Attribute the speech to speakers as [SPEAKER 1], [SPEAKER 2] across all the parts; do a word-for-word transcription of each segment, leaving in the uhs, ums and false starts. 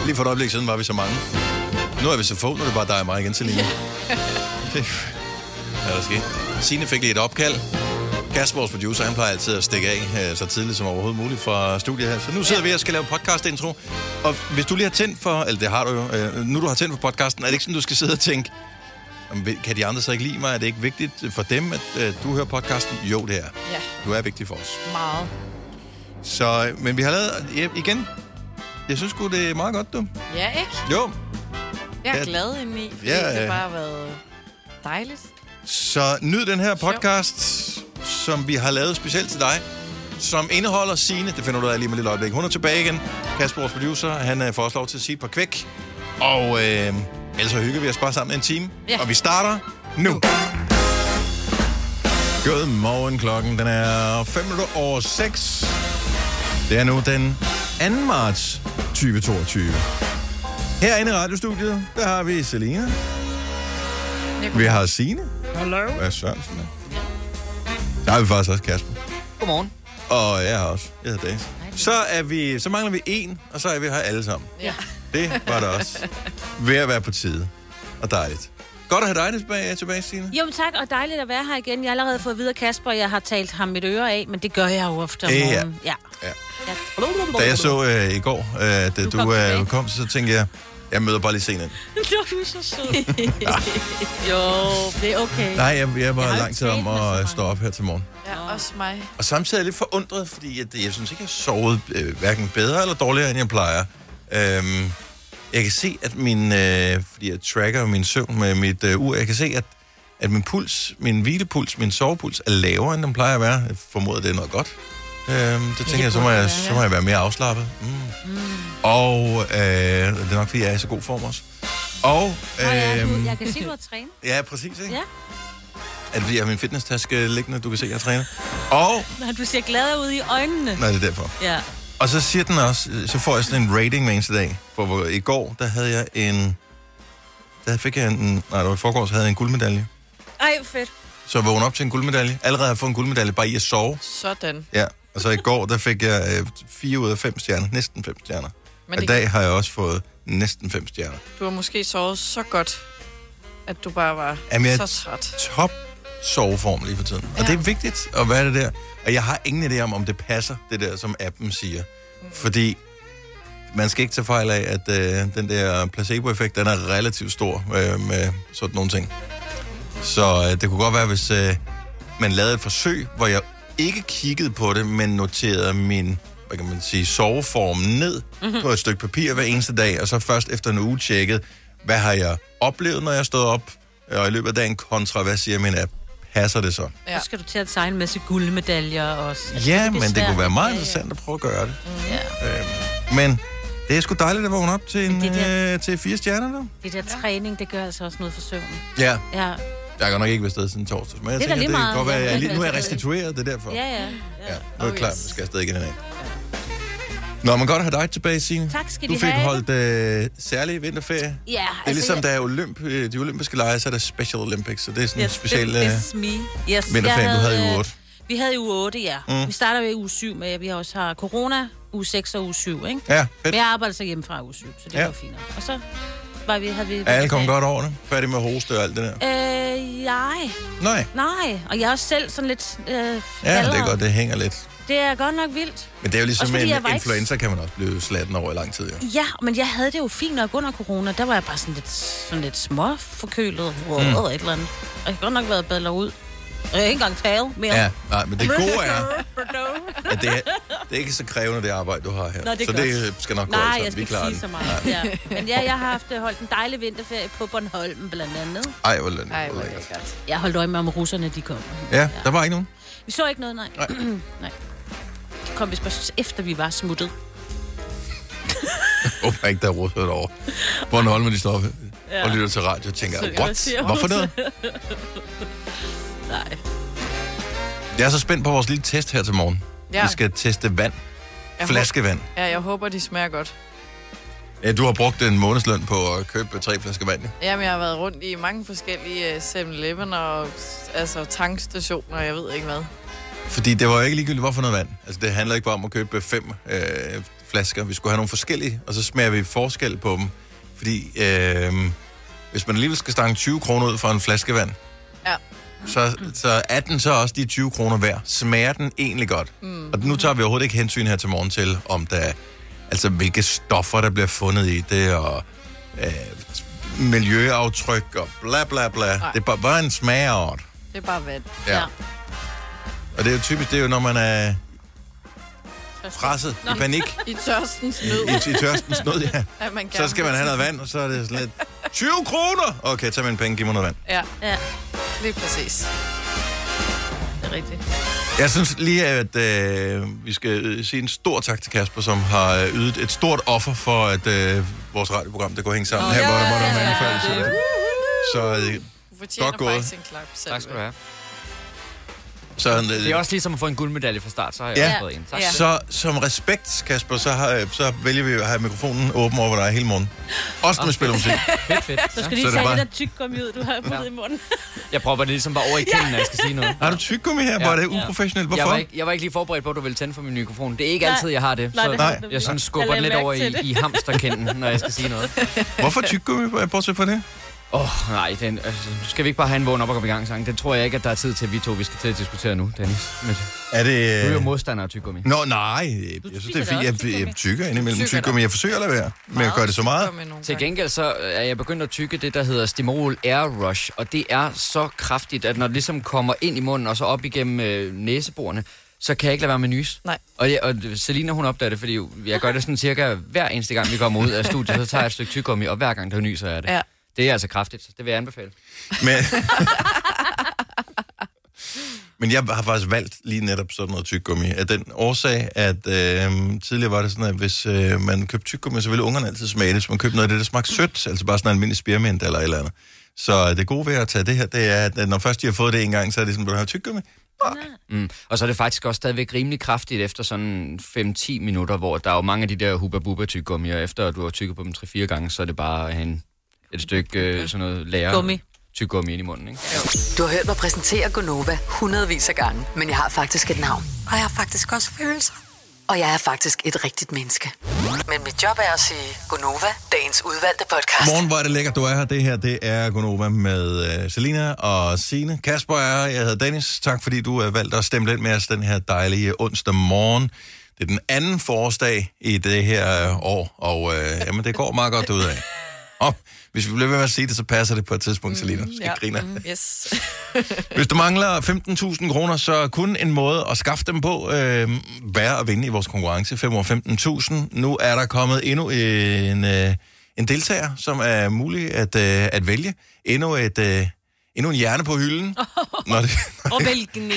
[SPEAKER 1] Lige for et øjeblik siden var vi så mange. Nu er vi så få, nu er det bare dig og mig igen, Selina. Hvad er der sket? Signe fik lige et opkald. Kasper, vores producer, han plejer altid at stikke af så tidligt som overhovedet muligt fra studiet her. Så nu sidder ja. vi og skal lave podcast-intro. Og hvis du lige har tændt for, eller det har du jo, nu du har tændt for podcasten, er det ikke sådan, du skal sidde og tænke, kan de andre så ikke lide mig? Er det ikke vigtigt for dem, at du hører podcasten? Jo, det er.
[SPEAKER 2] Ja.
[SPEAKER 1] Du er vigtig for os.
[SPEAKER 2] Meget.
[SPEAKER 1] Så, men vi har lavet, igen, jeg synes sgu, det er meget godt, du.
[SPEAKER 2] Ja, ikke?
[SPEAKER 1] Jo.
[SPEAKER 2] Jeg er ja. glad indeni, fordi
[SPEAKER 1] ja,
[SPEAKER 2] ja. det bare har været dejligt.
[SPEAKER 1] Så nyd den her podcast, som vi har lavet specielt til dig, som indeholder Signe. Det finder du af lige med et lille øjeblik. Hun er tilbage igen. Kasper, vores producer, han får os lov til at sige et par kvæk. Og øh, ellers så hygger vi os bare sammen en time. Ja. Og vi starter nu. nu. God morgen, klokken den er fem minutter over seks. Det er nu den anden marts tyve toogtyve. Herinde i radiostudiet, der har vi Selina. Vi har Signe.
[SPEAKER 2] Hallo.
[SPEAKER 1] Hvad er Sørensen? Der har vi faktisk også Kasper.
[SPEAKER 2] Godmorgen.
[SPEAKER 1] Og jeg har også. Jeg hedder Daisy. Så, er vi, så mangler vi en, og så er vi her alle sammen.
[SPEAKER 2] Ja.
[SPEAKER 1] Det var det også. Ved at være på tide. Og dejligt. Godt at have dig tilbage, tilbage Stine.
[SPEAKER 3] Jo, tak, og dejligt at være her igen. Jeg har allerede fået videre Kasper, og jeg har talt ham mit øre af, men det gør jeg jo ofte om
[SPEAKER 1] ja.
[SPEAKER 3] morgenen. Ja.
[SPEAKER 1] ja.
[SPEAKER 3] ja.
[SPEAKER 1] Da jeg så øh, i går, øh, da du, du kom, øh, kom, så tænkte jeg, jeg møder bare lige scenen.
[SPEAKER 3] Du er så sød. Jo, det er okay.
[SPEAKER 1] Nej, jeg, jeg var jeg lang tid om at stå op her til morgen.
[SPEAKER 2] Ja, også mig.
[SPEAKER 1] Og samtidig er jeg lidt forundret, fordi jeg, jeg synes ikke, jeg har sovet øh, hverken bedre eller dårligere, end jeg plejer. Øhm, jeg kan se, at min, øh, fordi jeg tracker min søvn med mit øh, ur, jeg kan se, at, at min puls, min hvilepuls, min sovepuls er lavere, end den plejer at være. Jeg formoder, det er noget godt. Øhm, det tænker jeg, så må jeg, så må jeg være mere afslappet. Mm. Mm. Og øh, det er nok, fordi jeg er i så god form også. Og, øh,
[SPEAKER 3] ja, du, jeg kan se, du har trænet.
[SPEAKER 1] Ja, præcis, ikke?
[SPEAKER 3] Ja.
[SPEAKER 1] Er det, fordi jeg har min fitness-taske liggende, du kan se, at jeg træner? Og...
[SPEAKER 3] Nej, du ser glad ud i øjnene.
[SPEAKER 1] Nej, det er derfor.
[SPEAKER 3] Ja.
[SPEAKER 1] Og så siger den også, så får jeg sådan en rating med eneste dag. For hvor, i går, der havde jeg en... Der fik jeg en... Nej, det var i forgårs, havde jeg en guldmedalje.
[SPEAKER 3] Ej, fedt.
[SPEAKER 1] Så jeg vågnede op til en guldmedalje. Allerede har jeg fået en guldmedalje, bare i at sove.
[SPEAKER 2] Sådan.
[SPEAKER 1] Ja, og så i går, der fik jeg øh, fire ud af fem stjerner. Næsten fem stjerner. Men i dag kan... har jeg også fået næsten fem stjerner.
[SPEAKER 2] Du har måske sovet så godt, at du bare var
[SPEAKER 1] Jamen,
[SPEAKER 2] så træt.
[SPEAKER 1] Top soveform lige for tiden. Ja. Og det er vigtigt at være det der. Og jeg har ingen idé om, om det passer, det der, som appen siger. Mm. Fordi man skal ikke tage fejl af, at øh, den der placebo-effekt, den er relativt stor øh, med sådan nogle ting. Så øh, det kunne godt være, hvis øh, man lavede et forsøg, hvor jeg ikke kiggede på det, men noterede min, hvad kan man sige, soveform ned mm-hmm. på et stykke papir hver eneste dag, og så først efter en uge tjekket, hvad har jeg oplevet, når jeg stod op, og i løbet af dagen kontra, hvad siger min app, passer det så?
[SPEAKER 3] Ja. Så skal du til at tegne en masse guldmedaljer også.
[SPEAKER 1] Altså, ja, det men det kunne være meget interessant at prøve at gøre det.
[SPEAKER 3] Ja.
[SPEAKER 1] Øhm, men det er sgu dejligt at vågne op til, en, der, øh, til fire stjerner nu.
[SPEAKER 3] Det der træning, det gør altså også noget for søvnen.
[SPEAKER 1] Ja.
[SPEAKER 3] Ja.
[SPEAKER 1] Jeg kan nok ikke være sted siden torsdag, men jeg
[SPEAKER 3] det
[SPEAKER 1] tænker,
[SPEAKER 3] det kan
[SPEAKER 1] godt være,
[SPEAKER 3] ja,
[SPEAKER 1] jeg, nu er jeg restitueret, det er derfor.
[SPEAKER 3] Ja, ja.
[SPEAKER 1] Ja, ja nu er det klart,
[SPEAKER 2] yes.
[SPEAKER 1] vi skal afsted igen i dag. Nå, men godt at have dig tilbage, Signe.
[SPEAKER 3] Tak skal
[SPEAKER 1] du
[SPEAKER 3] de
[SPEAKER 1] fik
[SPEAKER 3] have.
[SPEAKER 1] holdt øh, særlig vinterferie.
[SPEAKER 3] Ja,
[SPEAKER 1] det er
[SPEAKER 3] altså,
[SPEAKER 1] ligesom,
[SPEAKER 3] jeg...
[SPEAKER 1] der er olymp, de olympiske lege, så er der Special Olympics, så det er sådan en
[SPEAKER 3] yes,
[SPEAKER 1] speciel
[SPEAKER 3] øh,
[SPEAKER 1] yes, vinterferie,
[SPEAKER 3] havde,
[SPEAKER 1] du havde i uge otte.
[SPEAKER 3] Vi havde i uge otte, ja.
[SPEAKER 1] Mm.
[SPEAKER 3] Vi starter ved uge syv med, vi har også har corona, uge seks og uge syv, ikke?
[SPEAKER 1] Ja, fedt.
[SPEAKER 3] Men jeg arbejder så hjemme fra uge syv, så det
[SPEAKER 1] ja.
[SPEAKER 3] var fint. Og så var vi, havde vi...
[SPEAKER 1] Er alle kommet godt over det? Færdig med hoste og alt det der?
[SPEAKER 3] Øh, nej.
[SPEAKER 1] Nej?
[SPEAKER 3] Nej, og jeg er også selv sådan lidt... Øh,
[SPEAKER 1] ja, det er godt, det hænger lidt.
[SPEAKER 3] Det er godt nok vildt.
[SPEAKER 1] Men det er jo ligesom med en influenza,
[SPEAKER 3] ikke...
[SPEAKER 1] kan man også blive slatten over i lang tid, jo.
[SPEAKER 3] Ja, men jeg havde det jo fint nok under corona. Der var jeg bare sådan lidt, sådan lidt småforkølet. Wow, mm. et eller andet. Og jeg har godt nok været badler ud. Og jeg har ikke engang tale mere.
[SPEAKER 1] Ja, nej, men det gode er, at det er, det er ikke så krævende, det arbejde, du har her.
[SPEAKER 3] Nå, det
[SPEAKER 1] så
[SPEAKER 3] godt.
[SPEAKER 1] det skal nok gå.
[SPEAKER 3] Nej,
[SPEAKER 1] altså.
[SPEAKER 3] jeg skal ikke sige så meget. Ja. Men ja, jeg har haft holdt en dejlig vinterferie på Bornholm, blandt andet.
[SPEAKER 1] Ej, hvor løn.
[SPEAKER 2] Ej, hvor lækkert.
[SPEAKER 3] Jeg holdt øje med, om russerne de kom.
[SPEAKER 1] Ja, ja, der var ikke nogen.
[SPEAKER 3] Vi så ikke noget, nej. Nej. nej. De kom vist bare efter, vi var smuttet.
[SPEAKER 1] Jeg håber ikke, der er russet over. Bornholm, de står ja. og lytter til radio og tænker, what? Hvorfor noget?
[SPEAKER 3] Nej.
[SPEAKER 1] Jeg er så spændt på vores lille test her til morgen. Ja. Vi skal teste vand. Jeg Flaskevand.
[SPEAKER 2] Håber, ja, jeg håber, de smager godt.
[SPEAKER 1] Ja, du har brugt en månedsløn på at købe tre flasker vand. Ja?
[SPEAKER 2] Jamen, jeg har været rundt i mange forskellige seven eleven og altså tankstationer, jeg ved ikke hvad.
[SPEAKER 1] Fordi det var jo ikke ligegyldigt, hvorfor noget vand. Altså, det handler ikke bare om at købe fem øh, flasker. Vi skulle have nogle forskellige, og så smager vi forskel på dem. Fordi øh, hvis man alligevel skal stange tyve kroner ud for en flaske vand,
[SPEAKER 2] ja.
[SPEAKER 1] så, så er den så også de tyve kroner værd. Smager den egentlig godt? Mm. Og nu tager vi overhovedet ikke hensyn her til morgen til, om der, altså hvilke stoffer, der bliver fundet i det, og øh, miljøaftryk, og bla bla bla. Nej. Det er bare, bare en smagart.
[SPEAKER 2] Det er bare vand.
[SPEAKER 1] Ja. ja. Og det er jo typisk, det er jo, når man er presset, Nå. i panik.
[SPEAKER 2] I tørstens nød.
[SPEAKER 1] I, i tørstens nød, ja. Så skal man have noget vand, og så er det sådan lidt tyve kroner! Okay, tag mine penge, giv mig noget vand.
[SPEAKER 2] Ja, ja. Lige præcis. Det er rigtigt.
[SPEAKER 1] Jeg synes lige, at øh, vi skal sige en stor tak til Kasper, som har ydet et stort offer for, at øh, vores radioprogram, det går hænge sammen. Oh, her, yeah, hvor der måtte være anbefalelse. Så øh, godt gået.
[SPEAKER 4] Tak skal du have.
[SPEAKER 1] Så, øh,
[SPEAKER 4] det er også ligesom at få en guldmedalje fra start, så har jeg ja. også fået en. Tak.
[SPEAKER 1] Ja. Så som respekt, Kasper, så, har, så vælger vi at have mikrofonen åben over dig hele morgen. Også når vi spiller musik.
[SPEAKER 4] Fedt, fedt.
[SPEAKER 3] Så skal lige tage bare... det der tyggegummi ud, du har fået ja. i munden.
[SPEAKER 4] Jeg propper det ligesom bare over i kinden, når jeg skal sige noget.
[SPEAKER 1] Har du tyggegummi her? Hvor ja. er det uprofessionelt? Hvorfor?
[SPEAKER 4] Jeg var, ikke, jeg var ikke lige forberedt på, at du ville tænde for min mikrofon. Det er ikke altid, jeg har det. Så Nej. jeg sådan skubber den lidt over i, i hamsterkinden, når jeg skal sige noget.
[SPEAKER 1] Hvorfor tyggegummi, bortset fra det?
[SPEAKER 4] Åh, oh, nej, den, altså, nu skal vi ikke bare have en vågen op og komme i gang sang. Den tror jeg ikke, at der er tid til, at vi to vi skal til at diskutere nu, Dennis. Men,
[SPEAKER 1] er det...
[SPEAKER 4] Du er jo modstander af tyggegummi.
[SPEAKER 1] Nå, nej. Jeg synes, det er fint. Jeg, jeg, jeg tykker indimellem tyggegummi. Jeg forsøger at lade være med at gøre det så meget.
[SPEAKER 4] Til gengæld så er jeg begyndt at tygge det, der hedder Stimorol Air Rush. Og det er så kraftigt, at når det ligesom kommer ind i munden og så op igennem øh, næseborene, så kan jeg ikke lade være med nys.
[SPEAKER 2] Nej.
[SPEAKER 4] Og, jeg, og Selina, hun opdager det, fordi jeg gør det sådan cirka hver eneste gang, vi kommer ud af studiet, så tager jeg et stykke tyggegummi, og hver gang der nyser jeg det. Ja. Det er altså kraftigt, så det vil jeg anbefale.
[SPEAKER 1] Men, Men jeg har faktisk valgt lige netop sådan noget tyggegummi. Af den årsag, at øh, tidligere var det sådan, at hvis øh, man købte tyggegummi, så ville ungerne altid smage det. Så man købte noget af det, der smagte sødt, altså bare sådan en almindelig spearmint eller et eller andet. Så det gode ved at tage det her, det er, at når først de har fået det en gang, så er det sådan, at du har tyggegummi.
[SPEAKER 4] Mm. Og så er det faktisk også stadigvæk rimelig kraftigt efter sådan fem til ti minutter, hvor der er jo mange af de der hubba-bubba-tyggegummi, og efter at du har tygget på dem tre fire gange, så er det bare en... et stykke øh, sådan noget lærer
[SPEAKER 3] Gummi.
[SPEAKER 4] tyggegummi ind i munden, ikke?
[SPEAKER 5] Du har hørt mig præsentere Gonova hundredvis af gange, men jeg har faktisk et navn. Og jeg har faktisk også følelser. Og jeg er faktisk et rigtigt menneske. Men mit job er at sige Gonova, dagens udvalgte podcast.
[SPEAKER 1] Morgen, hvor er det lækkert, du er her. Det her, det er Gonova med uh, Selina og Signe. Kasper er her, jeg hedder Dennis. Tak fordi du har valgt at stemme lidt med os den her dejlige onsdag morgen. Det er den anden forårsdag i det her uh, år, og uh, jamen, det går meget godt ud af. Og hvis vi bliver ved med at sige det, så passer det på et tidspunkt, Selina. Du skal ja. grine.
[SPEAKER 2] Mm, yes.
[SPEAKER 1] Hvis du mangler femten tusind kroner, så kun en måde at skaffe dem på øh, være at vinde i vores konkurrence. fem år femten tusind. Nu er der kommet endnu en, øh, en deltager, som er mulig at, øh, at vælge. Endnu et... Øh, Endnu en hjerne på hylden. Når det, når
[SPEAKER 3] og hvilken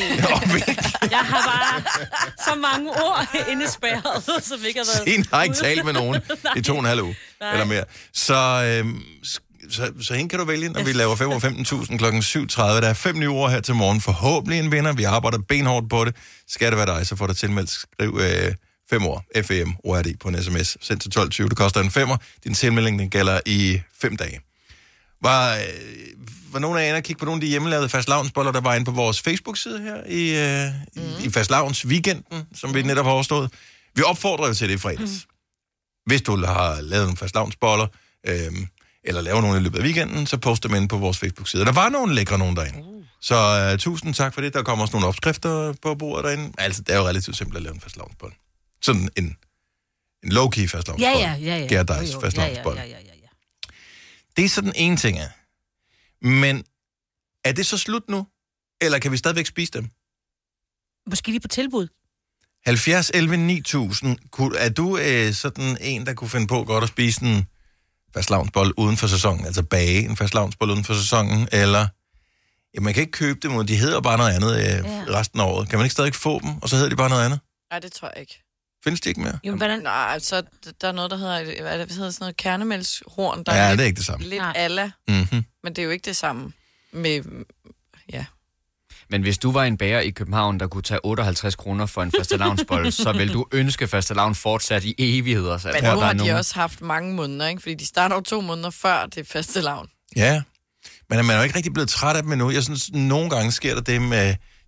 [SPEAKER 3] Jeg har bare så mange ord indespærret, som ikke har været...
[SPEAKER 1] Signe har ikke talt med nogen i to og en halv uge, Nej. eller mere. Så, øhm, så, så hende kan du vælge, når vi laver fem år femten tusind klokken syv tredive. Der er fem nye ord her til morgen. Forhåbentlig en vinder. Vi arbejder benhårdt på det. Skal det være dig, så får du tilmeldt. Skriv øh, fem år, F M, O R D på en sms. Send til tolv tyve. Det koster en femmer. Din tilmelding den gælder i fem dage. Var, øh, var nogen af jer, der kiggede på nogle af de hjemmelavede fastelavnsboller, der var inde på vores Facebook-side her i, øh, mm. i fastelavns weekenden, som vi netop har overstået. Vi opfordrer jo til det i fredags. Mm. Hvis du har lavet nogle fastelavnsboller, øh, eller laver nogle i løbet af weekenden, så poster dem inde på vores Facebook-side. Der var nogle lækre nogen derinde. Mm. Så øh, tusind tak for det. Der kommer også nogle opskrifter på bordet derinde. Altså, det er jo relativt simpelt at lave en fastelavnsbolle. Sådan en, en low-key fastelavnsbolle.
[SPEAKER 3] Ja, ja, ja. ja.
[SPEAKER 1] Gærdejs fastelavnsbolle.
[SPEAKER 3] Ja, ja, ja, ja, ja.
[SPEAKER 1] Det er sådan en ting af. Men er det så slut nu? Eller kan vi stadigvæk spise dem?
[SPEAKER 3] Måske lige på tilbud.
[SPEAKER 1] halvfjerds elleve ni tusind. Er du øh, sådan en, der kunne finde på godt at spise en fastelavnsbolle uden for sæsonen? Altså bage en fastelavnsbolle uden for sæsonen? Eller, ja, man kan ikke købe dem, og de hedder bare noget andet øh, ja. resten af året. Kan man ikke stadig få dem, og så hedder de bare noget andet?
[SPEAKER 2] Nej, det tror jeg ikke.
[SPEAKER 1] Findes de ikke mere?
[SPEAKER 2] Jo, hvordan? Nej, så der er noget, der hedder, hvad er det, hedder sådan noget kernemælshorn, der
[SPEAKER 1] ja,
[SPEAKER 2] er
[SPEAKER 1] det
[SPEAKER 2] lidt,
[SPEAKER 1] er ikke det samme.
[SPEAKER 2] Lidt alla,
[SPEAKER 1] mm-hmm.
[SPEAKER 2] men det er jo ikke det samme med, ja.
[SPEAKER 4] Men hvis du var en bager i København, der kunne tage otteoghalvtreds kroner for en fastelavnsbolle, så vil du ønske fastelavn fortsat i evigheder. Så
[SPEAKER 2] men nu har de nogen... også haft mange måneder, ikke? Fordi de starter jo to måneder før det er fastelavn.
[SPEAKER 1] Ja, men man er jo ikke rigtig blevet træt af dem endnu. Jeg synes, nogle gange sker der det med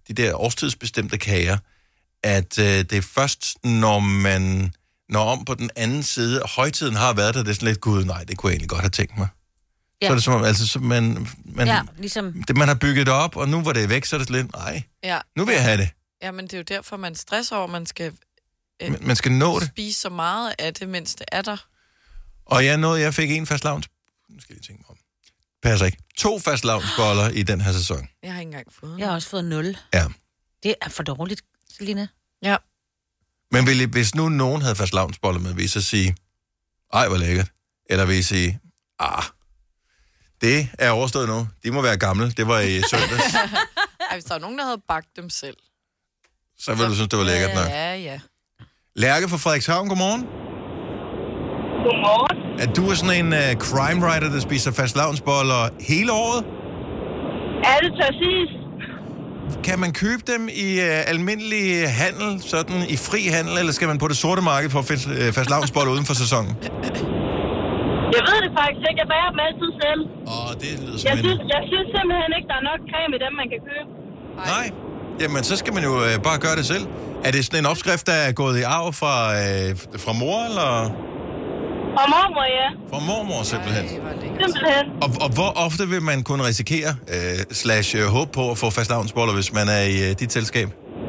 [SPEAKER 1] de der årstidsbestemte kager, at øh, det er først, når man når om på den anden side, højtiden har været der, det er sådan lidt, gud, nej, det kunne jeg egentlig godt have tænkt mig. Ja. Så er det som om, altså, så man, man,
[SPEAKER 3] ja, ligesom...
[SPEAKER 1] det, man har bygget det op, og nu hvor det er væk, så er det sådan lidt, nej,
[SPEAKER 2] ja.
[SPEAKER 1] nu vil jeg have det.
[SPEAKER 2] Ja, men det er jo derfor, man stresser over, man skal, øh,
[SPEAKER 1] man skal nå det.
[SPEAKER 2] Spise så meget af det, mens det er der.
[SPEAKER 1] Og jeg nåede, jeg fik en fastelavns... Nu skal jeg tænke mig om. Passer ikke. To fastelavnsboller i den her sæson.
[SPEAKER 2] Jeg har ikke engang fået.
[SPEAKER 3] Jeg har også fået nul.
[SPEAKER 1] Ja.
[SPEAKER 3] Det er for dårligt, Selina.
[SPEAKER 2] Ja.
[SPEAKER 1] Men vil I, hvis nu nogen havde fastelavnsboller med, vil I så sige, ej, hvor lækkert. Eller vil I sige, ah, det er overstået nu. De må være gamle. Det var i søndags.
[SPEAKER 2] Ej, hvis der var nogen, der havde bagt dem selv.
[SPEAKER 1] Så ville du synes, det var lækkert nok.
[SPEAKER 2] Ja, ja.
[SPEAKER 1] Lærke fra Frederikshavn, godmorgen.
[SPEAKER 6] Godmorgen.
[SPEAKER 1] Er du sådan en uh, crime writer, der spiser fastelavnsboller hele året?
[SPEAKER 6] Ja, det tør siges.
[SPEAKER 1] Kan man købe dem i uh, almindelig handel, sådan i fri handel, eller skal man på det sorte marked for at finde uh, fastelavnsboller uden for sæsonen?
[SPEAKER 6] Jeg ved det faktisk ikke. Jeg bager dem altid selv.
[SPEAKER 1] Åh, det lyder som
[SPEAKER 6] jeg
[SPEAKER 1] en...
[SPEAKER 6] synes, jeg synes simpelthen ikke, der er nok creme i dem, man kan købe.
[SPEAKER 1] Nej. Jamen, så skal man jo uh, bare gøre det selv. Er det sådan en opskrift, der er gået i arv fra, uh, fra mor, eller...
[SPEAKER 6] Fra mormor, ja.
[SPEAKER 1] Fra mormor, simpelthen.
[SPEAKER 2] Ej,
[SPEAKER 6] Simpelthen.
[SPEAKER 1] Og, og hvor ofte vil man kunne risikere, uh, slash uh, håbe på at få fastelavnsboller, hvis man er i uh, dit selskab?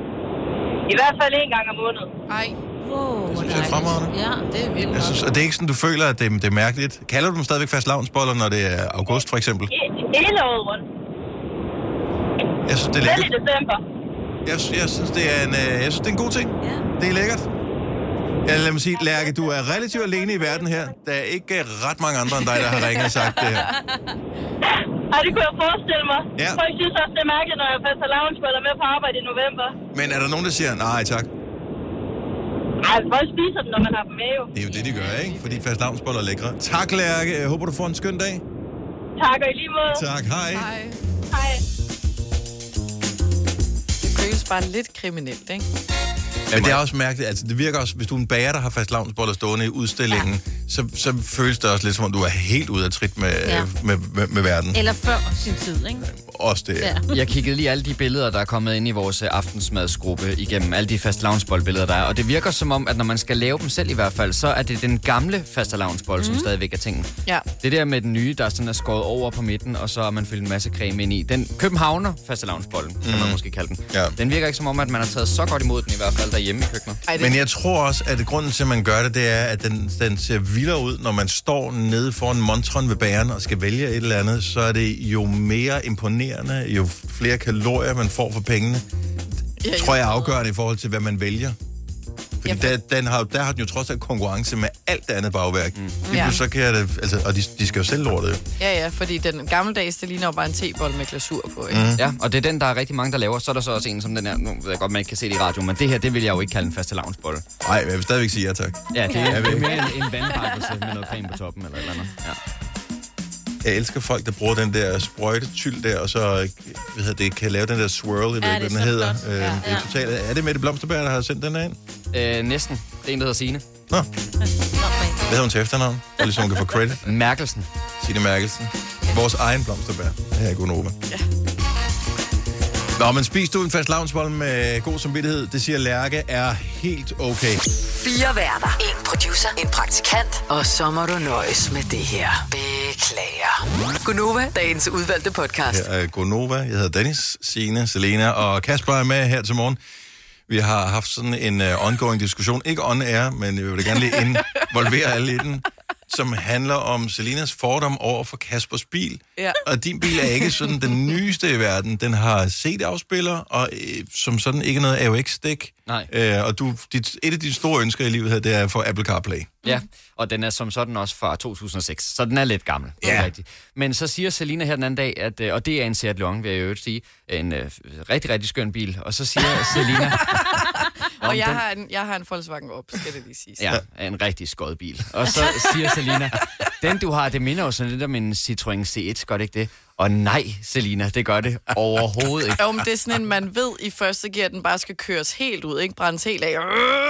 [SPEAKER 6] I hvert fald en gang om måneden.
[SPEAKER 2] Ej,
[SPEAKER 3] Wow,
[SPEAKER 1] Det synes jeg er fremragende.
[SPEAKER 3] Ja,
[SPEAKER 2] det er vildt.
[SPEAKER 1] Jeg synes, og det er ikke sådan, du føler, at det, det er mærkeligt. Kalder du dem stadigvæk fastelavnsboller, når det er august, for eksempel?
[SPEAKER 6] I, hele året rundt.
[SPEAKER 1] Jeg synes, det er
[SPEAKER 6] Selv i
[SPEAKER 1] lækkert.
[SPEAKER 6] december.
[SPEAKER 1] Jeg, jeg, synes, det er en, øh, jeg synes, det er en god ting.
[SPEAKER 3] Ja.
[SPEAKER 1] Det er lækkert. Ja, lad mig sige, Lærke, du er relativt alene i verden her. Der er ikke ret mange andre end dig, der har ringet og sagt det her.
[SPEAKER 6] Ej, det kunne jeg forestille mig.
[SPEAKER 1] Ja.
[SPEAKER 6] Folk synes også, det er mærkeligt, når jeg får fastelavnsboller med på arbejde i november.
[SPEAKER 1] Men er der nogen, der siger, nej tak?
[SPEAKER 6] Ej, folk spiser dem, når man har dem med, jo.
[SPEAKER 1] Det er jo det, de gør, ikke? Fordi fastelavnsboller er lækre. Tak, Lærke. Jeg håber, du får en skøn dag.
[SPEAKER 6] Tak, og i lige måde.
[SPEAKER 1] Tak, hej.
[SPEAKER 2] Ej,
[SPEAKER 6] Hej.
[SPEAKER 2] det føles bare lidt kriminelt, ikke?
[SPEAKER 1] Men det er også mærkeligt, altså det virker også, hvis du er en bager, der har fastelavnsboller stående i udstillingen, ja. så, så føles det også lidt som om, du er helt ude af trit med,
[SPEAKER 3] Ja.
[SPEAKER 1] med, med, med verden.
[SPEAKER 3] Eller før sin tid, ikke?
[SPEAKER 1] Også det, ja.
[SPEAKER 3] Ja.
[SPEAKER 4] Jeg kiggede lige alle de billeder, der er kommet ind i vores aftensmadsgruppe igennem alle de fastelavnsbollbilleder, der er. Og det virker som om, at når man skal lave dem selv i hvert fald, så er det den gamle fastelavnsbolle, mm. som stadigvæk er tingen.
[SPEAKER 2] Ja.
[SPEAKER 4] Det der med den nye, der sådan er skåret over på midten, og så har man fyldt en masse creme ind i. Den Københavner fastelavnsbollen, kan man måske kalde den.
[SPEAKER 1] Ja.
[SPEAKER 4] Den virker ikke som om, at man har taget så godt imod den i hvert fald derhjemme i køkkenet.
[SPEAKER 2] Ej, det,
[SPEAKER 1] Men jeg tror også, at grunden til, at man gør det, det er, at den, den ser vildere ud, når man står nede foran montren ved bageren og skal vælge et eller andet, så er det jo mere imponerende, jo flere kalorier man får for pengene.
[SPEAKER 2] ja,
[SPEAKER 1] Tror jeg er afgørende i forhold til, hvad man vælger. Fordi
[SPEAKER 2] Ja, for-
[SPEAKER 1] der, den har, der har den jo trods alt konkurrence med alt det andet bagværk. Mm.
[SPEAKER 2] Ja.
[SPEAKER 1] Så kan jeg det, altså, og de, de skal jo selv lorte jo.
[SPEAKER 2] ja, ja, fordi den gammeldags, det ligner jo bare en tebolle med glasur på, ikke? Mm.
[SPEAKER 4] Ja, og det er den, der er rigtig mange, der laver. Så er der så også en som den her. Nu ved jeg godt, man ikke kan se det i radio, men det her, det vil jeg jo ikke kalde en fastelavnsbolle.
[SPEAKER 1] Nej, men jeg vil stadigvæk sige ja tak.
[SPEAKER 4] Ja, det
[SPEAKER 1] Ja,
[SPEAKER 4] er,
[SPEAKER 1] jeg
[SPEAKER 4] det er
[SPEAKER 1] ved
[SPEAKER 4] mere en, en vandpakkelse med noget creme på toppen eller et eller andet. Ja.
[SPEAKER 1] Jeg elsker folk, der bruger den der sprøjtetyld der, og så hvad hedder det, kan lave den der swirl, jeg ved
[SPEAKER 3] Ja,
[SPEAKER 1] ikke,
[SPEAKER 3] det
[SPEAKER 1] hvad
[SPEAKER 3] er
[SPEAKER 1] den
[SPEAKER 3] så
[SPEAKER 1] hedder.
[SPEAKER 3] flot.
[SPEAKER 1] Øh,
[SPEAKER 3] Ja,
[SPEAKER 1] det er,
[SPEAKER 3] ja.
[SPEAKER 1] totalt, er det Mette Blomsterberg, der har sendt den der ind?
[SPEAKER 4] Øh, næsten. Det er en, der hedder Signe.
[SPEAKER 1] Nå, hvad hedder hun til efternavn? Så ligesom hun kan få credit.
[SPEAKER 4] Mærkelsen.
[SPEAKER 1] Signe Mærkelsen. Vores egen Blomsterberg. Her er Gunova. Ja. Nå, men spis du en fast lavnsbolle med god samvittighed, det siger Lærke, er helt okay.
[SPEAKER 5] Fire værter. En producer. En praktikant. Og så må du nøjes med det her. Beklager. Gunova, dagens udvalgte podcast.
[SPEAKER 1] Her er Gunova. Jeg hedder Dennis, Signe, Selena og Kasper er med her til morgen. Vi har haft sådan en uh, ongoing diskussion, ikke on air, men jeg vil gerne lige involvere alle i den, som handler om Selinas fordom over for Kaspers bil.
[SPEAKER 2] Ja.
[SPEAKER 1] Og din bil er ikke sådan den nyeste i verden. Den har C D-afspiller, og øh, som sådan ikke noget A U X-stik.
[SPEAKER 4] Nej.
[SPEAKER 1] Øh, og du, dit, et af dine store ønsker i livet her, det er for Apple CarPlay.
[SPEAKER 4] Ja, og den er som sådan også fra to tusind og seks, så den er lidt gammel. Det er
[SPEAKER 1] Ja.
[SPEAKER 4] rigtigt. Men så siger Selina her den anden dag, at, øh, og det er en Seat Leon, vil jeg jo sige, en øh, rigtig, rigtig skøn bil. Og så siger Selina...
[SPEAKER 2] Og jeg har, en, jeg har en Volkswagen op, skal det lige sige.
[SPEAKER 4] Ja, en rigtig skød bil. Og så siger Selina, den du har, det minder jo sådan lidt om en Citroën C et, gør det ikke det? Og nej, Selina, det gør det overhovedet ikke.
[SPEAKER 2] Jo, men det er sådan en, man ved i første gear, at den bare skal køres helt ud, ikke brændes helt af.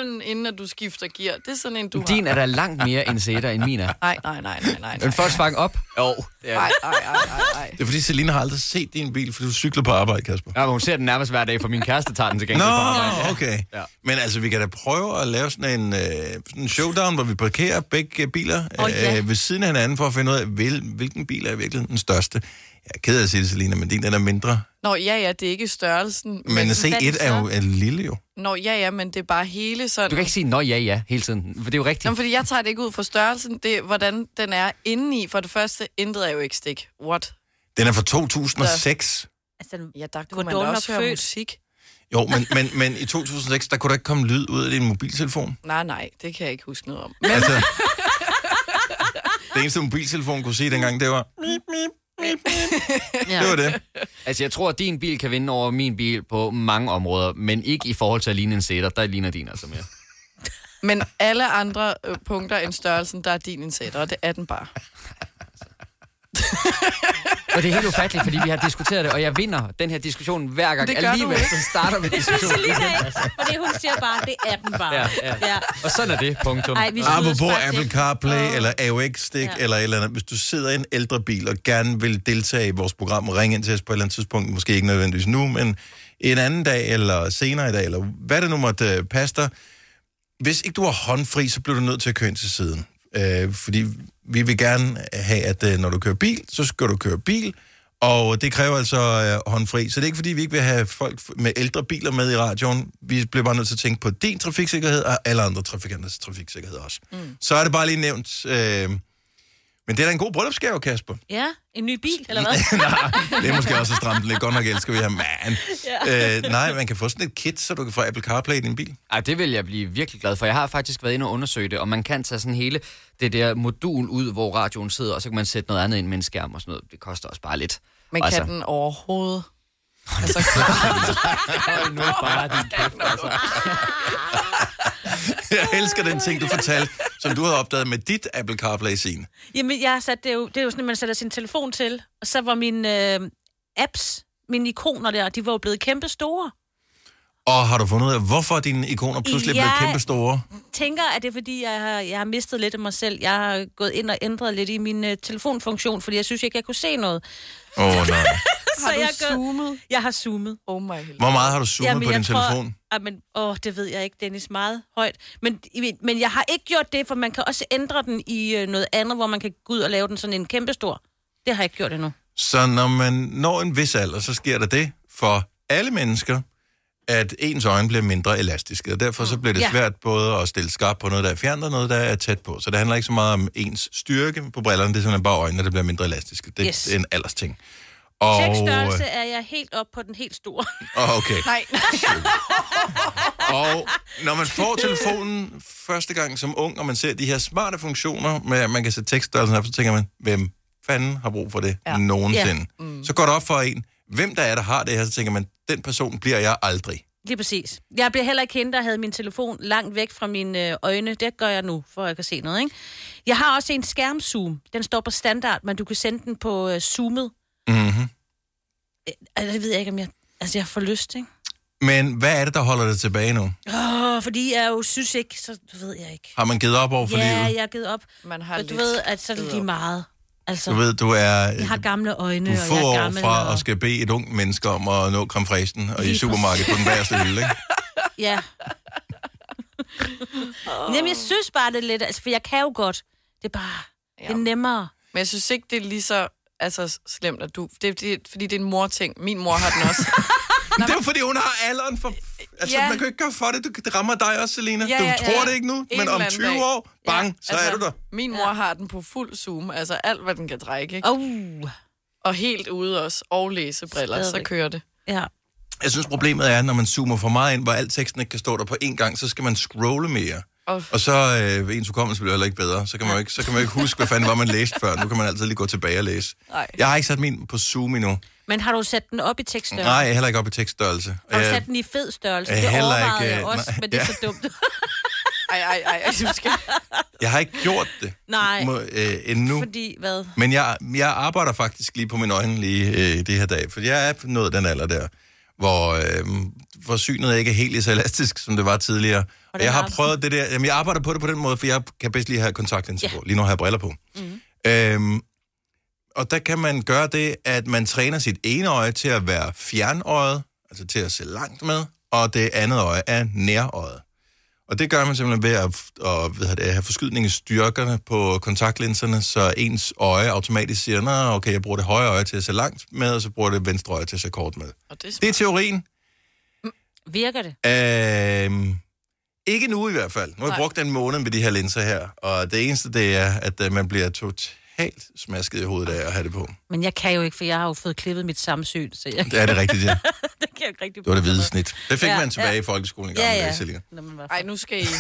[SPEAKER 2] den, inden at du skifter gear. Det er sådan en, du
[SPEAKER 4] Din
[SPEAKER 2] har.
[SPEAKER 4] er da langt mere en sætter, end min er.
[SPEAKER 2] Nej, nej, nej, nej, nej.
[SPEAKER 4] En Volkswagen op? Jo, det er
[SPEAKER 2] Nej,
[SPEAKER 4] det.
[SPEAKER 2] nej, nej, nej, nej.
[SPEAKER 1] Det er fordi, Selina har aldrig set din bil, for du cykler på arbejde, Kasper.
[SPEAKER 4] Ja, men hun ser den nærmest hver dag, for min kæreste tager den til gengæld
[SPEAKER 1] Nå,
[SPEAKER 4] på arbejde.
[SPEAKER 1] okay.
[SPEAKER 4] Ja.
[SPEAKER 1] Men altså, vi kan da prøve at lave sådan en, øh, sådan en showdown, hvor vi parkerer begge biler
[SPEAKER 3] Åh, ja.
[SPEAKER 1] øh, ved siden af hinanden, for at finde ud af, hvil, hvilken bil er virkelig den største. Jeg er ked af at sige det, Selina, men din den er mindre.
[SPEAKER 2] Nå, ja, ja, det er ikke størrelsen.
[SPEAKER 1] Men C
[SPEAKER 3] hvad er
[SPEAKER 1] et
[SPEAKER 3] det
[SPEAKER 1] er jo
[SPEAKER 3] så?
[SPEAKER 1] er lille jo.
[SPEAKER 2] Nå, ja, ja, men det er bare hele sådan...
[SPEAKER 4] Du kan ikke sige, nå ja, ja, hele tiden. For det er jo rigtigt.
[SPEAKER 2] Nå, fordi jeg tager det ikke ud fra størrelsen. Det er, hvordan den er indeni. For det første, intet er jo ikke stik. What?
[SPEAKER 1] Den er fra to tusind og seks.
[SPEAKER 3] Altså,
[SPEAKER 2] Ja, der
[SPEAKER 3] Du
[SPEAKER 2] kunne
[SPEAKER 3] var
[SPEAKER 2] man
[SPEAKER 3] dog
[SPEAKER 2] da
[SPEAKER 3] nok
[SPEAKER 2] også høre
[SPEAKER 3] født.
[SPEAKER 2] musik.
[SPEAKER 1] Jo, men, men, men i to tusind og seks, der kunne der ikke komme lyd ud af din mobiltelefon.
[SPEAKER 2] Nej, nej, det kan jeg ikke huske noget om. Men
[SPEAKER 1] Altså, det eneste mobiltelefon kunne sige dengang, det var...
[SPEAKER 3] ja.
[SPEAKER 1] Det var det.
[SPEAKER 4] Altså, jeg tror, at din bil kan vinde over min bil på mange områder, men ikke i forhold til at ligne en sætter. Der ligner din altså mere.
[SPEAKER 2] Men alle andre øh, punkter end størrelsen, der er din en sætter, og det er den bare.
[SPEAKER 4] Og det er helt ufatteligt, fordi vi har diskuteret det, og jeg vinder den her diskussion hver gang.
[SPEAKER 2] Det gør
[SPEAKER 4] Alligevel
[SPEAKER 2] du
[SPEAKER 4] så starter vi
[SPEAKER 3] Det synes
[SPEAKER 4] diskussionen.
[SPEAKER 3] Selina ikke, fordi hun siger bare, det er den bare.
[SPEAKER 4] Ja, ja.
[SPEAKER 3] ja.
[SPEAKER 4] Og sådan er det, punktum.
[SPEAKER 3] Ej, vi skal ud og
[SPEAKER 1] Apropos
[SPEAKER 3] sparke
[SPEAKER 1] Apple
[SPEAKER 3] det.
[SPEAKER 1] CarPlay
[SPEAKER 3] Åh.
[SPEAKER 1] eller A U X-stik
[SPEAKER 3] Ja.
[SPEAKER 1] eller et eller andet. Hvis du sidder i en ældre bil og gerne vil deltage i vores program, ring ind til os på et eller andet tidspunkt. Måske ikke nødvendigvis nu, men en anden dag eller senere i dag, eller hvad det nu måtte uh, passe dig. Hvis ikke du er håndfri, så bliver du nødt til at køre ind til siden. Uh, fordi vi vil gerne have, at uh, når du kører bil, så skal du køre bil. Og det kræver altså uh, håndfri. Så det er ikke, fordi vi ikke vil have folk med ældre biler med i radioen. Vi bliver bare nødt til at tænke på din trafiksikkerhed og alle andre trafikanters trafiksikkerhed også. Mm. Så er det bare lige nævnt. Øh, men det er da en god bryllupsgave, Kasper.
[SPEAKER 3] Ja, en ny bil, eller hvad?
[SPEAKER 1] Nej, det er måske også at stramme den lidt. Godt nok elsker vi her, man. Ja. Øh, nej, man kan få sådan et kit, så du kan få Apple CarPlay i din bil.
[SPEAKER 4] Ej, det vil jeg blive virkelig glad for. Jeg har faktisk været inde og undersøge det, og man kan tage sådan hele det der modul ud, hvor radioen sidder, og så kan man sætte noget andet ind med en skærm og sådan noget. Det koster også bare lidt.
[SPEAKER 2] Men
[SPEAKER 4] Altså-
[SPEAKER 2] kan den overhovedet? Altså,
[SPEAKER 4] Hold nu bare din kæft, altså.
[SPEAKER 1] Jeg elsker den ting, du fortalte, som du havde opdaget med dit Apple CarPlay-scene.
[SPEAKER 3] Jamen, jeg har sat, det, er jo, det er jo sådan, at man sætter sin telefon til, og så var mine øh, apps, mine ikoner der, de var jo blevet kæmpe store.
[SPEAKER 1] Og har du fundet ud af, hvorfor dine ikoner pludselig
[SPEAKER 3] Jeg-
[SPEAKER 1] blev kæmpe store?
[SPEAKER 3] Tænker, at det er fordi, jeg har, jeg har mistet lidt af mig selv. Jeg har gået ind og ændret lidt i min øh, telefonfunktion, fordi jeg synes ikke, jeg kunne se noget.
[SPEAKER 1] Åh, oh, nej.
[SPEAKER 3] Så
[SPEAKER 2] har du
[SPEAKER 3] jeg gør-
[SPEAKER 2] zoomet?
[SPEAKER 3] Jeg har zoomet.
[SPEAKER 2] Oh my helvede.
[SPEAKER 1] Hvor meget har du zoomet
[SPEAKER 3] Jamen,
[SPEAKER 1] på
[SPEAKER 3] jeg
[SPEAKER 1] din
[SPEAKER 3] tror-
[SPEAKER 1] telefon?
[SPEAKER 3] Ah, men, åh, det ved jeg ikke, Dennis, meget højt. Men, men jeg har ikke gjort det, for man kan også ændre den i øh, noget andet, hvor man kan gå ud og lave den sådan en kæmpe stor. Det har jeg ikke gjort endnu.
[SPEAKER 1] Så når man når en vis alder, så sker der det for alle mennesker, at ens øjne bliver mindre elastiske, og derfor så bliver det
[SPEAKER 3] Ja.
[SPEAKER 1] svært både at stille skarpt på noget, der er fjernt, og noget, der er tæt på. Så det handler ikke så meget om ens styrke på brillerne, det er simpelthen bare øjnene, der bliver mindre elastiske. Det,
[SPEAKER 3] Yes.
[SPEAKER 1] det er en aldersting. Og,
[SPEAKER 3] Tjekstørrelse er jeg helt op på den helt store.
[SPEAKER 1] oh, okay.
[SPEAKER 2] Nej,
[SPEAKER 1] Og når man får telefonen første gang som ung, og man ser de her smarte funktioner, med at man kan sætte tekststørrelsen op, så tænker man, hvem fanden har brug for det ja.
[SPEAKER 2] Ja.
[SPEAKER 1] nogensinde?
[SPEAKER 3] Ja.
[SPEAKER 1] Mm. Så går det op for en, hvem der er, der har det her, så tænker man, den person bliver jeg aldrig.
[SPEAKER 3] Lige præcis. Jeg bliver heller ikke hende, der havde min telefon langt væk fra mine øh, øjne. Det gør jeg nu, for at jeg kan se noget, ikke? Jeg har også en skærmzoom. Den står på standard, men du kan sende den på øh, zoomet.
[SPEAKER 1] Mm-hmm.
[SPEAKER 3] Altså, det ved jeg ikke, om jeg... Altså, jeg får lyst, ikke?
[SPEAKER 1] Men hvad er det, der holder det tilbage nu?
[SPEAKER 3] Åh, fordi jeg jo synes ikke, så ved jeg ikke.
[SPEAKER 1] Har man givet op over for
[SPEAKER 3] Ja,
[SPEAKER 1] livet?
[SPEAKER 3] jeg har givet op.
[SPEAKER 2] man har
[SPEAKER 3] Og
[SPEAKER 2] lidt...
[SPEAKER 3] du ved, at så er det lige meget. Altså,
[SPEAKER 1] Du ved, du er,
[SPEAKER 3] jeg har gamle øjne,
[SPEAKER 1] du er
[SPEAKER 3] og
[SPEAKER 1] få
[SPEAKER 3] jeg er
[SPEAKER 1] år
[SPEAKER 3] gammel.
[SPEAKER 1] fra
[SPEAKER 3] og...
[SPEAKER 1] at skal bede et ungt menneske om at nå creme fraichen, og i
[SPEAKER 3] Lige
[SPEAKER 1] supermarkedet på den værste hylde, ikke?
[SPEAKER 3] Ja. Jamen, jeg synes bare, det er lidt... Altså, for jeg kan jo godt. Det er bare... Ja. Det er nemmere.
[SPEAKER 2] Men jeg synes ikke, det er lige så altså, slemt, at du... Det er, det er, fordi det er en mor-ting. Min mor har den også.
[SPEAKER 1] Men det er jo fordi, hun har alderen for... Altså,
[SPEAKER 2] Ja.
[SPEAKER 1] man kan jo ikke gøre for det. Du, det rammer dig også, Selina.
[SPEAKER 2] Ja,
[SPEAKER 1] Du
[SPEAKER 2] ja,
[SPEAKER 1] tror
[SPEAKER 2] ja.
[SPEAKER 1] det ikke nu,
[SPEAKER 2] En
[SPEAKER 1] men
[SPEAKER 2] eller
[SPEAKER 1] om
[SPEAKER 2] anden
[SPEAKER 1] tyve
[SPEAKER 2] dag.
[SPEAKER 1] år, bang, så er du der.
[SPEAKER 2] Min mor ja. har den på fuld zoom. Altså alt, hvad den kan trække, ikke?
[SPEAKER 3] Oh.
[SPEAKER 2] Og helt ude også. Og læsebriller, så
[SPEAKER 3] Stadigvæk.
[SPEAKER 2] kører det.
[SPEAKER 3] Ja.
[SPEAKER 1] Jeg synes, problemet er, når man zoomer for meget ind, hvor al teksten ikke kan stå der på én gang, så skal man scrolle mere.
[SPEAKER 2] Oh.
[SPEAKER 1] Og så øh, ens hukommelse bliver heller ikke bedre. Så kan man jo ikke, så kan man jo ikke huske, hvad fanden var man læste før. Nu kan man altid lige gå tilbage og læse.
[SPEAKER 2] Nej.
[SPEAKER 1] Jeg har ikke sat min på Zoom endnu.
[SPEAKER 3] Men har du sat den op i tekststørrelse?
[SPEAKER 1] Nej, heller ikke op i tekststørrelse.
[SPEAKER 3] Har du
[SPEAKER 1] Øh,
[SPEAKER 3] sat den i fed størrelse?
[SPEAKER 1] øh,
[SPEAKER 3] Det
[SPEAKER 1] heller
[SPEAKER 3] overvejede
[SPEAKER 1] ikke,
[SPEAKER 3] jeg
[SPEAKER 1] øh,
[SPEAKER 3] også,
[SPEAKER 1] nej,
[SPEAKER 3] men det er
[SPEAKER 1] ja.
[SPEAKER 3] så dumt.
[SPEAKER 2] Ej, ej, ej, ej, du skal...
[SPEAKER 1] Jeg har ikke gjort det
[SPEAKER 3] Nej,
[SPEAKER 1] må, øh, endnu.
[SPEAKER 3] fordi hvad?
[SPEAKER 1] Men jeg, jeg arbejder faktisk lige på mine øjne lige øh, det her dag. For jeg er nået den alder der, hvor, øh, hvor synet ikke er helt lige så elastisk, som det var tidligere. Og jeg har prøvet det der, jamen jeg arbejder på det på den måde, for jeg kan bedst lige have kontaktlinser ja. på. Lige nu har jeg briller på. Mm-hmm. Øhm, og der kan man gøre det, at man træner sit ene øje til at være fjernøjet, altså til at se langt med, og det andet øje er nærøjet. Og det gør man simpelthen ved at, at ved at have forskydning i styrkerne på kontaktlinserne, så ens øje automatisk siger, nej, okay, jeg bruger det højre øje til at se langt med, og så bruger det venstre øje til at se kort med. Og det, er det er teorien.
[SPEAKER 3] Virker det?
[SPEAKER 1] Øhm, ikke nu i hvert fald. Nu har jeg brugt en måned med de her linser her, og det eneste, det er, at uh, man bliver totalt smasket i hovedet af at have det på.
[SPEAKER 3] Men jeg kan jo ikke, for jeg har jo fået klippet mit samsyn, så jeg...
[SPEAKER 1] Det er det rigtigt, ja.
[SPEAKER 3] det kan jeg ikke rigtig.
[SPEAKER 1] Det var det hvide snit. Det fik
[SPEAKER 3] ja,
[SPEAKER 1] man tilbage
[SPEAKER 3] ja.
[SPEAKER 1] i folkeskolen i gamle
[SPEAKER 3] ja,
[SPEAKER 1] dage, Selina.
[SPEAKER 2] Ej, nu skal I...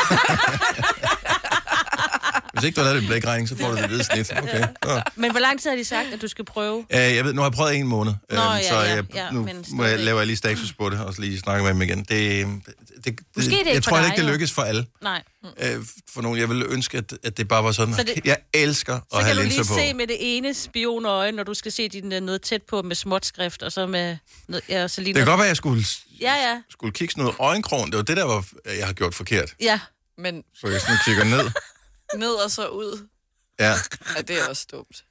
[SPEAKER 1] Hvis ikke du har lavet en blækregning, så får du det hvide snit. Okay. Ja.
[SPEAKER 3] Men hvor lang tid har de sagt, at du skal prøve?
[SPEAKER 1] Uh, jeg ved, nu har jeg prøvet en måned,
[SPEAKER 3] Nå,
[SPEAKER 1] um,
[SPEAKER 3] ja,
[SPEAKER 1] så
[SPEAKER 3] ja,
[SPEAKER 1] jeg,
[SPEAKER 3] ja,
[SPEAKER 1] nu må jeg, laver jeg lige status på det, og så lige snakke med dem igen. Det, det, det,
[SPEAKER 3] Måske det
[SPEAKER 1] jeg tror
[SPEAKER 3] dig,
[SPEAKER 1] ikke, det lykkes for alle.
[SPEAKER 3] Nej.
[SPEAKER 1] Uh, for nogen, jeg ville ønske, at, at det bare var sådan. Det, jeg elsker at have linser på.
[SPEAKER 3] Så kan du lige se med det ene spionøje, når du skal se din noget tæt på med småt skrift, og så med... Noget, ja, så lige
[SPEAKER 1] det kan godt være, at jeg skulle,
[SPEAKER 3] ja, ja. skulle
[SPEAKER 1] kigge sådan noget øjenkrogen. Det var det, der var, jeg har gjort forkert.
[SPEAKER 3] Ja.
[SPEAKER 2] Men...
[SPEAKER 1] Så jeg sådan kigger ned.
[SPEAKER 2] Ned og så ud.
[SPEAKER 1] Ja.
[SPEAKER 2] Ja, det er også dumt.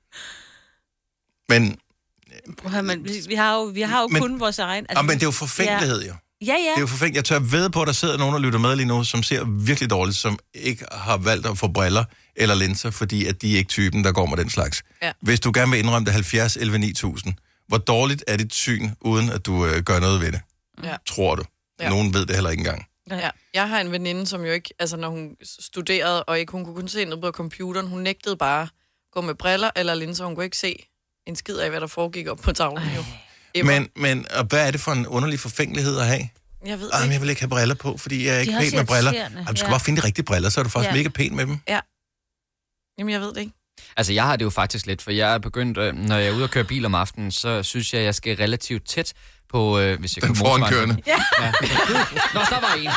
[SPEAKER 1] Men...
[SPEAKER 3] Prøv at, man, vi, vi har jo, vi har jo men, kun vores egen...
[SPEAKER 1] Altså, men det er jo forfængelighed, ja. jo.
[SPEAKER 3] Ja, ja.
[SPEAKER 1] Det er jo forfængeligt. Jeg tør ved på, at der sidder nogen, der lytter med lige nu, som ser virkelig dårligt, som ikke har valgt at få briller eller linser, fordi at de er ikke typen, der går med den slags. Ja. Hvis du gerne vil indrømme det halvfjerds elleve ni tusind, hvor dårligt er dit syn, uden at du øh, gør noget ved det? Ja. Tror du? Ja. Nogen ved det heller ikke engang.
[SPEAKER 2] Ja. Jeg har en veninde, som jo ikke, altså når hun studerede, og ikke hun kunne kun se noget på computeren, hun nægtede bare at gå med briller eller linser, hun kunne ikke se en skid af, hvad der foregik op på tavlen jo.
[SPEAKER 1] Men, men og hvad er det for en underlig forfængelighed at have?
[SPEAKER 2] Jeg ved
[SPEAKER 1] Ej, men jeg vil ikke have briller på, fordi jeg er ikke pæn med briller. Ej, du skal ja. bare finde de rigtige briller, så er du faktisk ja. mega pæn med dem.
[SPEAKER 2] Ja. Jamen, jeg ved det ikke.
[SPEAKER 4] Altså, jeg har det jo faktisk lidt, for jeg er begyndt, når jeg er ude og køre bil om aftenen, så synes jeg, at jeg skal relativt tæt på, øh, hvis jeg
[SPEAKER 1] den forankørende.
[SPEAKER 4] Ja. ja. Nå, der var en.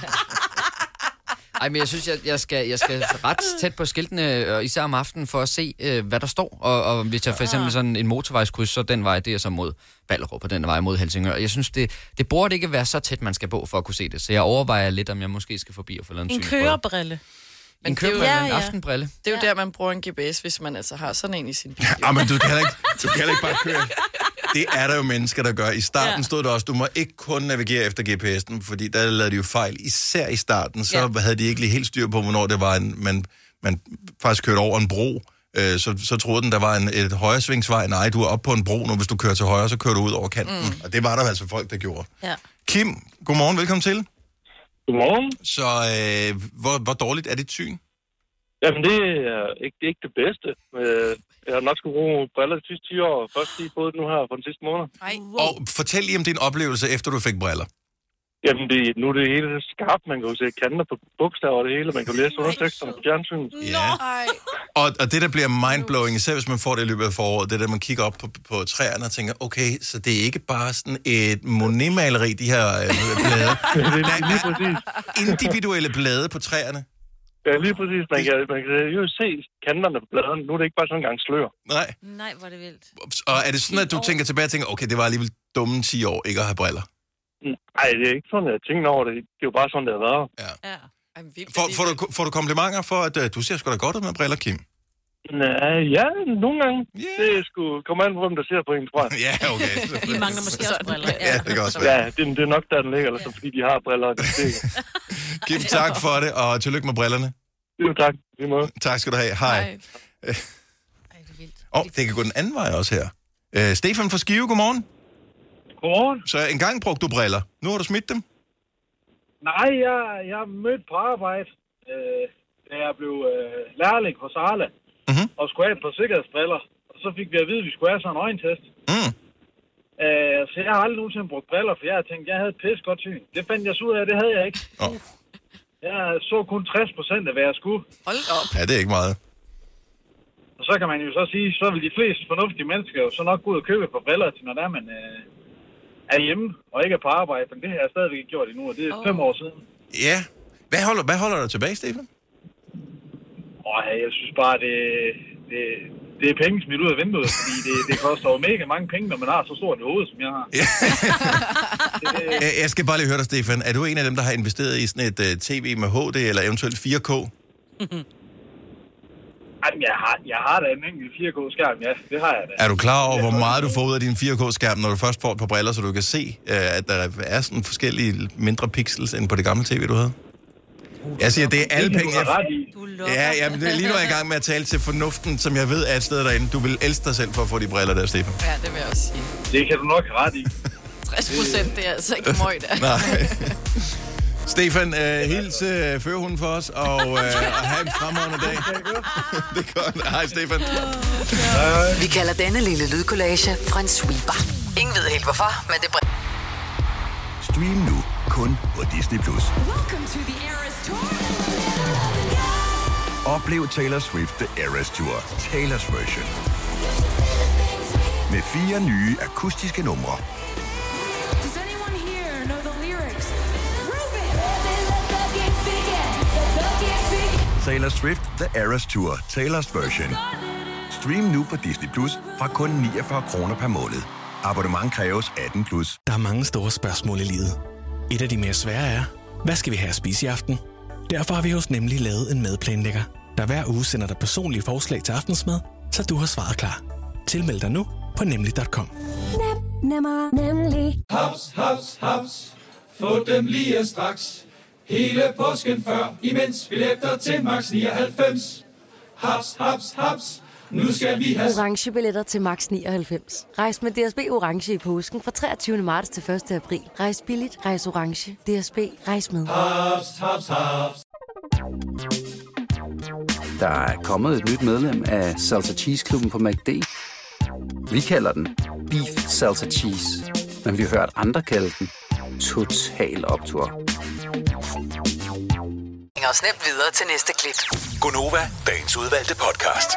[SPEAKER 4] Ej, men jeg synes, jeg, jeg, skal, jeg skal ret tæt på skiltene, og især om aftenen, for at se, øh, hvad der står. Og, og hvis jeg for eksempel sådan en motorvejskryds, så den vej, det er så mod Ballerup, og den vej mod Helsingør. Jeg synes, det, det burde ikke være så tæt, man skal på, for at kunne se det. Så jeg overvejer lidt, om jeg måske skal forbi og få lavet en
[SPEAKER 3] En kørebrille.
[SPEAKER 4] En kørebrille, ja, ja. En aftenbrille.
[SPEAKER 2] Det er jo ja. der, man bruger en G P S, hvis man altså har sådan en i sin bil.
[SPEAKER 1] Ja, men du kan heller ikke, du kan heller ikke bare køre. Det er der jo mennesker, der gør. I starten ja. stod der også, du må ikke kun navigere efter G P S'en, fordi der lavede de jo fejl. Især i starten, så ja. havde de ikke lige helt styr på, hvornår det var, en, man, man faktisk kørte over en bro. Øh, så, så troede den, der var en, et højresvingsvej. Nej, du er oppe på en bro nu. Hvis du kører til højre, så kører du ud over kanten. Mm. Og det var der altså folk, der gjorde. Ja. Kim, godmorgen. Velkommen til.
[SPEAKER 7] Godmorgen.
[SPEAKER 1] Så øh, hvor, hvor dårligt er dit syn?
[SPEAKER 7] Jamen, det er ikke det, er ikke det bedste. Jeg har nok skulle bruge briller de sidste ti år, og først lige fået nu her for den sidste måned.
[SPEAKER 1] Wow. Og fortæl lige om din oplevelse, efter du fik briller.
[SPEAKER 7] Jamen, det, nu er det hele skarpt. Man kan jo se kanter på bogstaver og det hele. Man kan jo læse underteksterne på fjernsynet.
[SPEAKER 1] Ja. Og, og det, der bliver mindblowing, især hvis man får det i løbet af foråret, det er, der man kigger op på, på træerne og tænker, okay, så det er ikke bare sådan et Monet-maleri, de her øh, blade.
[SPEAKER 7] Det er lige præcis.
[SPEAKER 1] Individuelle blade på træerne.
[SPEAKER 7] Ja, lige præcis. Man kan, man kan jo se kanterne på bladene. Nu er det ikke bare sådan en gang slør.
[SPEAKER 1] Nej.
[SPEAKER 3] Nej, hvor er det vildt.
[SPEAKER 1] Og er det sådan, at du tænker tilbage og tænker, okay, det var alligevel dumme ti år ikke at have briller?
[SPEAKER 7] Nej, det er ikke sådan, at jeg tænker over det. Det er jo bare sådan, det har været.
[SPEAKER 1] Ja. ja. Får, får, du, får du komplimenter for, at uh, du ser sgu da godt ud med briller, Kim?
[SPEAKER 7] Nej, ja, nogle gange. Yeah. Det er sgu komme an på, hvem der ser på en, tror jeg.
[SPEAKER 1] Ja, okay.
[SPEAKER 3] De mangler måske også briller.
[SPEAKER 1] Ja, det kan også være.
[SPEAKER 7] Ja, det, det er nok, der den ligger, eller så, fordi de har briller.
[SPEAKER 1] Kim, tak for det, og tillykke med brillerne.
[SPEAKER 7] Jo, tak. Lige måde.
[SPEAKER 1] Tak skal du have. Hej. Hej. Ej, det er vildt. Åh, oh, det kan gå den anden vej også her. Uh, Stefan fra Skive, godmorgen.
[SPEAKER 7] Godmorgen.
[SPEAKER 1] Så engang brugte du briller. Nu har du smidt dem?
[SPEAKER 8] Nej, jeg, jeg mødte på arbejde, øh, da jeg blev øh, lærling hos Arla, mm-hmm. og skulle have et par sikkerhedsbriller. Og så fik vi at vide, at vi skulle have sådan en øjentest. Mm. Øh, så jeg har aldrig nogensinde brugt briller, for jeg havde tænkt, at jeg havde et pisse godt syn. Det fandt jeg så ud af, det havde jeg ikke. Oh. Jeg så kun tres procent af, hvad jeg skulle.
[SPEAKER 2] Hold op.
[SPEAKER 1] Ja, det er ikke meget.
[SPEAKER 8] Og så kan man jo så sige, så vil de fleste fornuftige mennesker jo så nok gå ud og købe et par briller til, når der man øh, er hjemme og ikke er på arbejde. Men det har jeg stadigvæk ikke gjort endnu, og det er oh. fem år siden.
[SPEAKER 1] Ja. Hvad holder, hvad holder dig tilbage, Stefan?
[SPEAKER 8] Åh, jeg synes bare, det, det, det er penge smidt ud af vinduet, fordi det, det koster jo mega mange penge, når man har så stort et hoved, som jeg har.
[SPEAKER 1] det, jeg skal bare lige høre dig, Stefan. Er du en af dem, der har investeret i sådan et uh, tv med H D eller eventuelt fire K?
[SPEAKER 8] Jamen, jeg har, jeg har da en enkelt fire K-skærm, ja. Det har jeg da.
[SPEAKER 1] Er du klar over, hvor meget du får ud af din fire K-skærm, når du først får et par briller, så du kan se, at der er sådan forskellige mindre pixels end på det gamle tv, du havde? Jeg siger, det er alle penge. Jeg... Ja, jamen, det er lige nu, jeg er i gang med at tale til fornuften, som jeg ved er et sted derinde. Du vil elske dig selv for at få de briller der, Stefan.
[SPEAKER 2] Ja, det vil jeg også sige.
[SPEAKER 8] Det kan du nok have ret i.
[SPEAKER 2] tres procent, det er altså ikke møg der.
[SPEAKER 1] Nej. Stefan, øh, hils øh, førerhunden for os, og, øh, og have en fremragende dag. Det er godt. Hej, Stefan.
[SPEAKER 5] Vi kalder denne lille lydkollage en sweeper. Ingen ved helt hvorfor, men det er...
[SPEAKER 9] Stream nu kun på Disney plus. Oplev Taylor Swift The Eras Tour, Taylor's version. Med fire nye akustiske numre. Taylor Swift The Eras Tour, Taylor's version. Stream nu på Disney plus fra kun niogfyrre kroner per måned. Abonnement kræves atten plus.
[SPEAKER 10] Der er mange store spørgsmål i livet. Et af de mere svære er, hvad skal vi have at spise i aften? Derfor har vi hos Nemlig lavet en madplanlægger, der hver uge sender dig personlige forslag til aftensmad, så du har svaret klar. Tilmeld dig nu på nemlig punktum com.
[SPEAKER 11] Nem, nemmer, nemlig.
[SPEAKER 12] Haps, haps, haps. Få dem lige straks. Hele påsken før, imens billetter til max nioghalvfems. Haps, haps, haps. Nu skal vi have
[SPEAKER 11] orange billetter til max nioghalvfems. Rejs med D S B Orange i påsken fra treogtyvende marts til første april. Rejs billigt, rejs orange. D S B, rejs med.
[SPEAKER 12] Haps, haps, haps.
[SPEAKER 13] Der er kommet et nyt medlem af Salsa Cheese Klubben på McD. Vi kalder den Beef Salsa Cheese, men vi har hørt andre kalde den Total Optur.
[SPEAKER 5] Ring os nemt videre til næste klip.
[SPEAKER 9] Gonova, dagens udvalgte podcast.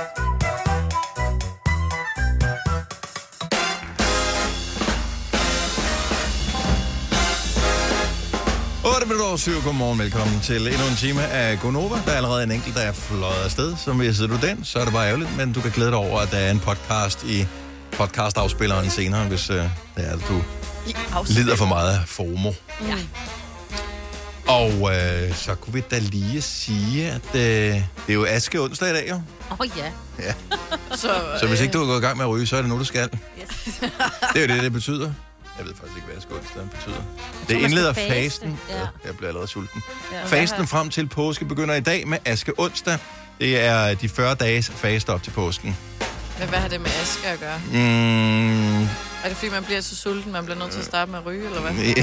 [SPEAKER 1] otte minutter over syv. Godmorgen, velkommen til endnu en time af Gonova. Der er allerede en enkelt, der er fløjet afsted, så hvis du den, så er det bare ærgerligt, men du kan glæde dig over, at der er en podcast i podcastafspilleren senere, hvis uh, det er, at du lider for meget af FOMO.
[SPEAKER 3] Ja.
[SPEAKER 1] Og øh, så kunne vi da lige sige, at øh, det er jo aske onsdag i dag, jo.
[SPEAKER 3] Åh oh, ja.
[SPEAKER 1] Ja.
[SPEAKER 2] Så,
[SPEAKER 1] Så hvis ikke du er gået i gang med at ryge, så er det nu, du skal.
[SPEAKER 3] Yes.
[SPEAKER 1] Det er jo det, det betyder. Jeg ved faktisk ikke, hvad aske onsdag betyder. Det
[SPEAKER 3] man
[SPEAKER 1] indleder
[SPEAKER 3] skal faste.
[SPEAKER 1] fasten.
[SPEAKER 3] Ja.
[SPEAKER 1] Ja, jeg bliver allerede sulten.
[SPEAKER 3] Ja.
[SPEAKER 1] Fasten frem til påske begynder i dag med aske onsdag. Det er de fyrre dages faste op til påsken.
[SPEAKER 2] Men hvad har det med aske at gøre?
[SPEAKER 1] Mm,
[SPEAKER 2] Er det fordi, man bliver så sulten, man bliver nødt til at starte med at ryge, eller hvad?
[SPEAKER 1] det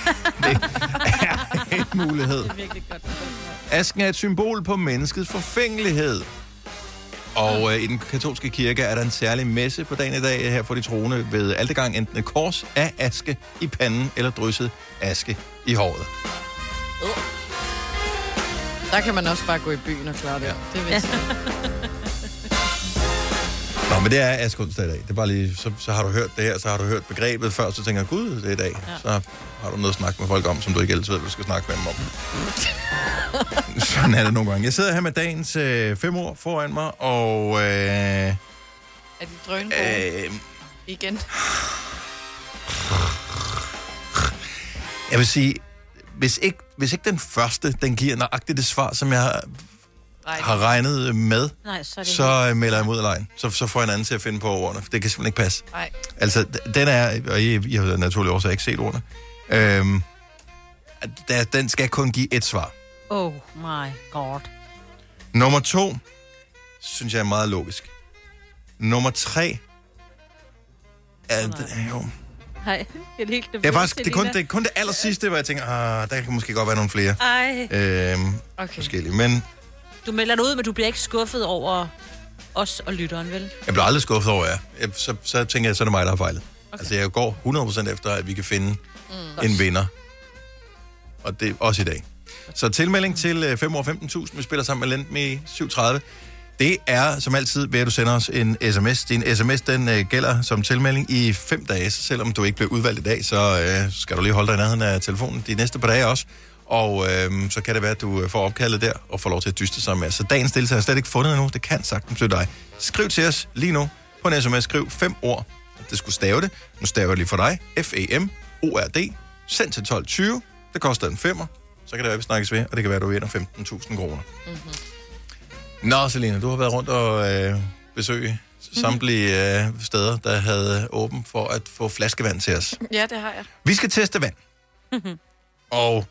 [SPEAKER 1] er en mulighed.
[SPEAKER 3] Det er virkelig godt.
[SPEAKER 1] Asken er et symbol på menneskets forfængelighed. Og øh, i den katolske kirke er der en særlig messe på dagen i dag. Her får de troende ved altergang enten et kors af aske i panden, eller drysset aske i håret.
[SPEAKER 2] Der kan man også bare gå i byen og klare det. Ja. Det vil jeg sige.
[SPEAKER 1] Nå, men det er askonsdag i dag. Det er bare lige, så, så har du hørt det her, så har du hørt begrebet før, så tænker jeg, gud, det er i dag. Ja. Så har du noget at snakke med folk om, som du ikke altid ved, hvad du skal snakke med dem om. Sådan er det nogle gange. Jeg sidder her med dagens øh, fem ord foran mig, og... Øh,
[SPEAKER 2] er de drøngode?
[SPEAKER 1] Øh,
[SPEAKER 2] Igen.
[SPEAKER 1] Jeg vil sige, hvis ikke, hvis ikke den første, den giver nøjagtigt det svar, som jeg har, har regnet med,
[SPEAKER 3] Nej, så,
[SPEAKER 1] så øh, melder jeg mod lejen. Så, så får jeg en anden til at finde på ordene, for det kan simpelthen ikke passe.
[SPEAKER 2] Nej.
[SPEAKER 1] Altså, den er, og I, I har naturligvis også ikke set ordene, øhm, der, den skal kun give et svar.
[SPEAKER 3] Oh my god.
[SPEAKER 1] Nummer to, synes jeg er meget logisk. Nummer tre, er,
[SPEAKER 3] Nej.
[SPEAKER 1] den, jo...
[SPEAKER 3] Nej, det er helt
[SPEAKER 1] Det er faktisk det er kun, det er kun det aller sidste, hvor jeg tænker, ah, der kan måske godt være nogle flere.
[SPEAKER 3] Ej.
[SPEAKER 1] Øhm,
[SPEAKER 2] okay.
[SPEAKER 1] Forskellige, men...
[SPEAKER 3] Du melder dig ud, men du bliver ikke skuffet over os og lytteren, vel?
[SPEAKER 1] Jeg bliver aldrig skuffet over jer. Jeg, så, så tænker jeg, så er det mig, der har fejlet. Okay. Altså, jeg går hundrede procent efter, at vi kan finde mm. en vinder. Og det er også i dag. Så tilmelding til fem år femten tusind. Vi spiller sammen med Lendme i syv tredive. Det er som altid ved, at du sender os en sms. Din sms, den uh, gælder som tilmelding i fem dage. Så selvom du ikke bliver udvalgt i dag, så uh, skal du lige holde dig i nærheden af telefonen de næste par dage også. Og øhm, så kan det være, at du får opkaldet der og får lov til at dyste sammen med os. Så dagens deltager er slet ikke fundet endnu. Det kan sagtens til dig. Skriv til os lige nu på en sms. Skriv fem ord. Det skulle stave det. Nu staver jeg lige for dig. F E M O R D. Send til tolv tyve. Det koster en femmer. Så kan det være, vi snakkes ved. Og det kan være, at du vinder femten tusind kroner. Mm-hmm. Nå, Selina, du har været rundt og øh, besøge samtlige øh, steder, der havde åbent for at få flaskevand til os.
[SPEAKER 2] Ja, det har jeg.
[SPEAKER 1] Vi skal teste vand. Og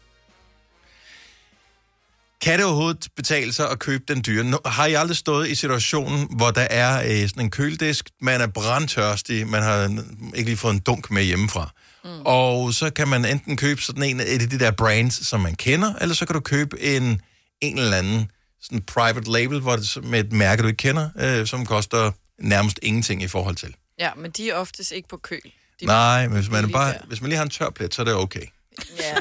[SPEAKER 1] kan det overhovedet betale sig at købe den dyre? Nå, har I aldrig stået i situationen, hvor der er øh, sådan en køledisk, man er brandtørstig, man har ikke lige fået en dunk med hjemmefra. Mm. Og så kan man enten købe sådan en af de der brands, som man kender, eller så kan du købe en, en eller anden sådan private label, hvor det, med et mærke, du ikke kender, øh, som koster nærmest ingenting i forhold til.
[SPEAKER 2] Ja, men de er oftest ikke på køl. De
[SPEAKER 1] Nej, men hvis man, er bare, hvis man lige har en tør plet, så er det okay.
[SPEAKER 2] Ja.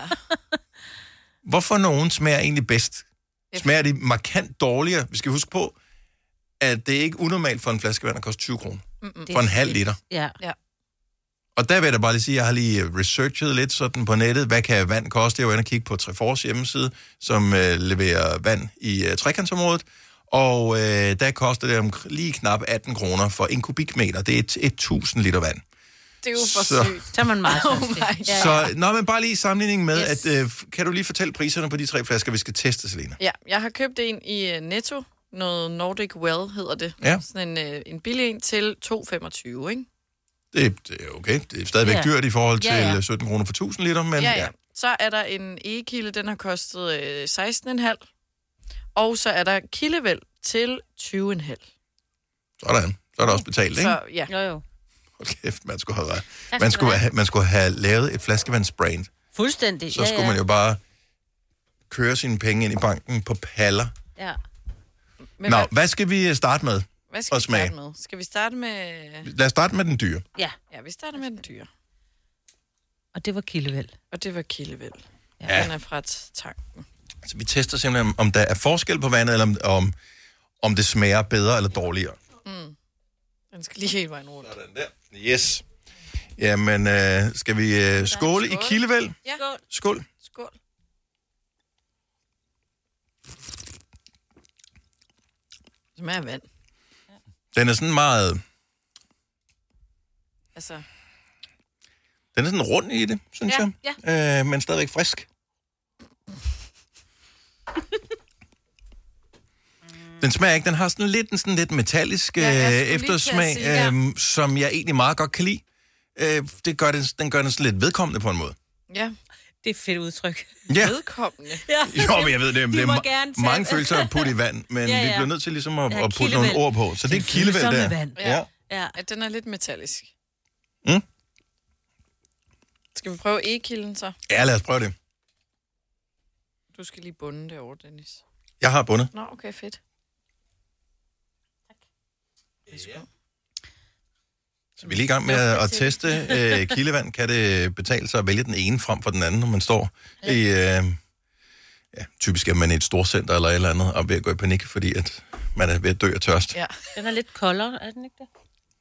[SPEAKER 1] Hvorfor nogen smager egentlig bedst? Smager de markant dårligere? Vi skal huske på, at det er ikke unormalt for en flaske vand at koste tyve kroner. Mm-mm. For en halv liter.
[SPEAKER 3] Ja.
[SPEAKER 2] ja.
[SPEAKER 1] Og der vil jeg da bare lige sige, at jeg har lige researchet lidt sådan på nettet. Hvad kan vand koste? Jeg var inde og kigge på Trefors hjemmeside, som øh, leverer vand i øh, trekantsområdet. Og øh, der koster det om lige knap atten kroner for en kubikmeter. Det er et, et tusind liter vand.
[SPEAKER 2] Det er jo for så, sygt.
[SPEAKER 3] Så er man meget
[SPEAKER 2] oh
[SPEAKER 1] Så, nå, men bare lige i sammenligning med, yes. at, øh, kan du lige fortælle priserne på de tre flasker, vi skal teste, Selina?
[SPEAKER 2] Ja, jeg har købt en i Netto. Noget Nordic Well hedder det.
[SPEAKER 1] Ja.
[SPEAKER 2] Sådan en, øh, en billig en til to femogtyve, ikke?
[SPEAKER 1] Det, det er okay. Det er stadigvæk yeah. dyrt i forhold til ja, ja. sytten kroner for tusind liter, men
[SPEAKER 2] ja,
[SPEAKER 1] ja.
[SPEAKER 2] ja. Så er der en egekilde, den har kostet øh, seksten komma fem. Og så er der kildevæld til tyve komma fem.
[SPEAKER 1] Sådan. Så er der også betalt, ikke?
[SPEAKER 2] Så, ja.
[SPEAKER 3] Jo, jo.
[SPEAKER 1] Hold kæft, man skulle have, man skulle have, man skulle have lavet et flaskevandsbrand.
[SPEAKER 3] Fuldstændig,
[SPEAKER 1] Så
[SPEAKER 3] ja,
[SPEAKER 1] skulle
[SPEAKER 3] ja.
[SPEAKER 1] man jo bare køre sine penge ind i banken på paller.
[SPEAKER 3] Ja.
[SPEAKER 1] Men Nå, hvad, hvad skal vi starte med?
[SPEAKER 2] Hvad skal vi starte med? Skal vi starte med...
[SPEAKER 1] Lad os starte med den dyre.
[SPEAKER 3] Ja.
[SPEAKER 2] Ja, vi starter med den dyre.
[SPEAKER 3] Og det var kildevæld.
[SPEAKER 2] Og det var kildevæld. Ja,
[SPEAKER 1] ja.
[SPEAKER 2] Den er fra tanken.
[SPEAKER 1] Så vi tester simpelthen, om der er forskel på vandet, eller om, om, om det smager bedre eller dårligere.
[SPEAKER 2] Mm. Den skal lige helt vejen rundt.
[SPEAKER 1] Sådan der. Yes. Jamen, øh, skal vi øh, skåle i kildevæld?
[SPEAKER 2] Ja.
[SPEAKER 1] Skål.
[SPEAKER 2] Skål. Det smager af vand.
[SPEAKER 1] Den er sådan meget...
[SPEAKER 2] Altså...
[SPEAKER 1] Den er sådan rund i det, synes
[SPEAKER 2] ja,
[SPEAKER 1] jeg.
[SPEAKER 2] Ja.
[SPEAKER 1] Øh, men stadigvæk frisk. Den smager ikke. Den har sådan lidt en sådan lidt metallisk ja, øh, eftersmag, sige, ja. øh, som jeg egentlig meget godt kan lide. Øh, det gør det, den gør den sådan lidt vedkommende på en måde.
[SPEAKER 2] Ja.
[SPEAKER 3] Det er et fedt udtryk.
[SPEAKER 1] Ja.
[SPEAKER 2] Vedkommende.
[SPEAKER 1] Ja. Jo, men jeg ved det.
[SPEAKER 3] De
[SPEAKER 1] det er
[SPEAKER 3] ma-
[SPEAKER 1] mange følelser at putte i vand, men ja, ja. vi bliver nødt til ligesom at, ja, at putte nogle ord på. Så det er kildevæld der.
[SPEAKER 3] Vand.
[SPEAKER 2] Ja. Ja. Ja. ja. Den er lidt metallisk.
[SPEAKER 1] Mm?
[SPEAKER 2] Skal vi prøve e-kilden så?
[SPEAKER 1] Ja, lad os prøve det.
[SPEAKER 2] Du skal lige bunde det over, Dennis.
[SPEAKER 1] Jeg har bundet.
[SPEAKER 2] Nå, okay, fedt. Tak.
[SPEAKER 1] Ja. Så vi er lige i gang med at, at teste øh, kildevand. Kan det betale sig at vælge den ene frem for den anden, når man står ja. i... Øh, ja, typisk er man i et storcenter eller et eller andet, og ved at gå i panik, fordi at man er ved at dø af tørst.
[SPEAKER 3] Ja. Den er lidt koldere, er den ikke det?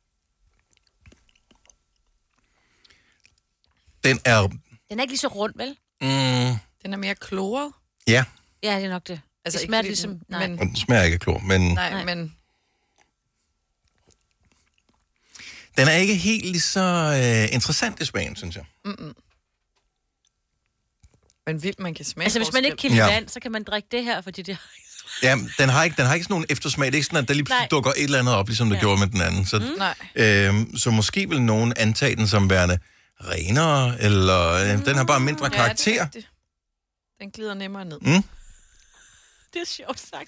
[SPEAKER 1] Den er...
[SPEAKER 3] Den er ikke lige så rund, vel?
[SPEAKER 1] Mm,
[SPEAKER 2] den er mere kloret.
[SPEAKER 1] Ja.
[SPEAKER 3] Ja, det er nok det.
[SPEAKER 2] Altså,
[SPEAKER 3] det smager
[SPEAKER 2] ikke,
[SPEAKER 3] ligesom...
[SPEAKER 2] Den,
[SPEAKER 3] nej.
[SPEAKER 2] Men,
[SPEAKER 1] den smager ikke af klor, men...
[SPEAKER 2] Nej, nej, men...
[SPEAKER 1] Den er ikke helt lige så øh, interessant i smagen, synes jeg.
[SPEAKER 2] Mm-mm. Men vildt, man kan smage.
[SPEAKER 3] Altså, hvis man ikke kan lide ja. vand, så kan man drikke det her, fordi det...
[SPEAKER 1] Ja, den har ikke, den har ikke sådan nogen eftersmag. Det er ikke sådan, at der lige pludselig dukker et eller andet op, ligesom det ja. gjorde med den anden. Så,
[SPEAKER 2] mm. Nej.
[SPEAKER 1] Øh, så måske vil nogen antage den som værende renere, eller øh, mm. den har bare mindre
[SPEAKER 2] ja,
[SPEAKER 1] karakter.
[SPEAKER 2] Det den glider nemmere ned.
[SPEAKER 1] Mm.
[SPEAKER 3] Det er sjovt sagt.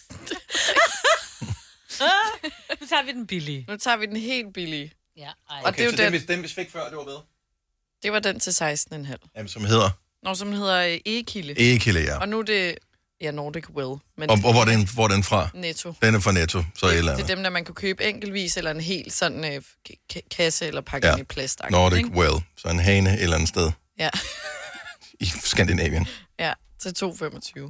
[SPEAKER 3] Nu tager vi den billige.
[SPEAKER 2] Nu tager vi den helt billige.
[SPEAKER 3] Ja,
[SPEAKER 1] ej. Okay, og det er jo så den, den, den vi fik før, det var hvad?
[SPEAKER 2] Det var den til seksten komma fem.
[SPEAKER 1] Jamen, som hedder?
[SPEAKER 2] Nå, som hedder Egekilde.
[SPEAKER 1] Egekilde, ja.
[SPEAKER 2] Og nu er det, ja, Nordic Well. Men
[SPEAKER 1] og, og hvor, er den, hvor er den fra?
[SPEAKER 2] Netto.
[SPEAKER 1] Den er fra Netto, så
[SPEAKER 2] det,
[SPEAKER 1] et eller andet.
[SPEAKER 2] Det er dem, der man kan købe enkeltvis, eller en helt sådan øh, k- kasse, eller pakke ja. i plast.
[SPEAKER 1] Nordic
[SPEAKER 2] ikke?
[SPEAKER 1] Well, så en hane et eller andet sted.
[SPEAKER 2] Ja.
[SPEAKER 1] I Skandinavien.
[SPEAKER 2] Ja, til to femogtyve.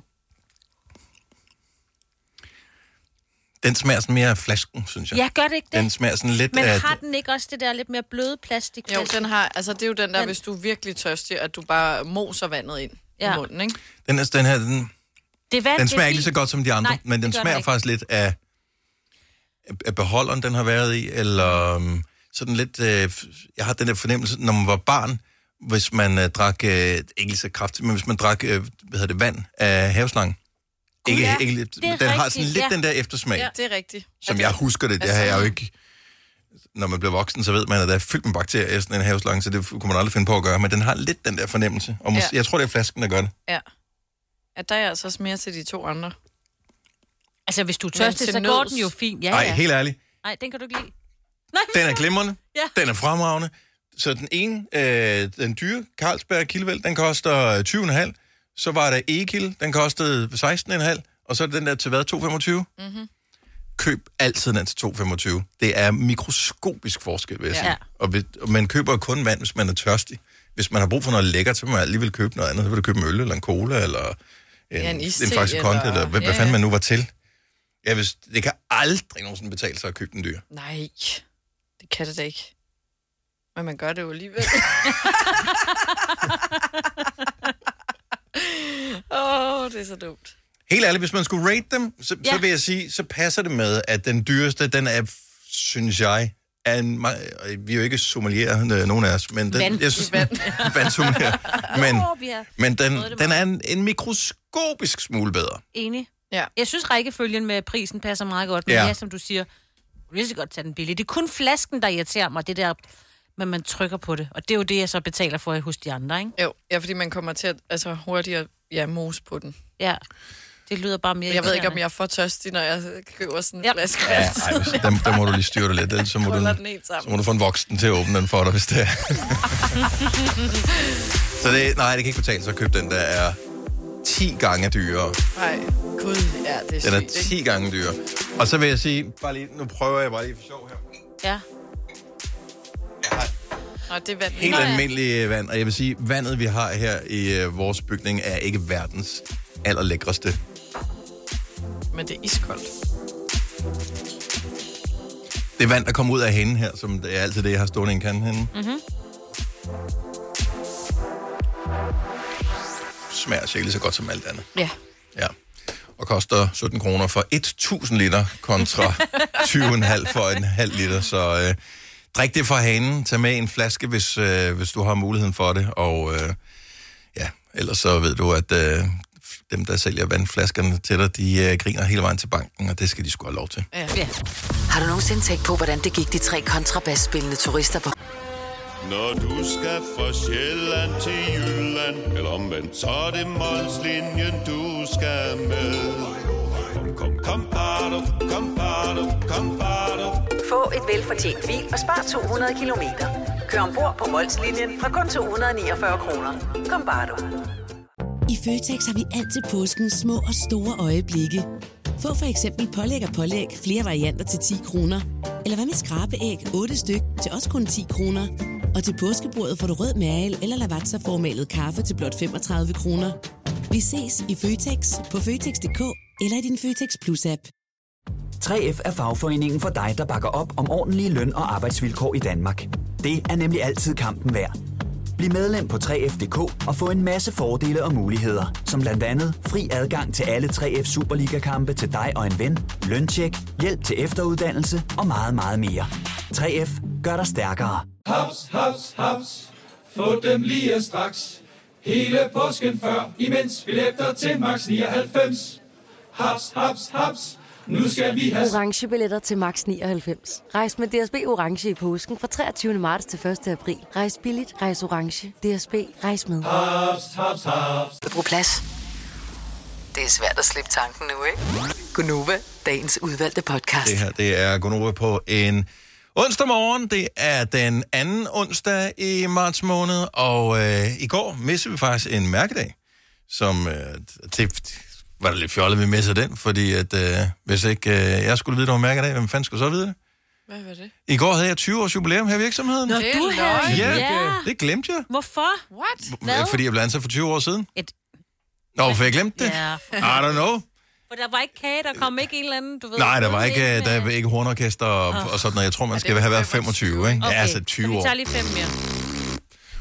[SPEAKER 1] Den smager sådan mere af flasken, synes jeg.
[SPEAKER 3] Ja, gør det ikke det?
[SPEAKER 1] Den smager sådan lidt
[SPEAKER 3] Men
[SPEAKER 1] af...
[SPEAKER 3] har den ikke også det der lidt mere bløde plastik?
[SPEAKER 2] Jo, den har... Altså, det er jo den der, den... hvis du er virkelig tørstig, at du bare moser vandet ind. ja. i munden, ikke?
[SPEAKER 1] Den, er, den her, den,
[SPEAKER 3] det vand,
[SPEAKER 1] den smager
[SPEAKER 3] det
[SPEAKER 1] ikke lige så godt som de andre,
[SPEAKER 3] Nej,
[SPEAKER 1] men den smager
[SPEAKER 3] den
[SPEAKER 1] faktisk lidt af, af beholderen, den har været i, eller um, sådan lidt... Øh, jeg har den der fornemmelse, når man var barn, hvis man øh, drak, øh, ikke lige så kraftigt, men hvis man drak, øh, hvad hedder det, vand af haveslangen. Ikke,
[SPEAKER 2] ja,
[SPEAKER 1] ikke, den rigtigt, har sådan lidt
[SPEAKER 3] ja.
[SPEAKER 1] den der eftersmag.
[SPEAKER 2] Ja, det er rigtigt.
[SPEAKER 1] Som jeg husker det, det har jeg jo ikke... Når man bliver voksen, så ved man, at der er fyldt med bakterier i sådan en haveslange, så det kunne man aldrig finde på at gøre. Men den har lidt den der fornemmelse. Og måske, ja. jeg tror, det er flasken, der gør det.
[SPEAKER 2] Ja. Ja, der er jeg altså også mere til de to andre.
[SPEAKER 3] Altså, hvis du er tørstig, så går den jo fint. Ja,
[SPEAKER 1] Nej,
[SPEAKER 3] ja.
[SPEAKER 1] helt ærligt.
[SPEAKER 3] Nej, den kan du ikke lide.
[SPEAKER 1] Den er glimrende.
[SPEAKER 3] Ja.
[SPEAKER 1] Den er fremragende. Så den ene, øh, den dyre, Carlsberg Kildevæld, den koster tyve komma fem. Så var der Egil, den kostede seksten komma fem. Og så er den der til hvad, to komma femogtyve?
[SPEAKER 2] Mm-hmm.
[SPEAKER 1] Køb altid den til to komma femogtyve. Det er mikroskopisk forskel, vil jeg sige.
[SPEAKER 3] Ja.
[SPEAKER 1] Og, hvis, og man køber kun vand, hvis man er tørstig. Hvis man har brug for noget lækkert, så må man alligevel købe noget andet. Så vil du købe en øl, eller en cola, eller en,
[SPEAKER 2] ja, en,
[SPEAKER 1] en Faxe Kondi, eller, eller hvad, ja, hvad fanden man nu var til. Ja, hvis, det kan aldrig nogensinde betale sig at købe den dyr.
[SPEAKER 2] Nej, det kan det da ikke. Men man gør det jo alligevel. Åh, oh, det er så dumt.
[SPEAKER 1] Helt ærligt, hvis man skulle rate dem, så,
[SPEAKER 2] Ja.
[SPEAKER 1] så vil jeg sige, så passer det med, at den dyreste, den er, synes jeg, er en, vi er jo ikke sommelier, nogen af os, men den,
[SPEAKER 3] Vand.
[SPEAKER 1] jeg synes,
[SPEAKER 2] Vand.
[SPEAKER 1] vandsommelier, men,
[SPEAKER 3] Jo, vi har
[SPEAKER 1] men den,
[SPEAKER 3] prøvet det
[SPEAKER 1] den
[SPEAKER 3] meget.
[SPEAKER 1] er en, en mikroskopisk smule bedre.
[SPEAKER 3] Enig.
[SPEAKER 2] Ja.
[SPEAKER 3] Jeg synes, rækkefølgen med prisen passer meget godt. Men
[SPEAKER 1] Ja.
[SPEAKER 3] ja, ja som du siger, du vil så godt tage den billigt. Det er kun flasken, der irriterer mig, det der, men man trykker på det. Og det er jo det, jeg så betaler for hos de andre, ikke?
[SPEAKER 2] Jo, ja, fordi man kommer til at altså, hurtigere ja, mos på den.
[SPEAKER 3] Ja, det lyder bare mere
[SPEAKER 2] Jeg ved ikke, om
[SPEAKER 3] irriterende.
[SPEAKER 2] jeg er for tørstig, når jeg køber sådan en
[SPEAKER 3] Ja.
[SPEAKER 2] flaske.
[SPEAKER 1] Ja, ej, hvis- der, der må du lige styre det lidt, ellers så må, du,
[SPEAKER 2] Krøller den helt
[SPEAKER 1] så
[SPEAKER 2] sammen.
[SPEAKER 1] må du få en voksen til at åbne den for dig, hvis det er. Så det, nej, det kan ikke betale sig at købe den, der er ti gange dyrere.
[SPEAKER 2] Nej, gud, ja, det er sygt,
[SPEAKER 1] Den er
[SPEAKER 2] ikke?
[SPEAKER 1] ti gange dyrere. Og så vil jeg sige, bare lige, nu prøver jeg bare lige for sjov her.
[SPEAKER 3] Ja.
[SPEAKER 2] Nå, det er vand.
[SPEAKER 1] Helt
[SPEAKER 2] Nå, ja.
[SPEAKER 1] almindelig vand, og jeg vil sige, vandet vi har her i øh, vores bygning er ikke verdens allerlækreste.
[SPEAKER 2] Men det er iskoldt.
[SPEAKER 1] Det er vand, der kommer ud af hanen her, som det er altid det, jeg har stående i en kande henne.
[SPEAKER 3] Mm-hmm.
[SPEAKER 1] Smager sikkert lige så godt som alt andet.
[SPEAKER 2] Ja.
[SPEAKER 1] Ja. Og koster sytten kroner for tusind liter kontra tyve komma fem for en halv liter. Så øh, drik det fra hanen. Tag med en flaske, hvis, øh, hvis du har muligheden for det. Og øh, ja, ellers så ved du, at øh, dem, der sælger vandflaskerne til dig, de øh, griner hele vejen til banken, og det skal de sgu have lov til.
[SPEAKER 2] Ja.
[SPEAKER 3] Ja.
[SPEAKER 5] Har du nogensinde tænkt på, hvordan det gik de tre kontrabasspillende turister på?
[SPEAKER 14] Når du skal fra Sjælland til Jylland, eller omvendt, så er det Molslinjen, du skal med. Kom, kom, kom, bado, kom, bado, kom, bado.
[SPEAKER 15] Få et velfortjent bil og spar to hundrede kilometer. Kør ombord på Molslinjen fra kun to hundrede niogfyrre kroner. Kom bare du.
[SPEAKER 16] I Føtex har vi altid påsken små og store øjeblikke. Få for eksempel pålæg og pålæg flere varianter til ti kroner. Eller hvad med skrabeæg otte styk til også kun ti kroner. Og til påskebordet får du rød mal eller lavatserformalet kaffe til blot femogtredive kroner. Vi ses i Føtex på Føtex punktum d k eller i din Føtex Plus-app.
[SPEAKER 17] tre F er fagforeningen for dig, der bakker op om ordentlige løn- og arbejdsvilkår i Danmark. Det er nemlig altid kampen værd. Bliv medlem på tre F punktum d k og få en masse fordele og muligheder, som blandt andet fri adgang til alle tre F Superliga-kampe til dig og en ven, løntjek, hjælp til efteruddannelse og meget, meget mere. tre F gør dig stærkere.
[SPEAKER 12] Haps, haps, haps. Få dem lige straks. Hele påsken før, imens billetter til max nioghalvfems. Haps, haps, haps. Nu skal vi have...
[SPEAKER 11] Orange billetter til max nioghalvfems. Rejs med D S B Orange i påsken fra treogtyvende marts til første april. Rejs billigt, rejs orange. D S B, rejs med.
[SPEAKER 12] Haps, haps, haps.
[SPEAKER 5] På plads. Det er svært at slippe tanken nu, ikke? Gunova, dagens udvalgte podcast.
[SPEAKER 1] Det her, det er Gunova på en onsdag morgen. Det er den anden onsdag i marts måned, og øh, i går missede vi faktisk en mærkedag, som øh, det var det lidt fjollet, vi missede den, fordi at øh, hvis ikke øh, jeg skulle vide, det var mærkedag, hvem fanden skulle så vide det?
[SPEAKER 2] Hvad var det?
[SPEAKER 1] I går havde jeg tyve års jubilæum her i virksomheden.
[SPEAKER 3] Nå, du havde...
[SPEAKER 1] Ja,
[SPEAKER 3] ja.
[SPEAKER 1] det glemte jeg.
[SPEAKER 3] Hvorfor?
[SPEAKER 2] What?
[SPEAKER 3] Hvad?
[SPEAKER 1] Fordi jeg blev ansat for tyve år siden.
[SPEAKER 3] Et...
[SPEAKER 1] Nå, for jeg glemte det.
[SPEAKER 3] Ja.
[SPEAKER 1] I don't know.
[SPEAKER 3] For der var ikke kage, der kom ikke en eller anden, du ved...
[SPEAKER 1] Nej, der var ikke, der var ikke hornorkester og, oh. og sådan noget. Jeg tror, man skal have været femogtyve, ikke?
[SPEAKER 3] Okay,
[SPEAKER 1] Ja, altså tyve
[SPEAKER 3] så vi
[SPEAKER 1] år.
[SPEAKER 3] tager lige fem mere.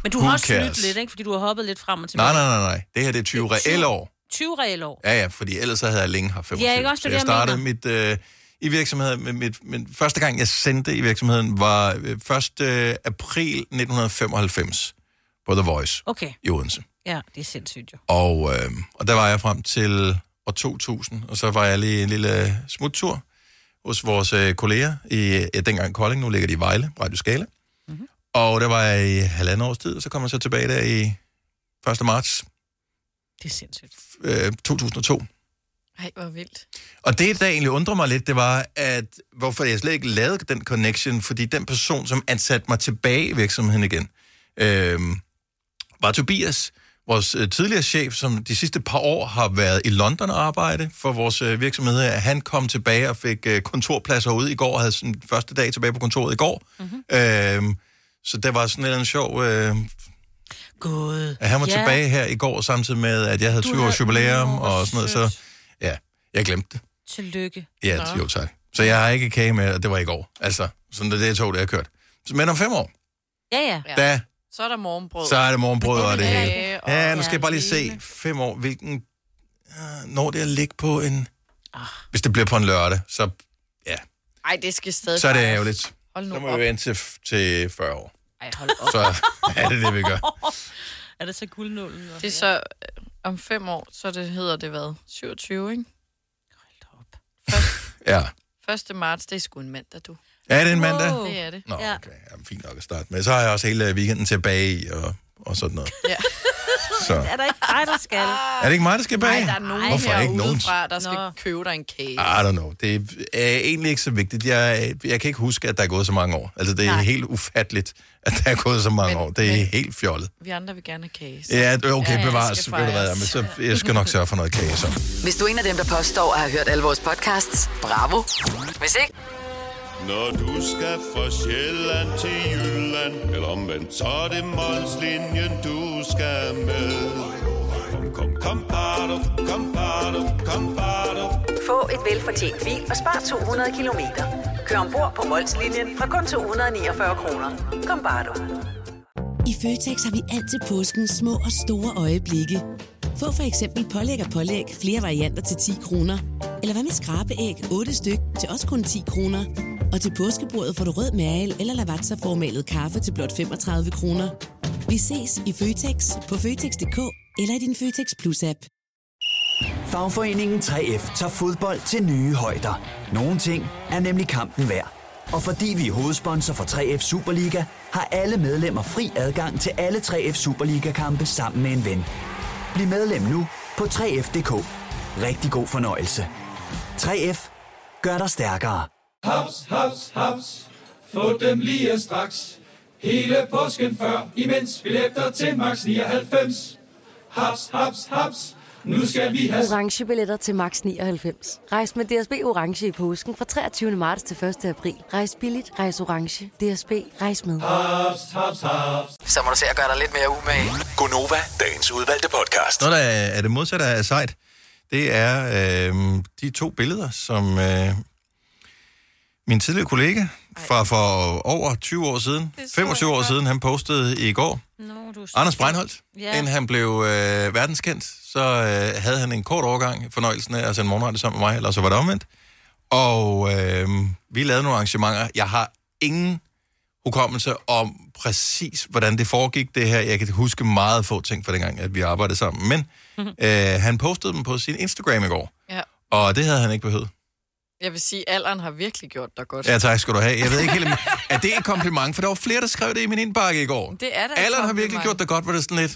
[SPEAKER 3] Men du
[SPEAKER 1] Who
[SPEAKER 3] har også
[SPEAKER 1] cares?
[SPEAKER 3] snydt lidt, ikke? Fordi du har hoppet lidt frem og tilbage.
[SPEAKER 1] Nej, nej, nej, nej. Det her det er tyve reelle år.
[SPEAKER 3] tyve reelle år.
[SPEAKER 1] Ja, ja, fordi ellers så havde jeg længe haft femogtyve.
[SPEAKER 3] Ja, ikke også, det
[SPEAKER 1] så
[SPEAKER 3] er
[SPEAKER 1] jeg
[SPEAKER 3] det, jeg
[SPEAKER 1] startede mit, øh, i virksomheden, mit, mit, mit, første gang jeg sendte i virksomheden, var øh, første april nitten femoghalvfems på The Voice
[SPEAKER 3] Okay.
[SPEAKER 1] i Odense.
[SPEAKER 3] Ja, det er sindssygt jo.
[SPEAKER 1] Og, øh, og der var jeg frem til år to tusind, og så var jeg lige en lille smuttur hos vores øh, kolleger i ja, dengang Kolding, nu ligger de i Vejle, Radio Skala. Mm-hmm. Og der var jeg i halvandet års tid, og så kom jeg så tilbage der i første marts
[SPEAKER 3] Det er sindssygt.
[SPEAKER 1] øh, to tusind og to.
[SPEAKER 2] Ej, hvor vildt.
[SPEAKER 1] Og det, der egentlig undrer mig lidt, det var, at hvorfor jeg slet ikke lavede den connection, fordi den person, som ansatte mig tilbage i virksomheden igen, øh, var Tobias, vores øh, tidligere chef, som de sidste par år har været i London og arbejde for vores øh, virksomhed. Han kom tilbage og fik øh, kontorpladser ude i går, og havde sin første dag tilbage på kontoret i går. Mm-hmm. Øh, så det var sådan en sjov... Øh,
[SPEAKER 3] God.
[SPEAKER 1] At han var
[SPEAKER 3] Ja.
[SPEAKER 1] tilbage her i går, samtidig med, at jeg havde tyve års jubilæum og sådan noget, så ja, jeg glemte det.
[SPEAKER 3] Tillykke.
[SPEAKER 1] Ja,
[SPEAKER 3] Nå.
[SPEAKER 1] jo tak. Så jeg har ikke kage med, og det var i går. Altså, sådan det er det tog, det jeg har kørt. Så, men om fem år,
[SPEAKER 3] Ja, ja.
[SPEAKER 2] Ja.
[SPEAKER 1] da,
[SPEAKER 2] Så er der morgenbrød.
[SPEAKER 1] så er det morgenbrød og det hele.
[SPEAKER 2] Kage og-
[SPEAKER 1] Ja, nu skal jeg bare lige
[SPEAKER 2] Ja,
[SPEAKER 1] se fem år, hvilken... Uh, når det at ligge på en... Hvis det bliver på en lørdag, så, ja,
[SPEAKER 2] Ej, det skal stadig
[SPEAKER 1] så er det
[SPEAKER 2] fejres.
[SPEAKER 1] ærgerligt.
[SPEAKER 2] Hold nu
[SPEAKER 1] Så må
[SPEAKER 2] op.
[SPEAKER 1] vi vente til, til fyrre år.
[SPEAKER 3] Ej, hold op.
[SPEAKER 1] Så er det det, vi gør.
[SPEAKER 3] Er det så guldnålen?
[SPEAKER 2] Det er så... øh, Om fem år, så det hedder det hvad? syvogtyve, ikke?
[SPEAKER 1] Ja.
[SPEAKER 2] første marts, det er sgu en mandag, du.
[SPEAKER 1] Er det en mandag?
[SPEAKER 2] Det er det.
[SPEAKER 1] Nå,
[SPEAKER 2] Ja.
[SPEAKER 1] okay. Jamen, fint nok at starte med. Så har jeg også hele weekenden til at bage i og, og sådan noget.
[SPEAKER 2] Ja.
[SPEAKER 1] Så.
[SPEAKER 3] Er der ikke dig, der skal?
[SPEAKER 1] Er det ikke mig, der skal bage?
[SPEAKER 2] Nej, der er nogen
[SPEAKER 1] Hvorfor ikke nogen?
[SPEAKER 2] herudefra, der skal Nå. købe dig en cake.
[SPEAKER 1] I don't know. Det er egentlig ikke så vigtigt. Jeg, jeg kan ikke huske, at der er gået så mange år. Altså, det er
[SPEAKER 2] Nej.
[SPEAKER 1] helt ufatteligt, at der er gået så mange
[SPEAKER 2] Men-
[SPEAKER 1] år. Det er
[SPEAKER 2] men-
[SPEAKER 1] helt fjollet.
[SPEAKER 2] Vi andre vil gerne have kage. så-
[SPEAKER 1] Ja, okay,
[SPEAKER 2] Ja, ja,
[SPEAKER 1] bevares.
[SPEAKER 2] skal
[SPEAKER 1] Ved du hvad,
[SPEAKER 2] fejres.
[SPEAKER 1] men så, jeg skal nok sørge for noget kage, så.
[SPEAKER 5] Hvis du er en af dem, der påstår at have hørt alle vores podcasts, bravo. Hvis ikke,
[SPEAKER 14] Når du skal fra Sjælland til Jylland, eller omvendt, så er det Molslinjen, du skal med. Kom, kom, kom, bado, kom, bado, kom, bado.
[SPEAKER 15] Få et velfortjent bil og spar to hundrede kilometer. Kør ombord på Molslinjen fra kun to hundrede niogfyrre kroner. Kom bare du.
[SPEAKER 16] I Føtex har vi altid påsken små og store øjeblikke. Få for eksempel pålæg og pålæg flere varianter til ti kroner. Eller hvad med skrabeæg otte styk til også kun ti kroner. Og til påskebordet får du rød mal eller lavatserformalet kaffe til blot femogtredive kroner. Vi ses i Føtex på Føtex punktum d k eller i din Føtex Plus-app.
[SPEAKER 17] Fagforeningen tre F tager fodbold til nye højder. Nogle ting er nemlig kampen værd. Og fordi vi er hovedsponsor for tre F Superliga, har alle medlemmer fri adgang til alle tre F Superliga-kampe sammen med en ven. Bliv medlem nu på tre F punktum d k. Rigtig god fornøjelse. tre F gør dig stærkere.
[SPEAKER 12] Haps, haps, haps. Få dem lige straks. Hele påsken før, imens billetter til max nioghalvfems. Haps, haps, haps. Nu skal vi have...
[SPEAKER 11] Orange billetter til max nioghalvfems. Rejs med D S B Orange i påsken fra treogtyvende marts til første april. Rejs billigt, rejs orange. D S B, rejs med.
[SPEAKER 12] Haps, haps, haps.
[SPEAKER 5] så må du se at gøre dig lidt mere umage.
[SPEAKER 9] Gonova, dagens udvalgte podcast.
[SPEAKER 1] Noget, der er, er det modsatte af sejt, det er øh, de to billeder, som øh, min tidligere kollega fra for over tyve år siden, femogtyve år siden, han postede i går.
[SPEAKER 3] Nå, du
[SPEAKER 1] Anders Breinholt,
[SPEAKER 3] Ja.
[SPEAKER 1] ja. inden han blev øh, verdenskendt, så øh, havde han en kort overgang fornøjelsen af at sende morgenradio sammen med mig, eller så var det omvendt. Og øh, vi lavede nogle arrangementer. Jeg har ingen hukommelse om præcis, hvordan det foregik det her. Jeg kan huske meget få ting fra dengang, at vi arbejdede sammen. Men
[SPEAKER 2] Mhm.
[SPEAKER 1] øh, han postede dem på sin Instagram i går,
[SPEAKER 2] Ja.
[SPEAKER 1] og det havde han ikke behøvet.
[SPEAKER 2] Jeg vil sige, at alderen har virkelig gjort dig godt.
[SPEAKER 1] Ja, tak skal du have. Jeg ved ikke helt, om- er det et kompliment? For der var flere, der skrev det i min indbakke i går.
[SPEAKER 2] Det er da et
[SPEAKER 1] Allan har virkelig
[SPEAKER 2] kompliment.
[SPEAKER 1] gjort det godt, hvor det er sådan lidt...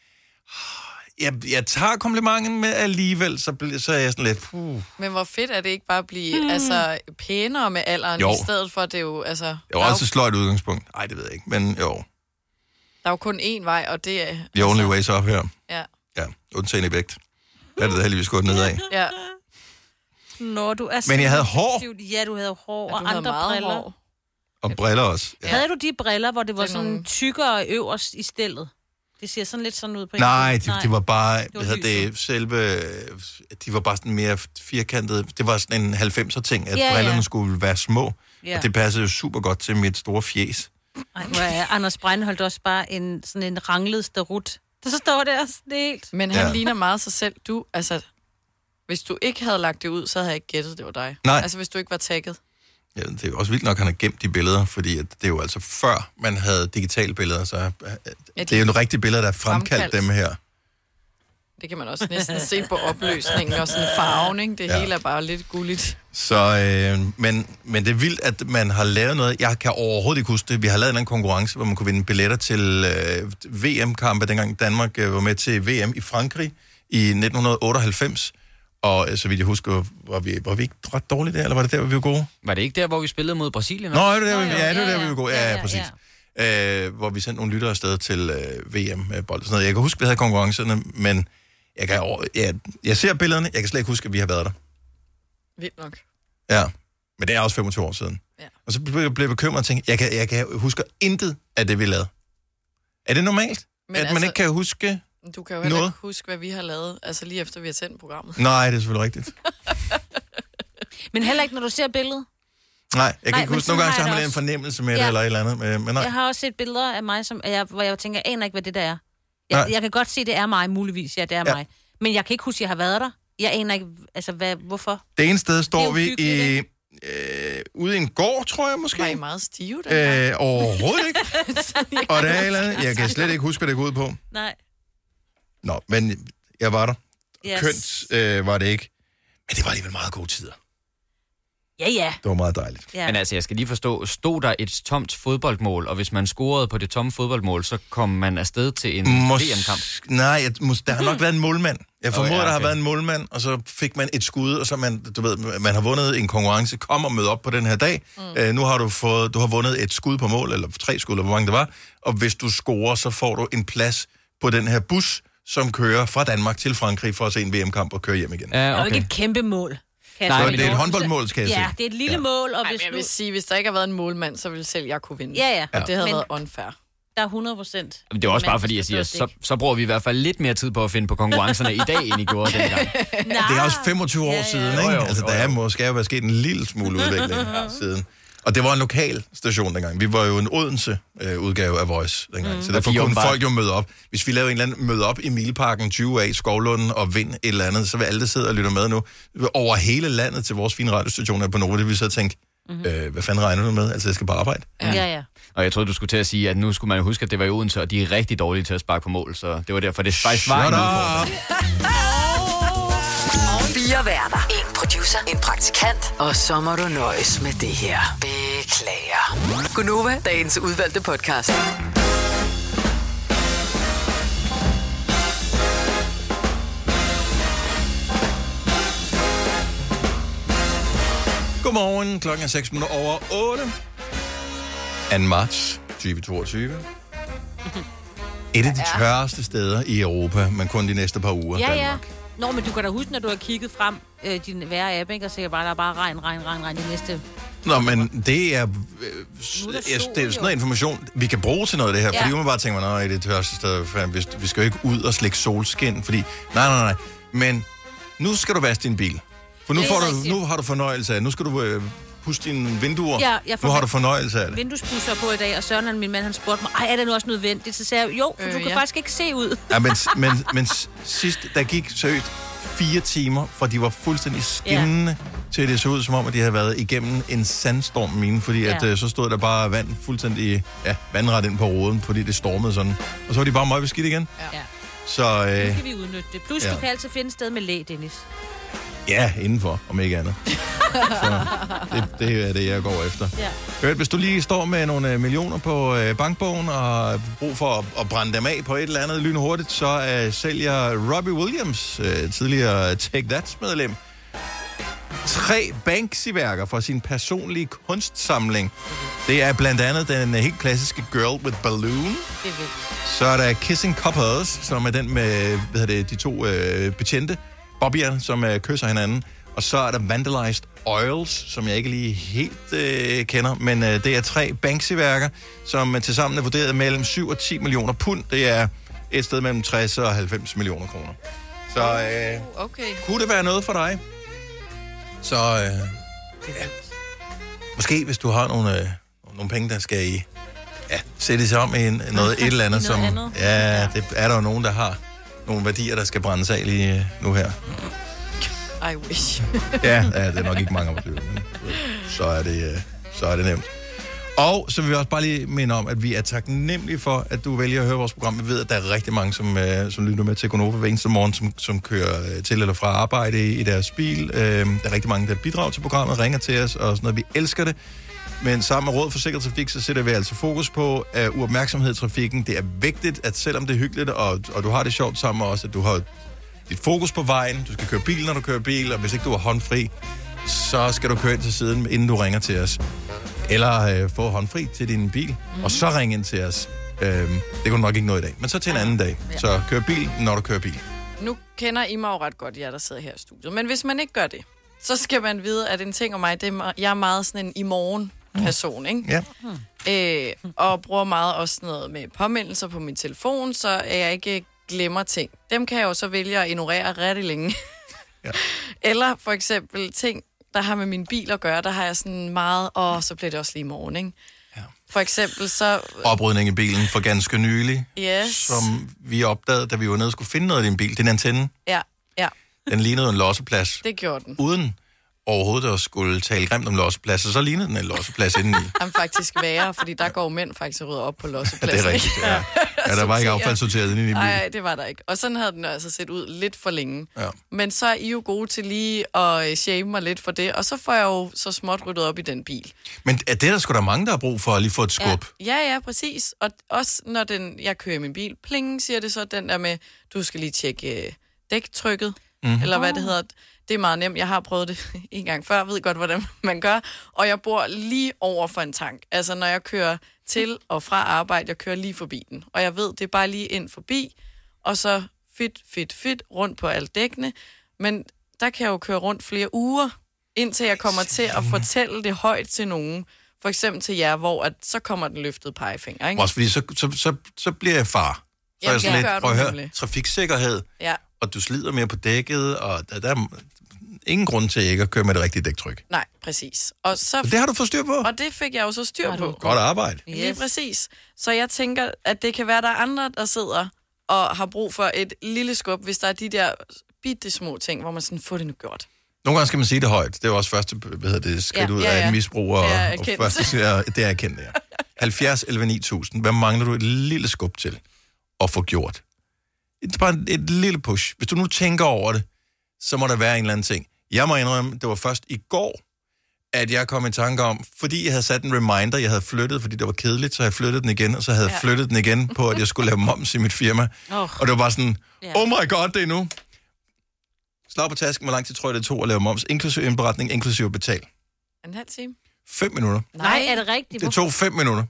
[SPEAKER 1] Jeg, jeg tager komplimenten med alligevel, så, bl- så er jeg sådan lidt... Puh.
[SPEAKER 2] Men hvor fedt er det ikke bare at blive mm. altså, pænere med alderen,
[SPEAKER 1] Jo.
[SPEAKER 2] i stedet for, at det er jo... Altså,
[SPEAKER 1] Det
[SPEAKER 2] der,
[SPEAKER 1] var
[SPEAKER 2] er
[SPEAKER 1] også
[SPEAKER 2] jo
[SPEAKER 1] et sløjt udgangspunkt. Nej, det ved jeg ikke, men jo.
[SPEAKER 2] der er jo kun én vej, og det er...
[SPEAKER 1] The only ways up her.
[SPEAKER 2] Ja.
[SPEAKER 1] Ja, undtagen i vægt. Der er det da heldigvis gået nedad.
[SPEAKER 2] Ja.
[SPEAKER 3] Når du er
[SPEAKER 1] Men jeg havde hår.
[SPEAKER 3] sensitiv. Ja, du havde hår
[SPEAKER 2] Ja,
[SPEAKER 3] og
[SPEAKER 2] du havde
[SPEAKER 3] andre
[SPEAKER 2] meget
[SPEAKER 3] briller.
[SPEAKER 2] hår.
[SPEAKER 1] Og briller også.
[SPEAKER 3] Ja. Havde du de briller, hvor det var
[SPEAKER 2] Det er
[SPEAKER 3] sådan
[SPEAKER 2] nogle-
[SPEAKER 3] tykkere øverst i stillet? Det ser sådan lidt sådan ud på en
[SPEAKER 1] Nej,
[SPEAKER 3] måde.
[SPEAKER 1] de, de var bare,
[SPEAKER 3] var
[SPEAKER 1] hvad hedder det, selve, de var bare sådan mere firkantede. Det var sådan en halvfemser ting, at
[SPEAKER 3] Ja,
[SPEAKER 1] ja,
[SPEAKER 3] ja.
[SPEAKER 1] brillerne skulle være små.
[SPEAKER 3] Ja.
[SPEAKER 1] Og det passede jo super godt til mit store fjes.
[SPEAKER 3] Ej, hvor er Anders Breinholt også bare en, sådan en ranglet starut. Så står der sådan helt.
[SPEAKER 2] Men han
[SPEAKER 1] Ja.
[SPEAKER 2] ja. ligner meget sig selv. Du, altså, hvis du ikke havde lagt det ud, så havde jeg ikke gættet, det var dig.
[SPEAKER 1] Nej.
[SPEAKER 2] Altså, hvis du ikke var tagget.
[SPEAKER 1] Ja, det er jo også vildt nok, at han har gemt de billeder, fordi at det er jo altså før, man havde digitale billeder, så ja, det er jo nogle rigtige billeder, der er fremkaldt,
[SPEAKER 2] fremkaldt.
[SPEAKER 1] dem her.
[SPEAKER 2] Det kan man også næsten se på opløsningen og sådan farven, ikke? Det
[SPEAKER 1] Ja.
[SPEAKER 2] ja. hele er bare lidt gulligt.
[SPEAKER 1] Så, øh, men, men det er vildt, at man har lavet noget. Jeg kan overhovedet ikke huske det. Vi har lavet en anden konkurrence, hvor man kunne vinde billetter til øh, V M-kampe, dengang Danmark øh, var med til V M i Frankrig i nitten otteoghalvfems. Og øh, så vidt jeg husker, var vi, var vi ikke ret dårlige der, eller var det der, hvor vi var gode?
[SPEAKER 4] Var det ikke der, hvor vi spillede mod Brasilien?
[SPEAKER 1] Nå, det er der, vi,
[SPEAKER 4] Nå,
[SPEAKER 1] ja, det er
[SPEAKER 4] ja,
[SPEAKER 1] der, vi
[SPEAKER 4] ja.
[SPEAKER 1] var gode. Ja, ja, præcis. Øh, hvor vi sendte nogle lyttere afsted til øh, V M-bold. Sådan noget. Jeg kan huske, vi havde konkurrencerne, men jeg, kan, over- jeg, jeg ser billederne. Jeg kan slet ikke huske, at vi har været der.
[SPEAKER 2] Vildt nok.
[SPEAKER 1] Ja, men det er også femogtyve år siden. Ja. Og så blev jeg blev bekymret og tænkte, jeg kan, jeg kan huske intet af det, vi lavede. Er det normalt,
[SPEAKER 2] Men
[SPEAKER 1] at man
[SPEAKER 2] altså-
[SPEAKER 1] ikke kan huske
[SPEAKER 2] Du kan jo heller
[SPEAKER 1] noget?
[SPEAKER 2] ikke huske, hvad vi har lavet, altså lige efter vi har sendt programmet.
[SPEAKER 1] Nej, det er selvfølgelig rigtigt.
[SPEAKER 3] Men heller ikke, når du ser billedet.
[SPEAKER 1] Nej, jeg kan
[SPEAKER 3] Nej,
[SPEAKER 1] ikke
[SPEAKER 3] men
[SPEAKER 1] huske.
[SPEAKER 3] sådan
[SPEAKER 1] Nogle gange
[SPEAKER 3] har
[SPEAKER 1] så har
[SPEAKER 3] jeg
[SPEAKER 1] man
[SPEAKER 3] det
[SPEAKER 1] en
[SPEAKER 3] også.
[SPEAKER 1] fornemmelse med det,
[SPEAKER 3] Ja.
[SPEAKER 1] eller et eller andet. Men, men nej.
[SPEAKER 3] Jeg har også set billeder af mig, som, jeg, hvor jeg tænker, jeg aner ikke, hvad det der er.
[SPEAKER 1] Nej.
[SPEAKER 3] Jeg, jeg kan godt se, det er mig, muligvis. Ja, det er
[SPEAKER 1] Ja.
[SPEAKER 3] ja. mig. Men jeg kan ikke huske, at jeg har været der. Jeg aner ikke, altså, hvad, hvorfor.
[SPEAKER 1] Det ene sted står
[SPEAKER 3] Det er
[SPEAKER 1] vi i...
[SPEAKER 3] uhyggeligt,
[SPEAKER 1] Øh, ude i en gård, tror jeg måske.
[SPEAKER 2] Var I meget stive dengang?
[SPEAKER 1] Øh, overhovedet ikke. Og det er et eller andet. Jeg kan slet ikke huske, hvad det går ud på.
[SPEAKER 3] Nej.
[SPEAKER 1] Nå, men jeg var der.
[SPEAKER 3] Yes.
[SPEAKER 1] Kønt øh, var det ikke. Men det var alligevel meget gode tider.
[SPEAKER 3] Ja, ja.
[SPEAKER 1] Det var meget dejligt.
[SPEAKER 3] Ja.
[SPEAKER 4] Men altså, jeg skal lige forstå, stod der et tomt fodboldmål, og hvis man scorede på det tomme fodboldmål, så kom man afsted til en
[SPEAKER 1] Mås-
[SPEAKER 4] V M-kamp?
[SPEAKER 1] Nej, jeg, mås- der har nok været en målmand. Jeg formoder,
[SPEAKER 4] Oh, ja,
[SPEAKER 1] der har
[SPEAKER 4] okay.
[SPEAKER 1] været en målmand, og så fik man et skud, og så man, du ved, man har vundet en konkurrence. Kom og mød op på den her dag. Mm. Øh, nu har du fået, du har vundet et skud på mål, eller tre skud, eller hvor mange det var. Og hvis du scorer, så får du en plads på den her bus, som kører fra Danmark til Frankrig for at se en V M-kamp og køre hjem igen.
[SPEAKER 4] Ja,
[SPEAKER 3] Det er jo ikke et kæmpe mål. Kan
[SPEAKER 1] Nej,
[SPEAKER 3] jeg
[SPEAKER 1] det
[SPEAKER 3] sige.
[SPEAKER 1] er et håndboldmål, skal jeg
[SPEAKER 3] Ja,
[SPEAKER 1] se.
[SPEAKER 3] det er et lille
[SPEAKER 1] Ja.
[SPEAKER 3] mål, og
[SPEAKER 2] Ej,
[SPEAKER 3] hvis
[SPEAKER 2] men jeg
[SPEAKER 3] nu...
[SPEAKER 2] vil sige, hvis der ikke har været en målmand, så ville selv jeg kunne vinde.
[SPEAKER 3] Ja, ja.
[SPEAKER 2] Og det havde
[SPEAKER 3] Men-
[SPEAKER 2] været unfair.
[SPEAKER 3] Der er hundrede procent.
[SPEAKER 4] Men det er også bare fordi, jeg siger, så, så bruger vi i hvert fald lidt mere tid på at finde på konkurrencerne i dag, end I gjorde dengang.
[SPEAKER 1] Det er også femogtyve år
[SPEAKER 3] Ja, ja.
[SPEAKER 1] siden,
[SPEAKER 4] Jo,
[SPEAKER 1] ikke?
[SPEAKER 4] jo,
[SPEAKER 1] Altså,
[SPEAKER 4] jo,
[SPEAKER 1] der er
[SPEAKER 4] jo.
[SPEAKER 1] måske jo været sket en lille smule udvikling siden. Og det var en lokal station dengang. Vi var jo en Odense-udgave af Voice dengang. Mm. Så derfor
[SPEAKER 4] Og de
[SPEAKER 1] kunne
[SPEAKER 4] åbenbart-
[SPEAKER 1] folk jo møde op. Hvis vi lavede en eller anden møde op i Mileparken tyve A, Skovlunden og Vind et eller andet, så vil alle, der sidder og lytter med nu, over hele landet til vores fine radiostation her på Nova, det vil så tænke, mm-hmm. øh, hvad fanden regner du med? Altså, jeg skal bare arbejde.
[SPEAKER 3] Ja, ja.
[SPEAKER 4] Og jeg troede, du skulle til at sige, at nu skulle man huske, at det var i Odense, og de er rigtig dårlige til at sparke på mål, så det var derfor, det faktisk var en
[SPEAKER 1] Shut
[SPEAKER 4] udfordring.
[SPEAKER 5] Fire værter. En producer. En praktikant. Og så må du nøjes med det her. Beklager. Gunova, dagens udvalgte podcast.
[SPEAKER 1] Godmorgen, klokken er seks minutter over otte. anden marts tyve toogtyve. Et af de tørreste steder i Europa, men kun de næste par uger.
[SPEAKER 3] Ja, ja.
[SPEAKER 1] Danmark.
[SPEAKER 3] Nå, men du kan da huske, når du har kigget frem øh, din værre app, ikke? Og så bare, der er bare regn, regn, regn, regn de næste...
[SPEAKER 1] Nå, men det er, øh, s-
[SPEAKER 3] Nu er der
[SPEAKER 1] jeg-
[SPEAKER 3] sol,
[SPEAKER 1] det er jo sådan
[SPEAKER 3] jo.
[SPEAKER 1] noget information, vi kan bruge til noget af det her.
[SPEAKER 3] Ja.
[SPEAKER 1] Fordi man bare tænker, nej, det er det tørste sted, fan, vi, vi skal jo ikke ud og slikke solskin, fordi, nej, nej, nej, men nu skal du vaske din bil. For nu,
[SPEAKER 3] Det er
[SPEAKER 1] får du,
[SPEAKER 3] rigtigt.
[SPEAKER 1] nu har du fornøjelse af, nu skal du øh, puste dine vinduer,
[SPEAKER 3] Ja, jeg får
[SPEAKER 1] nu har
[SPEAKER 3] vin-
[SPEAKER 1] du fornøjelse af det.
[SPEAKER 3] Vinduespusser på i dag, og Søren, han, min mand, han spurgte mig, ej, er det nu også nødvendigt? Så sagde jeg, jo, for
[SPEAKER 2] Øh,
[SPEAKER 3] du kan
[SPEAKER 2] ja.
[SPEAKER 3] faktisk ikke se ud.
[SPEAKER 1] Ja, men, men, men s- sidst, der gik seriøst fire timer, for de var fuldstændig skinnende, ja. til det så ud som om, at de havde været igennem en sandstorm mine, fordi ja. at, øh, så stod der bare vand fuldstændig ja, vandret ind på roden, fordi det stormede sådan. Og så var de bare meget beskidt igen.
[SPEAKER 3] Ja.
[SPEAKER 1] Så
[SPEAKER 3] Nu
[SPEAKER 1] øh,
[SPEAKER 3] kan vi udnytte det. Plus,
[SPEAKER 1] ja.
[SPEAKER 3] du kan altid finde et sted med læ, Dennis.
[SPEAKER 1] ja, indenfor, om ikke andet. Så det, det er det, jeg går efter.
[SPEAKER 3] Ja.
[SPEAKER 1] Hørt, hvis du lige står med nogle øh, millioner på øh, bankbogen og har brug for at, at brænde dem af på et eller andet lynhurtigt, så øh, sælger Robbie Williams, øh, tidligere Take That-medlem, tre Banksy-værker fra sin personlige kunstsamling. Det er blandt andet den øh, helt klassiske Girl with Balloon.
[SPEAKER 3] Det er vildt.
[SPEAKER 1] Så er der Kissing Coppers, som er den med hvad hedder det, de to øh, betjente, Bobby'er, som øh, kysser hinanden. Og så er der Vandalized Oils, som jeg ikke lige helt øh, kender, men øh, det er tre Banksy-værker, som øh, tilsammen er vurderet mellem syv og ti millioner pund. Det er et sted mellem tres og halvfems millioner kroner. Så øh,
[SPEAKER 2] Okay.
[SPEAKER 1] kunne det være noget for dig? Så øh, ja. Måske hvis du har nogle, øh, nogle penge, der skal i ja, sætte sig om i en, noget et eller andet,
[SPEAKER 3] noget
[SPEAKER 1] som...
[SPEAKER 3] andet.
[SPEAKER 1] Ja, det er der jo nogen, der har nogle værdier, der skal brændes af lige nu her.
[SPEAKER 2] I wish.
[SPEAKER 1] Ja, ja, det er nok ikke mange arbejdsliv, men så er det, øh, så er det nemt. Og så vil vi også bare lige minde om, at vi er taknemmelige for, at du vælger at høre vores program. Vi ved, at der er rigtig mange, som, øh, som lytter med til Gonova hver eneste morgen, som, som kører øh, til eller fra arbejde i, i deres bil. Øh, der er rigtig mange, der bidrager til programmet, ringer til os og sådan noget. Vi elsker det. Men sammen med Råd for Sikker Trafik, så sætter vi altså fokus på uh, uopmærksomhed i trafikken. Det er vigtigt, at selvom det er hyggeligt, og, og du har det sjovt sammen også, at du har dit fokus på vejen. Du skal køre bil, når du kører bil, og hvis ikke du er håndfri, så skal du køre ind til siden, inden du ringer til os. Eller uh, få håndfri til din bil, mm. og så ringe ind til os. Uh, det kunne du nok ikke nå i dag, men så til en anden dag.
[SPEAKER 2] Ja.
[SPEAKER 1] Så kør bil, når du kører bil.
[SPEAKER 2] Nu kender I mig jo ret godt, jer der sidder her i studiet. Men hvis man ikke gør det, så skal man vide, at en ting om mig, det er, jeg er meget sådan en i morgen person, ikke?
[SPEAKER 1] Ja.
[SPEAKER 2] Øh, og bruger meget også noget med påmindelser på min telefon, så jeg ikke glemmer ting. Dem kan jeg jo så vælge at ignorere rigtig længe. Ja. Eller for eksempel ting, der har med min bil at gøre, der har jeg sådan meget, og så bliver det også lige i morgen, ikke? Ja. For eksempel så...
[SPEAKER 1] Oprydning i bilen for ganske nylig,
[SPEAKER 2] yes.
[SPEAKER 1] som vi opdagede, da vi var nede og skulle finde noget i din bil. Din antenne,
[SPEAKER 2] Ja, ja,
[SPEAKER 1] den lignede en losseplads.
[SPEAKER 2] det gjorde den.
[SPEAKER 1] Uden overhovedet at skulle tale grimt om lossepladser, så lignede den en losseplads indeni.
[SPEAKER 2] Han faktisk værre, fordi der går mænd faktisk og rydder op på losseplads.
[SPEAKER 1] Ja, det er rigtigt, ja. Ja, der var ikke affaldssorteret inde i bilen.
[SPEAKER 2] Nej, det var der ikke. Og sådan havde den altså set ud lidt for længe.
[SPEAKER 1] Ja.
[SPEAKER 2] Men så er I jo gode til lige at shame mig lidt for det, og så får jeg jo så småt ryddet op i den bil.
[SPEAKER 1] Men er det der sgu da mange, der har brug for at lige få et skub?
[SPEAKER 2] Ja, ja, ja, præcis. Og også når den, jeg kører i min bil, pling, siger det så den der med, du skal lige tjekke øh, dæktrykket, mm. eller hvad det hedder. Det er meget nemt. Jeg har prøvet det en gang før, ved godt, hvordan man gør. Og jeg bor lige over for en tank. Altså, når jeg kører til og fra arbejde, jeg kører lige forbi den. Og jeg ved, det er bare lige ind forbi, og så fit, fit, fit rundt på alle dækkene. Men der kan jeg jo køre rundt flere uger, indtil jeg kommer til at fortælle det højt til nogen. For eksempel til jer, hvor at, så kommer den løftede pegefinger, ikke?
[SPEAKER 1] Også fordi, så, så, så, så bliver jeg far. Så
[SPEAKER 2] Jamen,
[SPEAKER 1] er jeg sådan
[SPEAKER 2] det
[SPEAKER 1] lidt,
[SPEAKER 2] gør
[SPEAKER 1] prøv at
[SPEAKER 2] du
[SPEAKER 1] høre,
[SPEAKER 2] nemlig.
[SPEAKER 1] trafiksikkerhed,
[SPEAKER 2] Ja.
[SPEAKER 1] og du slider mere på dækket, og der, der er ingen grund til ikke at køre med det rigtige dæktryk.
[SPEAKER 2] Nej, præcis. Og så,
[SPEAKER 1] Så det har du fået styr på.
[SPEAKER 2] Og det fik jeg jo så styr på.
[SPEAKER 1] Godt arbejde.
[SPEAKER 2] Yes. Lige præcis. Så jeg tænker, at det kan være, der er andre, der sidder og har brug for et lille skub, hvis der er de der bitte små ting, hvor man sådan får det nu gjort.
[SPEAKER 1] Nogle gange skal man sige det højt. Det er jo også første hvad hedder det, skridt
[SPEAKER 2] Ja,
[SPEAKER 1] ud
[SPEAKER 2] ja, ja.
[SPEAKER 1] af et misbrug. Og,
[SPEAKER 2] Det er
[SPEAKER 1] og
[SPEAKER 2] erkendt.
[SPEAKER 1] første, ja, det er erkendt, ja. halvfjerds elleve ni tusind. Hvad mangler du et lille skub til at få gjort? Det er bare et, et lille push. Hvis du nu tænker over det, så må der være en eller anden ting. Jeg må indrømme, det var først i går, at jeg kom i tanke om, fordi jeg havde sat en reminder, jeg havde flyttet, fordi det var kedeligt, så jeg flyttede den igen, og så havde jeg
[SPEAKER 2] Ja.
[SPEAKER 1] flyttet den igen på, at jeg skulle lave moms i mit firma.
[SPEAKER 3] Oh.
[SPEAKER 1] Og det var bare sådan,
[SPEAKER 3] Ja.
[SPEAKER 1] oh my god, det er nu. Slag på tasken, hvor lang tid tror jeg, det tog at lave moms, inklusive indberetning, inklusive betal.
[SPEAKER 2] En halv time?
[SPEAKER 1] Fem minutter.
[SPEAKER 3] Nej, er det rigtigt?
[SPEAKER 1] Det tog fem minutter.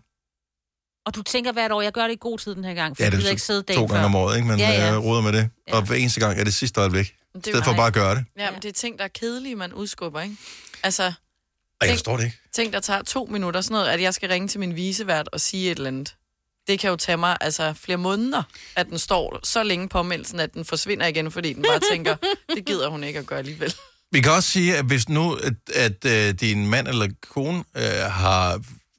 [SPEAKER 3] Og du tænker hvert år, jeg gør det i god tid den her gang, for
[SPEAKER 1] Ja,
[SPEAKER 3] jeg
[SPEAKER 1] det
[SPEAKER 3] gider
[SPEAKER 1] er
[SPEAKER 3] ikke sidde
[SPEAKER 1] to
[SPEAKER 3] dagen
[SPEAKER 1] gange
[SPEAKER 3] før.
[SPEAKER 1] om året, ikke? Man
[SPEAKER 3] Ja, ja.
[SPEAKER 1] øh, roder med det. Og hver eneste gang er det sidste øjeblik. I
[SPEAKER 2] Det er
[SPEAKER 1] stedet
[SPEAKER 2] jo
[SPEAKER 1] for
[SPEAKER 2] mig.
[SPEAKER 1] bare at gøre det.
[SPEAKER 2] Ja, men det er ting, der er kedelige, man udskubber, ikke? Altså,
[SPEAKER 1] Ej, jeg forstår det ikke.
[SPEAKER 2] ting, der tager to minutter, sådan noget, at jeg skal ringe til min visevært og sige et eller andet. Det kan jo tage mig altså flere måneder, at den står så længe påmeldelsen, at den forsvinder igen, fordi den bare tænker, det gider hun ikke at gøre alligevel.
[SPEAKER 1] Vi kan også sige, at hvis nu, at, at, at din mand eller kone øh, har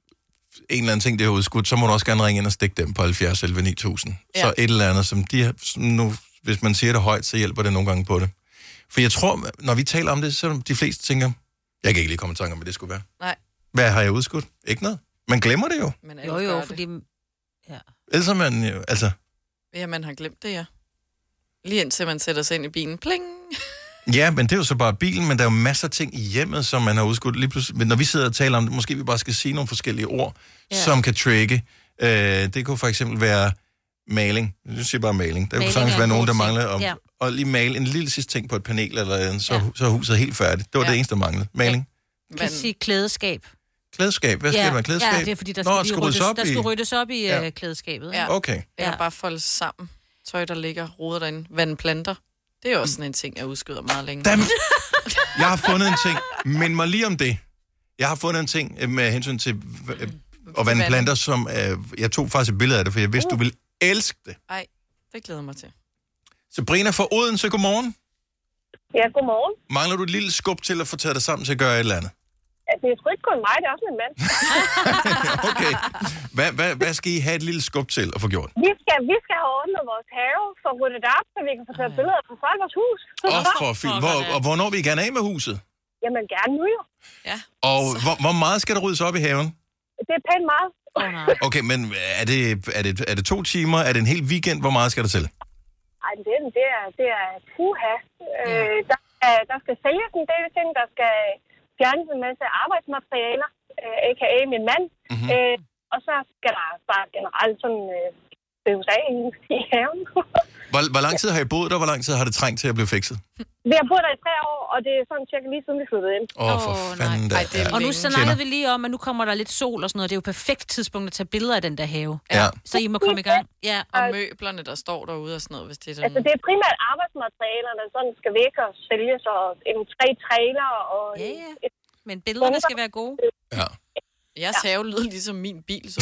[SPEAKER 1] en eller anden ting, det har udskudt, så må du også gerne ringe ind og stikke dem på halvfjerds elleve ni tusind.
[SPEAKER 2] Ja.
[SPEAKER 1] Så et eller andet, som de har, som nu, hvis man siger det højt, så hjælper det nogle gange på det. For jeg tror, når vi taler om det, så de fleste tænker, jeg kan ikke lige komme i tanke om, hvad det skulle være.
[SPEAKER 2] Nej.
[SPEAKER 1] Hvad har jeg udskudt? Ikke noget. Man glemmer det jo.
[SPEAKER 2] Men
[SPEAKER 3] Jo, jo, fordi... Ja.
[SPEAKER 1] Ellers er man jo, altså...
[SPEAKER 2] Ja, man har glemt det, ja. Lige indtil man sætter sig ind i bilen. Pling!
[SPEAKER 1] Ja, men det er jo så bare bilen, men der er jo masser af ting i hjemmet, som man har udskudt. Lige pludselig, men når vi sidder og taler om det, måske vi bare skal sige nogle forskellige ord, ja. som kan trigge. Øh, det kunne for eksempel være maling. Jeg siger bare maling. Der
[SPEAKER 3] Maling
[SPEAKER 1] kunne sagtens
[SPEAKER 3] er
[SPEAKER 1] være
[SPEAKER 3] en
[SPEAKER 1] nogen,
[SPEAKER 3] god
[SPEAKER 1] der
[SPEAKER 3] ting.
[SPEAKER 1] mangler om,
[SPEAKER 3] Ja.
[SPEAKER 1] at lige male en lille sidste ting på et panel, eller andet, så,
[SPEAKER 3] Ja.
[SPEAKER 1] så er huset helt færdigt. Det var
[SPEAKER 2] Ja.
[SPEAKER 1] det eneste, der manglede. Maling.
[SPEAKER 3] Jeg kan sige klædeskab.
[SPEAKER 1] Klædeskab. Hvad skal det med klædeskab?
[SPEAKER 3] Ja, det er fordi, der
[SPEAKER 1] Nå,
[SPEAKER 3] skal, lige
[SPEAKER 1] skal ryddes
[SPEAKER 3] ryddes,
[SPEAKER 1] op
[SPEAKER 3] der
[SPEAKER 1] i...
[SPEAKER 3] skal ryddes op i
[SPEAKER 1] Ja.
[SPEAKER 3] ja. klædeskabet.
[SPEAKER 2] Ja.
[SPEAKER 1] Okay.
[SPEAKER 2] Eller bare folde sammen. Tøj, der ligger roder derinde. Vandplanter. Det er også sådan en ting, jeg udskyder meget længe.
[SPEAKER 1] Damn. Jeg har fundet en ting. Mind mig lige om det. Jeg har fundet en ting øh, med hensyn til øh, at vande planter, som... Øh, jeg tog faktisk et billede af det, for jeg vidste, uh. du ville elske det.
[SPEAKER 2] Ej, det glæder mig til.
[SPEAKER 1] Sabrina fra Odense, godmorgen.
[SPEAKER 6] Ja, godmorgen.
[SPEAKER 1] Mangler du et lille skub til at få taget dig sammen til at gøre et eller andet?
[SPEAKER 18] Det er sgu ikke kun mig, det er også min mand.
[SPEAKER 1] Okay. Hvad, hvad, hvad skal I have et lille skub til at få gjort?
[SPEAKER 18] Vi skal, vi skal have ordnet vores have, for ryddet op, så vi kan få taget billeder fra folk vores hus.
[SPEAKER 1] Åh, for fint. Hvor, og hvornår vil I gerne af med huset?
[SPEAKER 18] Jamen, gerne nu jo.
[SPEAKER 2] Ja.
[SPEAKER 1] Og hvor, hvor meget skal der ryddes op i haven?
[SPEAKER 18] Det er pænt meget.
[SPEAKER 3] Oh, nej.
[SPEAKER 1] Okay, men er det, er, det, er det to timer? Er det en hel weekend? Hvor meget skal der til?
[SPEAKER 18] Ej, det, det er, det er puha. Øh, der, er, der skal sælges en del ting, der skal fjernes en masse arbejdsmaterialer, øh, a k a min mand. Mm-hmm. Øh, og så skal der bare generelt sådan øh, bøves af i haven.
[SPEAKER 1] Hvor, hvor lang tid har I boet der? Hvor lang tid har det trængt til at blive fikset?
[SPEAKER 18] Vi har boet der i tre år, og det er sådan cirka lige siden vi flyttede ind.
[SPEAKER 1] Åh, oh, for oh, fanden da.
[SPEAKER 3] Ej, og nu snakkede vi lige om, at nu kommer der lidt sol og sådan noget. Det er jo et perfekt tidspunkt at tage billeder af den der have.
[SPEAKER 1] Ja.
[SPEAKER 3] Så I må komme i gang. Ja.
[SPEAKER 2] Og møblerne, der står derude og sådan noget, hvis det er sådan...
[SPEAKER 18] Altså, det er primært arbejdsmaterialer, der sådan skal væk og sælges, og en tre trailer og...
[SPEAKER 3] Ja, ja. Et... Men billederne skal være gode.
[SPEAKER 1] Ja.
[SPEAKER 2] Jeres have lyder ligesom min bil, så...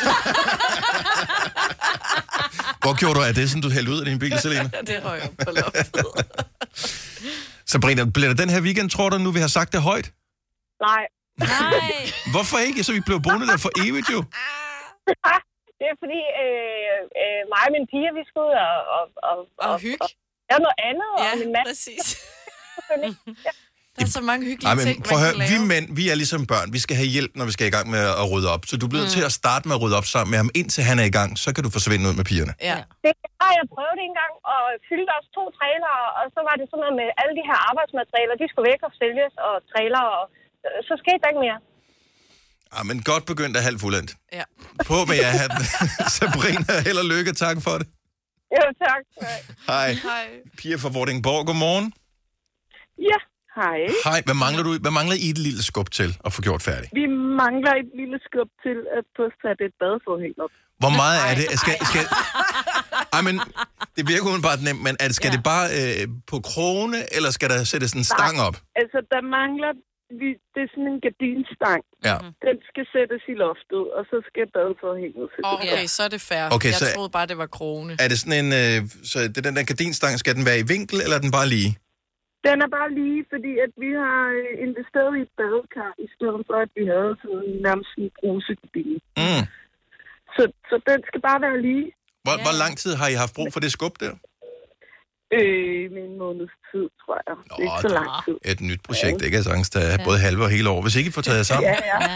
[SPEAKER 1] Hvor gjorde du af det, sådan du hældte ud af din bil, Selina?
[SPEAKER 2] Det røg op på loftet.
[SPEAKER 1] Sabrina, bliver det den her weekend, tror du, nu vi har sagt det højt?
[SPEAKER 18] Nej.
[SPEAKER 3] Nej.
[SPEAKER 1] Hvorfor ikke? Så vi blev boende der for evigt, jo.
[SPEAKER 18] Det er fordi, øh, øh, mig og mine piger, vi skal ud og... Og, og,
[SPEAKER 2] og, og hygge.
[SPEAKER 18] Ja, noget andet,
[SPEAKER 2] ja,
[SPEAKER 18] og min mand...
[SPEAKER 2] præcis.
[SPEAKER 18] Ja.
[SPEAKER 2] Der er så mange hyggelige
[SPEAKER 1] Ej, men,
[SPEAKER 2] ting,
[SPEAKER 1] prøv
[SPEAKER 2] man
[SPEAKER 1] at
[SPEAKER 2] kan
[SPEAKER 1] høre,
[SPEAKER 2] lave.
[SPEAKER 1] vi mænd, vi er ligesom børn. Vi skal have hjælp, når vi skal i gang med at rydde op. Så du bliver mm. til at starte med at rydde op sammen med ham, indtil han er i gang. Så kan du forsvinde ud med pigerne.
[SPEAKER 2] Ja.
[SPEAKER 18] Det har jeg prøvet en gang, og fyldte også to trailer, og så var det sådan noget med alle de her arbejdsmaterialer, de skulle væk og sælges, og trailer, og så skete der ikke mere.
[SPEAKER 1] Ja, men godt begyndt af halvt fuldendt.
[SPEAKER 2] Ja.
[SPEAKER 1] På med jer hatten. Sabrina, held og lykke. Tak for det.
[SPEAKER 18] Jo, tak.
[SPEAKER 1] Hej.
[SPEAKER 2] Hej.
[SPEAKER 1] Pia fra Vordingborg, godmorgen.
[SPEAKER 19] Ja, hej.
[SPEAKER 1] Hej, hvad mangler du? Hvad mangler I et lille skub til at få gjort færdigt?
[SPEAKER 19] Vi mangler et lille skub til at få sat et badeforhæng op.
[SPEAKER 1] Hvor meget er det? Skal, skal... Ej, men det virker udenbart nemt, men er det, skal ja. det bare øh, på krone, eller skal der sættes en stang op?
[SPEAKER 19] Nej, altså der mangler, vi, det er sådan en gardinstang.
[SPEAKER 1] Ja.
[SPEAKER 19] Den skal sættes i loftet, og så skal badeforhænget sættes.
[SPEAKER 2] Okay, så er det fair.
[SPEAKER 1] Okay,
[SPEAKER 2] jeg
[SPEAKER 1] så
[SPEAKER 2] troede bare, det var krone.
[SPEAKER 1] Er det sådan en, øh, så det, den der gardinstang, skal den være i vinkel, eller er den bare lige?
[SPEAKER 19] Den er bare lige, fordi at vi har investeret i et badekar, i stedet for at vi havde sådan nærmest en brusegardin.
[SPEAKER 1] Mm.
[SPEAKER 19] Så, så den skal bare være lige.
[SPEAKER 1] Hvor, ja. hvor lang tid har I haft brug for det skub der?
[SPEAKER 19] Øh, med en måneds tid, tror jeg. Nå, det er ikke så lang tid.
[SPEAKER 1] Et nyt projekt, ja. Ikke? Jeg sagtens, der er både halve og hele år. Hvis ikke I får taget jer sammen.
[SPEAKER 19] Ja, ja.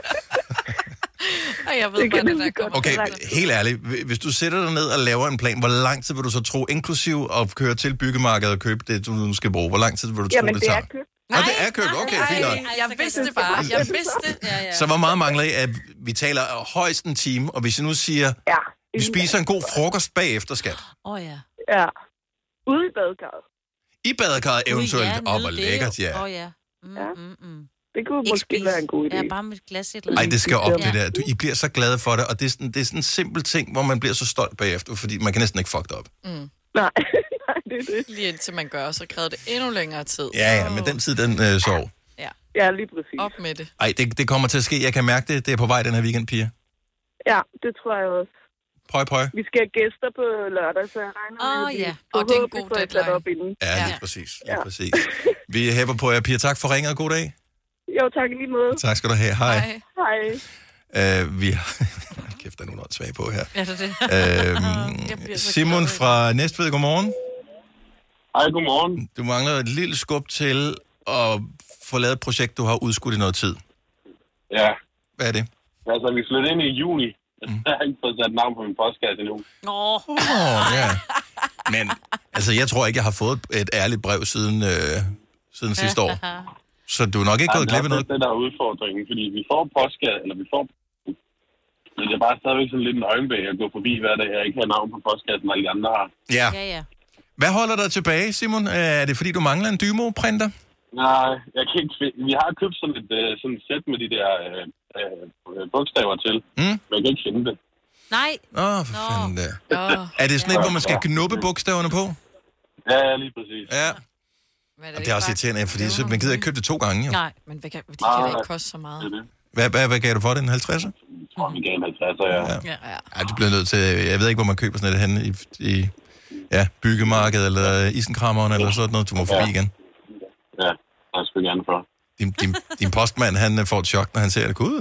[SPEAKER 2] Og jeg ved det bare, det der kommer.
[SPEAKER 1] Okay, helt ærligt. Hvis du sætter dig ned og laver en plan, hvor lang tid vil du så tro, inklusiv at køre til byggemarkedet og købe det, du nu skal bruge? Hvor lang tid vil du tro,
[SPEAKER 19] Jamen,
[SPEAKER 1] det
[SPEAKER 19] det
[SPEAKER 1] tager?
[SPEAKER 19] er købt.
[SPEAKER 1] Nej, det er købt. Okay, fint nok.
[SPEAKER 2] Jeg vidste det bare. Jeg vidste det. Ja, ja.
[SPEAKER 1] Så hvor meget mangler I? At vi taler højst en time, og hvis I nu siger,
[SPEAKER 19] ja,
[SPEAKER 1] vi spiser en god frokost bagefter, skat.
[SPEAKER 3] Åh oh, ja.
[SPEAKER 19] Ja. Ude i badekarret.
[SPEAKER 1] I badekarret eventuelt. Åh, oh, hvor lækkert, ja.
[SPEAKER 3] Åh oh, ja. Mm,
[SPEAKER 19] ja.
[SPEAKER 3] Mm, mm.
[SPEAKER 19] Det kunne ikke måske spise. Være en god idé.
[SPEAKER 3] Ja, bare med et glas et eller
[SPEAKER 1] andet. Ej, det skal op, det der. Du, I bliver så glade for det, og det er, sådan, det er sådan en simpel ting, hvor man bliver så stolt bagefter, fordi man kan næsten ikke fuck det op.
[SPEAKER 2] Mm.
[SPEAKER 19] Nej, nej, det er det.
[SPEAKER 2] Lige indtil man gør, så kræver det endnu længere tid.
[SPEAKER 1] Ja, ja, men den tid, den øh, sov.
[SPEAKER 2] Ja.
[SPEAKER 19] Ja, lige præcis.
[SPEAKER 2] Op med det.
[SPEAKER 1] Ej, det, det kommer til at ske. Jeg kan mærke det. Det er på vej den her weekend, Pia.
[SPEAKER 19] Ja, det tror jeg også.
[SPEAKER 1] Prøv, prøv.
[SPEAKER 19] Vi skal have gæster på lørdag, så jeg regner med,
[SPEAKER 2] oh,
[SPEAKER 19] at
[SPEAKER 2] ja. Og det er en god deadline.
[SPEAKER 19] Op inden.
[SPEAKER 1] Ja, lige ja. præcis. Lige ja. præcis. Vi hæpper på jer, Pia. Tak for ringet, og god dag.
[SPEAKER 19] Jo, tak lige måde.
[SPEAKER 1] Tak skal du have. Hej.
[SPEAKER 19] Hej.
[SPEAKER 1] Hej. Uh, vi har... Kæft, der er nogen, der er svage på her.
[SPEAKER 3] Ja, det er
[SPEAKER 1] det. Uh, Simon fra Næstved, godmorgen.
[SPEAKER 20] Hej, godmorgen.
[SPEAKER 1] Du mangler et lille skub til at få lavet et projekt, du har udskudt i noget tid.
[SPEAKER 20] Ja.
[SPEAKER 1] Hvad er det?
[SPEAKER 20] Altså, vi flyttede ind i juni. Mm. Jeg har ikke fået sat navn på min postkasse endnu.
[SPEAKER 3] Åh,
[SPEAKER 1] oh, ja. Men, altså, jeg tror ikke, jeg har fået et ærligt brev siden, øh, siden sidste år. Så du er nok ikke gået glip af noget?
[SPEAKER 20] Det er der er udfordringen, fordi vi får postkasse, eller vi får... Men det er bare stadigvæk sådan lidt en øjenbæg at gå forbi hver dag, jeg ikke har navn på postkassen, og alle andre har.
[SPEAKER 1] Ja.
[SPEAKER 3] ja, ja.
[SPEAKER 1] Hvad holder dig tilbage, Simon? Er det fordi, du mangler en Dymo-printer?
[SPEAKER 20] Nej, jeg kan ikke finde... Vi har købt sådan et, uh, sådan et sæt med de der uh, uh, bogstaver til, mm. men jeg kan ikke finde det.
[SPEAKER 3] Nej.
[SPEAKER 1] Åh, oh, for Nå. fanden da. Oh. Er det sådan et, hvor man skal knuppe bogstaverne på?
[SPEAKER 20] Ja, lige præcis.
[SPEAKER 1] Ja.
[SPEAKER 2] Men
[SPEAKER 1] det, det er også irriterende, fordi så, man gider ikke købe det to gange, jo.
[SPEAKER 2] Nej, men hvad kan, de kan da ikke koste så meget.
[SPEAKER 1] Hvad, hvad, hvad gav du for det? En halvtredser?
[SPEAKER 20] Jeg tror, vi gav en halvtredser, ja.
[SPEAKER 1] Ja. Ja. Ja, du bliver nødt til... Jeg ved ikke, hvor man køber sådan et henne i, i ja, byggemarkedet eller isenkrammeren eller sådan noget. Du må forbi
[SPEAKER 20] ja.
[SPEAKER 1] igen.
[SPEAKER 20] Ja, jeg skal gerne for.
[SPEAKER 1] din, din, din postmand, han får et chok, når han ser det. Gud.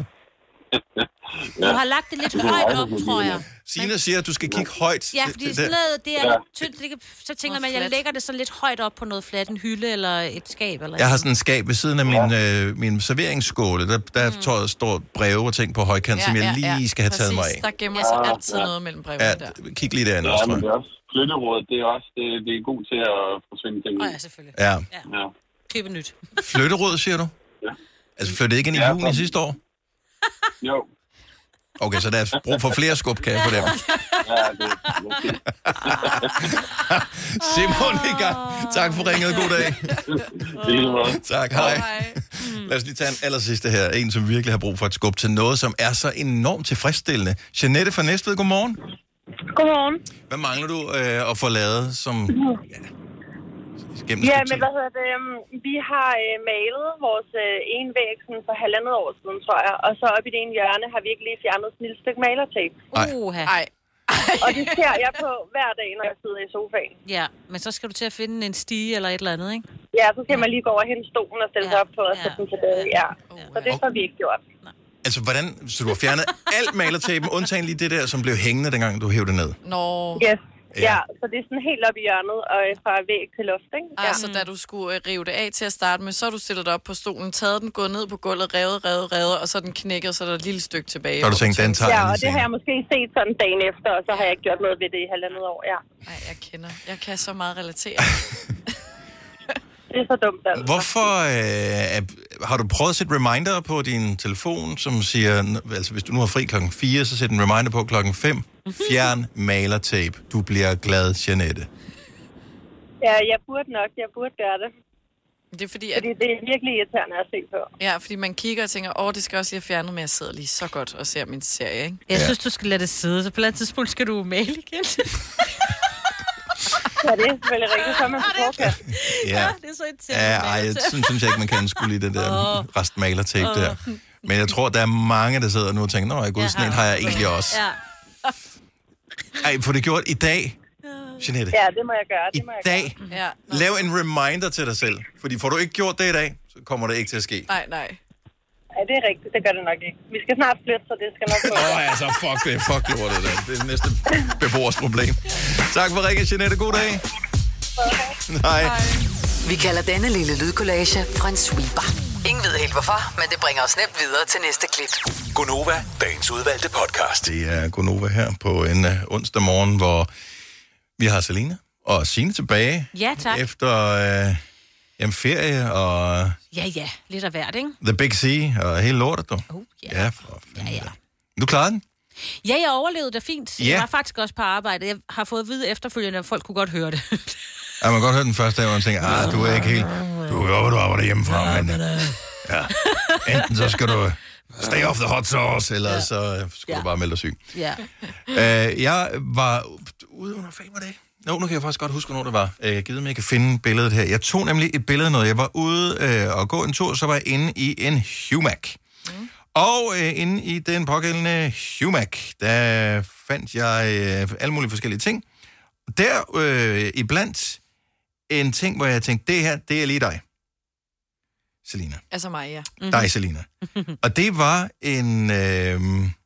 [SPEAKER 3] Du har lagt det lidt højt op, tror jeg.
[SPEAKER 1] Signe siger, at du skal kigge højt.
[SPEAKER 3] Ja, fordi sådan noget, det er lidt tyndt. Det kan, så tænker man, at jeg lægger det så lidt højt op på noget fladt, en hylde eller et skab. Eller
[SPEAKER 1] jeg har sådan en skab ved siden af min, øh, min serveringsskåle. Der, der mm. tror jeg, står breve og ting på højkant, ja, som jeg ja, lige ja. skal have taget
[SPEAKER 2] Præcis,
[SPEAKER 1] mig af.
[SPEAKER 2] Der gemmer sig ja, altid ja. noget mellem brevene
[SPEAKER 1] ja,
[SPEAKER 2] der.
[SPEAKER 1] Kig lige derinde
[SPEAKER 20] ja,
[SPEAKER 1] også,
[SPEAKER 20] men det er også flytterådet, det er også det, det er god til at forsvinde ting.
[SPEAKER 3] Oh, ja, selvfølgelig.
[SPEAKER 1] Ja.
[SPEAKER 3] ja. Købe nyt.
[SPEAKER 1] Flytteråd, siger du? Ja. Altså flyttede ikke ind i
[SPEAKER 20] ja,
[SPEAKER 1] juni sidste år?
[SPEAKER 20] Jo.
[SPEAKER 1] Okay, så der er brug for flere skub, kan jeg på dem.
[SPEAKER 20] Ja, det er
[SPEAKER 1] Simon i gang. Tak for ringet. God dag. Tak, hej. Lad os lige tage en allersidste her. En, som virkelig har brug for et skub til noget, som er så enormt tilfredsstillende. Jeanette fra Næstved, godmorgen.
[SPEAKER 18] Godmorgen.
[SPEAKER 1] Hvad mangler du øh, at få lavet som... Ja,
[SPEAKER 18] ja men hvad hedder det? Vi har øh, malet vores øh, en væg sådan for halvandet år siden, tror jeg. Og så oppe i det ene hjørne har vi ikke lige fjernet sådan et lille stykke malertape.
[SPEAKER 3] Uha.
[SPEAKER 18] Ej. Og det ser jeg på hver dag, når jeg sidder i sofaen.
[SPEAKER 3] Ja, men så skal du til at finde en stige eller et eller andet, ikke?
[SPEAKER 18] Ja, så skal man lige gå over og hente stolen og stille sig op på og sætte den tilbage. Ja, så det har vi ikke gjort.
[SPEAKER 1] Altså, hvordan... Så du har fjernet alt malertapen, undtagen lige det der, som blev hængende, dengang du hævde det ned?
[SPEAKER 2] Nå...
[SPEAKER 18] Yes. Ja. ja, så det er sådan helt op i hjørnet og fra væg til luft, ikke?
[SPEAKER 2] Ja. Altså, da du skulle øh, rive det af til at starte med, så har du stillet det op på stolen, taget den, gået ned på gulvet, revet, revet, revet, og så er den knækket, så er der et lille stykke tilbage.
[SPEAKER 1] Så har du tænkt, den tager
[SPEAKER 18] ja, og det har jeg måske set sådan dagen efter, og så har jeg ikke gjort noget ved det i halvandet år, ja.
[SPEAKER 2] Nej, jeg kender. Jeg kan så meget relatere.
[SPEAKER 18] Det er så dumt, altså.
[SPEAKER 1] Hvorfor øh, har du prøvet at sætte reminder på din telefon, som siger, altså hvis du nu har fri klokken fire, så sæt en reminder på klokken fem. Fjern malertape. Du bliver glad, Jeanette.
[SPEAKER 18] Ja, jeg burde nok. Jeg burde gøre det.
[SPEAKER 2] Det er fordi,
[SPEAKER 18] at... fordi det er virkelig irriterende at se på.
[SPEAKER 2] Ja, fordi man kigger og tænker, åh, det skal også lige have fjernet, men jeg sidder lige så godt og ser min serie, ikke?
[SPEAKER 3] Jeg ja. synes, du skal lade det sidde, så på et eller andet tidspunkt skal du male igen.
[SPEAKER 18] Ja, det er selvfølgelig rigtigt, så er man på forkast.
[SPEAKER 1] Ja.
[SPEAKER 3] ja, det er så irriterende.
[SPEAKER 1] Ja, ej, jeg synes, synes jeg ikke, man kan skulle lide det der oh. restmalertape oh. der. Men jeg tror, der er mange, der sidder nu og tænker, nå, jeg gud, sådan en har jeg egentlig også. Ja. Ej, få det gjort i dag, Jeanette.
[SPEAKER 18] Ja, det må jeg gøre. Det
[SPEAKER 1] I
[SPEAKER 18] må jeg
[SPEAKER 1] dag.
[SPEAKER 18] gøre.
[SPEAKER 2] Ja.
[SPEAKER 1] Lav en reminder til dig selv. Fordi får du ikke gjort det i dag, så kommer det ikke til at ske.
[SPEAKER 2] Nej, nej.
[SPEAKER 18] Ja, det er rigtigt. Det gør det nok ikke. Vi skal snart flytte, så det skal nok gå.
[SPEAKER 1] Åh, oh, altså, fuck det. Fuck lortet, det. Det er det næste beboers problem. Tak for ringen, Jeanette. God dag.
[SPEAKER 18] Okay.
[SPEAKER 1] Nej.
[SPEAKER 5] Vi kalder denne lille lydkollage en sweeper. Ingen ved helt hvorfor, men det bringer os nemt videre til næste klip.
[SPEAKER 9] Gonova, dagens udvalgte podcast.
[SPEAKER 1] Det er Gonova her på en uh, onsdag morgen, hvor vi har Selina og Signe tilbage.
[SPEAKER 3] Ja, tak.
[SPEAKER 1] Efter uh, jamen, ferie og...
[SPEAKER 3] Ja, ja. Lidt af hvert, ikke?
[SPEAKER 1] The Big C og hele lortet, du.
[SPEAKER 3] Oh, yeah.
[SPEAKER 1] Ja, for fanden.
[SPEAKER 3] Ja, ja.
[SPEAKER 1] Du klarede den?
[SPEAKER 3] Ja, jeg overlevede det fint.
[SPEAKER 1] Ja.
[SPEAKER 3] Jeg var faktisk også på arbejde. Jeg har fået at vide efterfølgende, at folk kunne godt høre det.
[SPEAKER 1] Ja, man kan godt høre den første dag, hvor man tænker, ah, du er ikke helt... Du er jo, du arbejder hjemmefra, men... Ja. Enten så skal du stay off the hot sauce, eller ja. så skal ja. du bare melde dig syg.
[SPEAKER 3] Ja.
[SPEAKER 1] Uh, jeg var ude under fag, var det? Nå, nu kan jeg faktisk godt huske, hvornår det var. Jeg gider mig ikke at finde billedet her. Jeg tog nemlig et billede, når jeg var ude øh, og gå en tur, så var jeg inde i en Humac. Mm. Og øh, inde i den pågældende Humac, der fandt jeg øh, alle mulige forskellige ting. Der øh, iblandt en ting, hvor jeg tænkte, det her, det er lige dig, Selina.
[SPEAKER 2] Altså mig, ja.
[SPEAKER 1] Mm-hmm. Dig, Selina. Og det var en... Øh,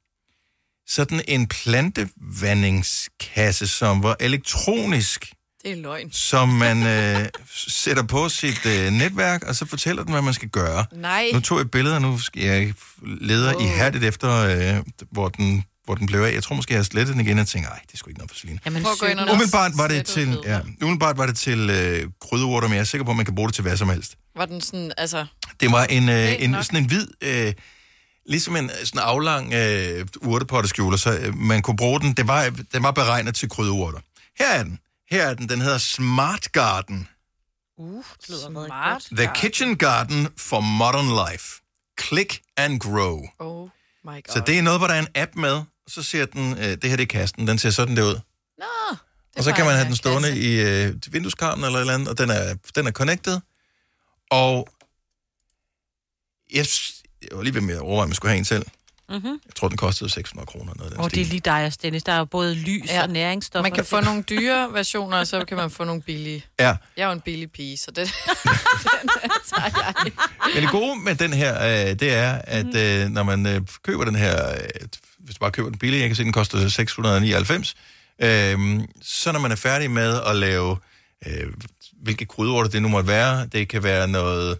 [SPEAKER 1] sådan en plantevandingskasse, som var elektronisk.
[SPEAKER 2] Det er løgn.
[SPEAKER 1] Som man øh, sætter på sit øh, netværk, og så fortæller den, hvad man skal gøre.
[SPEAKER 2] Nej.
[SPEAKER 1] Nu tog jeg et billede, og nu skal jeg leder oh. ihærdigt efter, øh, hvor, den, hvor den blev af. Jeg tror måske, jeg har slettet den igen, og tænker, ej, det er sgu ikke noget for Selina.
[SPEAKER 3] Jamen,
[SPEAKER 1] umiddelbart var det til, ja, umiddelbart var det til øh, krydderurter, men jeg er sikker på, at man kan bruge det til hvad som helst.
[SPEAKER 2] Var den sådan, altså...
[SPEAKER 1] Det var en, øh, en, sådan en hvid... Øh, Ligesom en sådan aflang øh, urtepotteskjuler, så øh, man kunne bruge den. Det var, den var beregnet til krydderurter. Her er den. Her er den. Den hedder Smart Garden.
[SPEAKER 3] Uh, det lyder meget
[SPEAKER 1] The Kitchen Garden for Modern Life. Click and Grow.
[SPEAKER 2] Oh my god.
[SPEAKER 1] Så det er noget, hvor der er en app med, og så ser den, øh, det her det er kasten, den ser sådan der ud.
[SPEAKER 2] Nå,
[SPEAKER 1] og så kan man have den stående kasse. i øh, vindueskarmen eller et eller andet, og den er, den er connected. Og jeg... Jeg var lige ved med at overveje, at man skulle have en selv.
[SPEAKER 3] Mm-hmm.
[SPEAKER 1] Jeg tror, den kostede seks hundrede kroner. Noget af den
[SPEAKER 3] Og det er
[SPEAKER 1] stil.
[SPEAKER 3] lige dig, Dennis. Der er jo både lys ja. og næringsstoffer.
[SPEAKER 2] Man kan få nogle dyre versioner, og så kan man få nogle billige.
[SPEAKER 1] Ja.
[SPEAKER 2] Jeg er jo en billig pige, så det den tager jeg.
[SPEAKER 1] Men det gode med den her, øh, det er, at
[SPEAKER 2] Mhm.
[SPEAKER 1] øh, når man øh, køber den her, øh, hvis du bare køber den billig, jeg kan se, den koster seks hundrede nioghalvfems, øh, så når man er færdig med at lave, øh, hvilke krydderurter det nu måtte være, det kan være noget